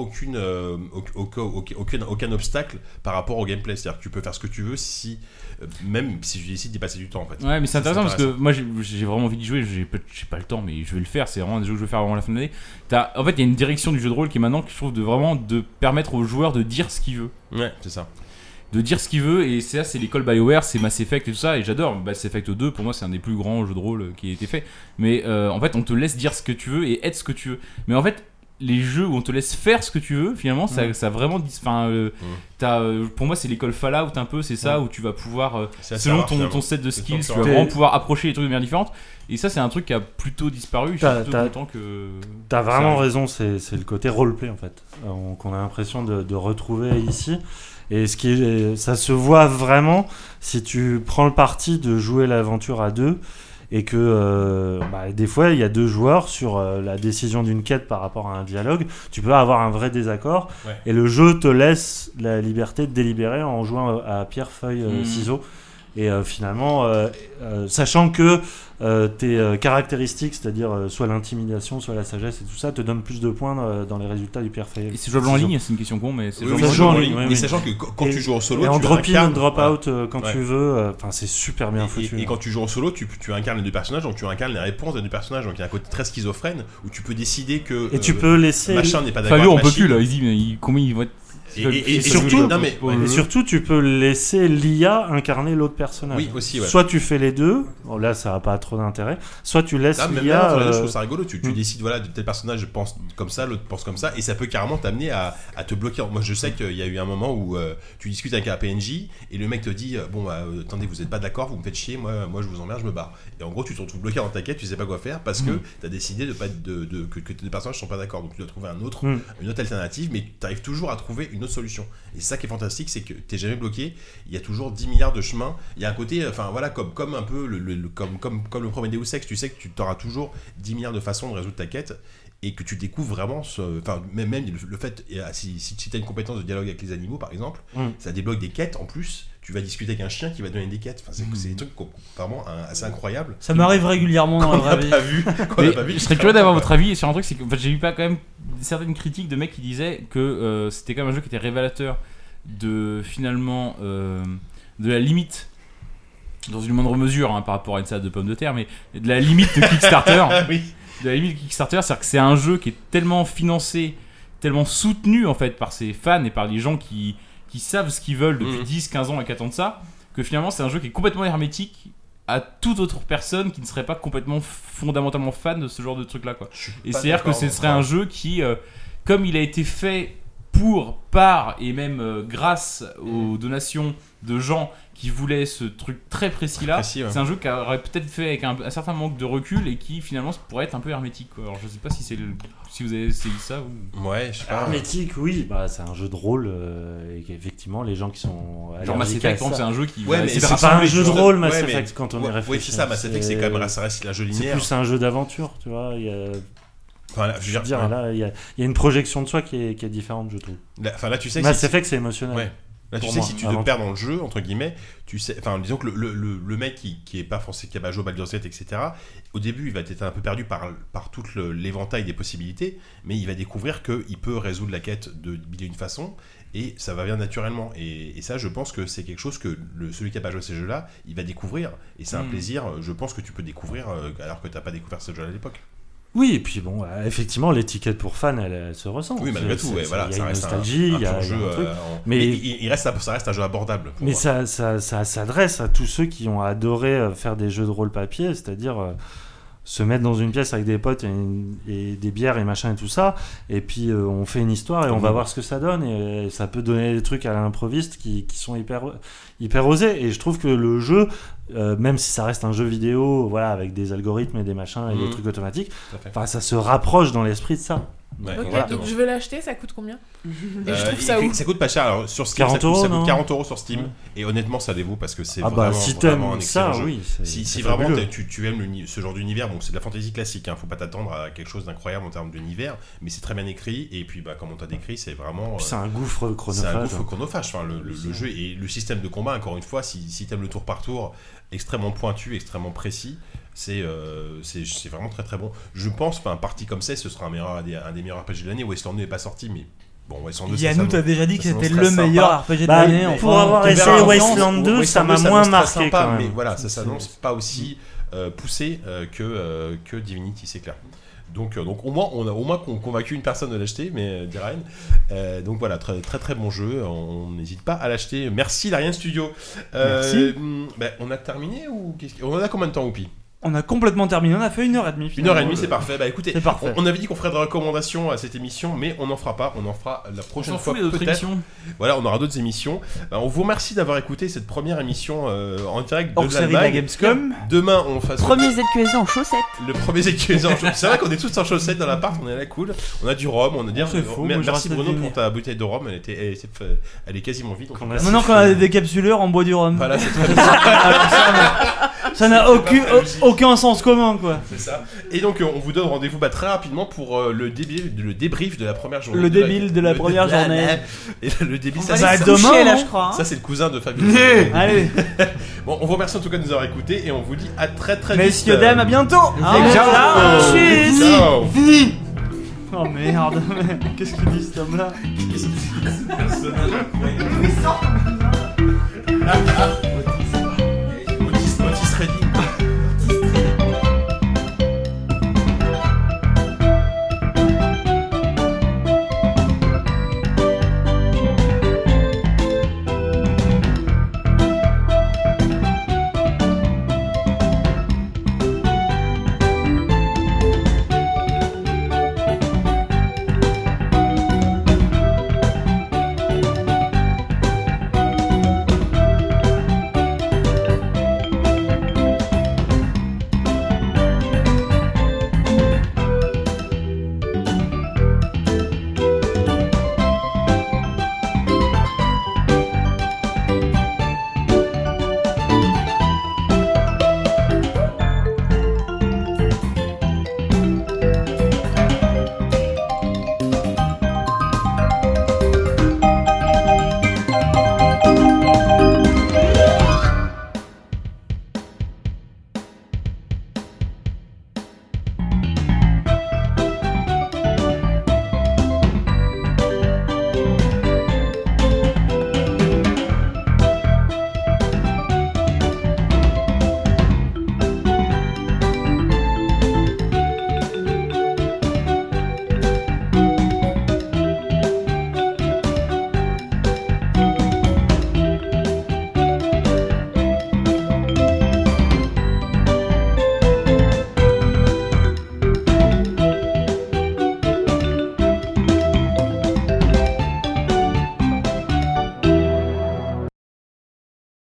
aucun obstacle par rapport au gameplay. C'est-à-dire que tu peux faire ce que tu veux même si tu décides d'y passer du temps, en fait. Ouais, mais c'est Ça, intéressant parce que moi j'ai vraiment envie d'y jouer, j'ai pas le temps, mais je vais le faire. C'est vraiment un jeu que je vais faire avant la fin de l'année. En fait, il y a une direction du jeu de rôle qui est maintenant, que je trouve, de permettre au joueur de dire ce qu'il veut. Ouais, c'est ça. De dire ce qu'il veut, et c'est l'école BioWare, c'est Mass Effect et tout ça, et j'adore. Mass Effect 2, pour moi, c'est un des plus grands jeux de rôle qui a été fait. Mais en fait, on te laisse dire ce que tu veux et être ce que tu veux. Mais en fait, les jeux où on te laisse faire ce que tu veux, finalement, ça vraiment. Pour moi, c'est l'école Fallout un peu, c'est ça, où tu vas pouvoir, C'est assez selon rare, finalement. ton set de C'est skills, sûr tu que vas c'est vraiment rare. pouvoir approcher les trucs de manière différente. Et ça, c'est un truc qui a plutôt disparu. Je suis plutôt content que. T'as ça vraiment arrive. raison, c'est le côté roleplay en fait, qu'on a l'impression de retrouver ici. Et ça se voit vraiment si tu prends le parti de jouer l'aventure à deux et que des fois il y a deux joueurs sur la décision d'une quête par rapport à un dialogue, tu peux avoir un vrai désaccord et le jeu te laisse la liberté de délibérer en jouant à pierre, feuille, ciseaux. Et finalement, sachant que tes caractéristiques, c'est-à-dire soit l'intimidation, soit la sagesse et tout ça, te donnent plus de points dans les résultats du pierre feuille. Et c'est jouable en ligne, c'est une question con, mais c'est Oui, jouable oui, en ça c'est joue en jouable ligne, oui, Et oui. sachant que quand tu joues en solo, Et en tu drop in, incarnes- drop voilà. out quand Ouais. tu veux, c'est super bien Et, foutu. et quand tu joues en solo, tu incarnes les deux personnages, donc tu incarnes les réponses des deux personnages. Donc il y a un côté très schizophrène où tu peux décider que Et tu peux laisser. machin n'est pas d'accord. Fabio, on avec peut machine. plus là, il dit, mais combien il va être. Et surtout- surtout, non mais Et surtout, tu peux laisser l'IA incarner l'autre personnage. Oui, aussi, ouais. Soit tu fais les deux, bon, là ça n'a pas trop d'intérêt, soit tu laisses là, même l'IA. là, je trouve ça rigolo. Tu mm. décides, voilà, tel personnage pense comme ça, l'autre pense comme ça, et ça peut carrément t'amener à te bloquer. Moi, je sais qu'il y a eu un moment où tu discutes avec un PNJ et le mec te dit attendez, vous êtes pas d'accord, vous me faites chier, moi je vous emmerde, je me barre. Et en gros, tu te retrouves bloqué dans ta quête, tu sais pas quoi faire parce que t'as décidé que tes deux personnages sont pas d'accord. Donc tu dois trouver une autre alternative, mais tu arrives toujours à trouver une autre solution. Et c'est ça qui est fantastique, c'est que t'es jamais bloqué. Il y a toujours 10 milliards de chemins. Il y a un côté, comme un peu comme le premier Deus Ex, tu sais que tu auras toujours 10 milliards de façons de résoudre ta quête et que tu découvres vraiment même le fait, si tu as une compétence de dialogue avec les animaux par exemple, ça débloque des quêtes en plus. Tu vas discuter avec un chien qui va te donner des quêtes. Enfin, c'est des trucs vraiment assez incroyables. Ça m'arrive régulièrement dans la vraie vie. Qu'on n'a pas vu. Je serais curieux d'avoir votre avis sur un truc, c'est que en fait, j'ai eu pas quand même certaines critiques de mecs qui disaient que c'était quand même un jeu qui était révélateur de finalement de la limite dans une moindre mesure par rapport à une salade de pommes de terre, mais de la limite de Kickstarter. Oui. De la limite de Kickstarter, c'est-à-dire que c'est un jeu qui est tellement financé, tellement soutenu en fait par ses fans et par les gens qui savent ce qu'ils veulent depuis 10-15 ans et qui attendent ça, que finalement c'est un jeu qui est complètement hermétique à toute autre personne qui ne serait pas complètement fondamentalement fan de ce genre de truc là quoi. Et c'est-à-dire que ce serait un jeu qui comme il a été fait par et même grâce aux donations de gens qui voulaient ce truc très précis là, c'est un jeu qui aurait peut-être fait avec un certain manque de recul et qui finalement pourrait être un peu hermétique quoi. Alors je sais pas si si vous avez essayé ça ou... Ouais, je sais pas. Hermétique, oui, bah, c'est un jeu de rôle et qu'effectivement les gens qui sont genre Mass Effect par exemple c'est un jeu qui mais c'est pas un jeu de rôle Mass Effect quand on y réfléchit. Oui c'est ça, Mass Effect c'est quand même ça reste un jeu linéaire. C'est plus un jeu d'aventure, tu vois. Enfin, là, je veux dire, là, il y a une projection de soi qui est différente, je trouve. Là, tu sais. Mass Effect, c'est émotionnel. Ouais. Là, tu sais, si tu te perds dans le jeu, entre guillemets, tu sais. Enfin, disons que le mec qui est pas français, qui a pas joué au Baldur's Gate, etc. Au début, il va être un peu perdu par tout l'éventail des possibilités, mais il va découvrir qu'il peut résoudre la quête de d'une façon. Et ça va bien naturellement. Et ça, je pense que c'est quelque chose que celui qui a pas joué à ces jeux-là, il va découvrir. Et c'est un plaisir, je pense, que tu peux découvrir alors que t'as pas découvert ce jeu à l'époque. Oui, et puis bon, effectivement, l'étiquette pour fans, elle se ressent. Oui, malgré tout, voilà, il y a ça une reste nostalgie, il y a un truc. Mais ça reste un jeu abordable. Mais ça s'adresse à tous ceux qui ont adoré faire des jeux de rôle papier, c'est-à-dire se mettre dans une pièce avec des potes et des bières et machin et tout ça, et puis on fait une histoire et on va voir ce que ça donne, et ça peut donner des trucs à l'improviste qui sont hyper osés. Et je trouve que le jeu, même si ça reste un jeu vidéo, voilà, avec des algorithmes et des machins et des trucs automatiques, ça se rapproche dans l'esprit de ça. Ouais, ok, donc je veux l'acheter, ça coûte combien? Je trouve ça ouf. Ça coûte pas cher. Alors, sur Steam, 40 ça coûte 40 € sur Steam. Et honnêtement, ça vaut parce que c'est si vraiment un excellent ça, jeu. oui, si vraiment tu aimes ce genre d'univers, bon, c'est de la fantasy classique, hein, faut pas t'attendre à quelque chose d'incroyable en termes d'univers, mais c'est très bien écrit. Et puis, comme on t'a décrit, c'est vraiment. C'est un gouffre chronophage. C'est un gouffre chronophage. Enfin, le jeu et le système de combat, encore une fois, si t'aimes le tour par tour, extrêmement pointu, extrêmement précis. C'est vraiment très très bon. Je pense qu'un parti comme ça, ce sera un des meilleurs RPG de l'année. Wasteland 2 n'est pas sorti, mais bon, Wasteland 2, Yannou t'a déjà dit que c'était le meilleur RPG de l'année. Pour avoir essayé Wasteland 2, ça m'a moins marqué quand même. Mais voilà, ça s'annonce pas aussi poussé que Divinity, c'est clair. Donc au moins on a convaincu une personne de l'acheter, mais Diraine. Donc voilà, très très très bon jeu. On n'hésite pas à l'acheter. Merci Larian Studio. Merci. On a terminé ou on a combien de temps, Oupi? On a complètement terminé, on a fait 1h30 finalement. 1h30, c'est parfait. Bah écoutez, c'est parfait. On avait dit qu'on ferait des recommandations à cette émission, mais on n'en fera pas. On en fera la prochaine fois peut-être. Émissions. Voilà, on aura d'autres émissions. On vous remercie d'avoir écouté cette première émission en direct de série de la Gamescom. Demain, on fasse premier ZQSD en chaussettes. Le premier ZQSD en chaussettes. C'est vrai qu'on est tous en chaussettes dans l'appart, on est là cool. On a du rhum, on a dit. Merci Bruno pour ta bouteille de rhum, elle est quasiment vide. Maintenant qu'on a des décapsuleurs, on boit du rhum. Voilà, c'est très bien. Ça n'a aucun sens commun, quoi. C'est ça. Et donc on vous donne rendez-vous très rapidement pour le débrief de la première journée. Le débile de la première journée. Et le débile, ça va demain là, je crois. Ça c'est le cousin de Fabien. Allez. Bon, on vous remercie en tout cas de nous avoir écoutés et on vous dit à très très vite. Messieurs, dames, à bientôt. Ciao. Fini. Oh merde. Qu'est-ce qu'il dit cet homme-là? Personnage.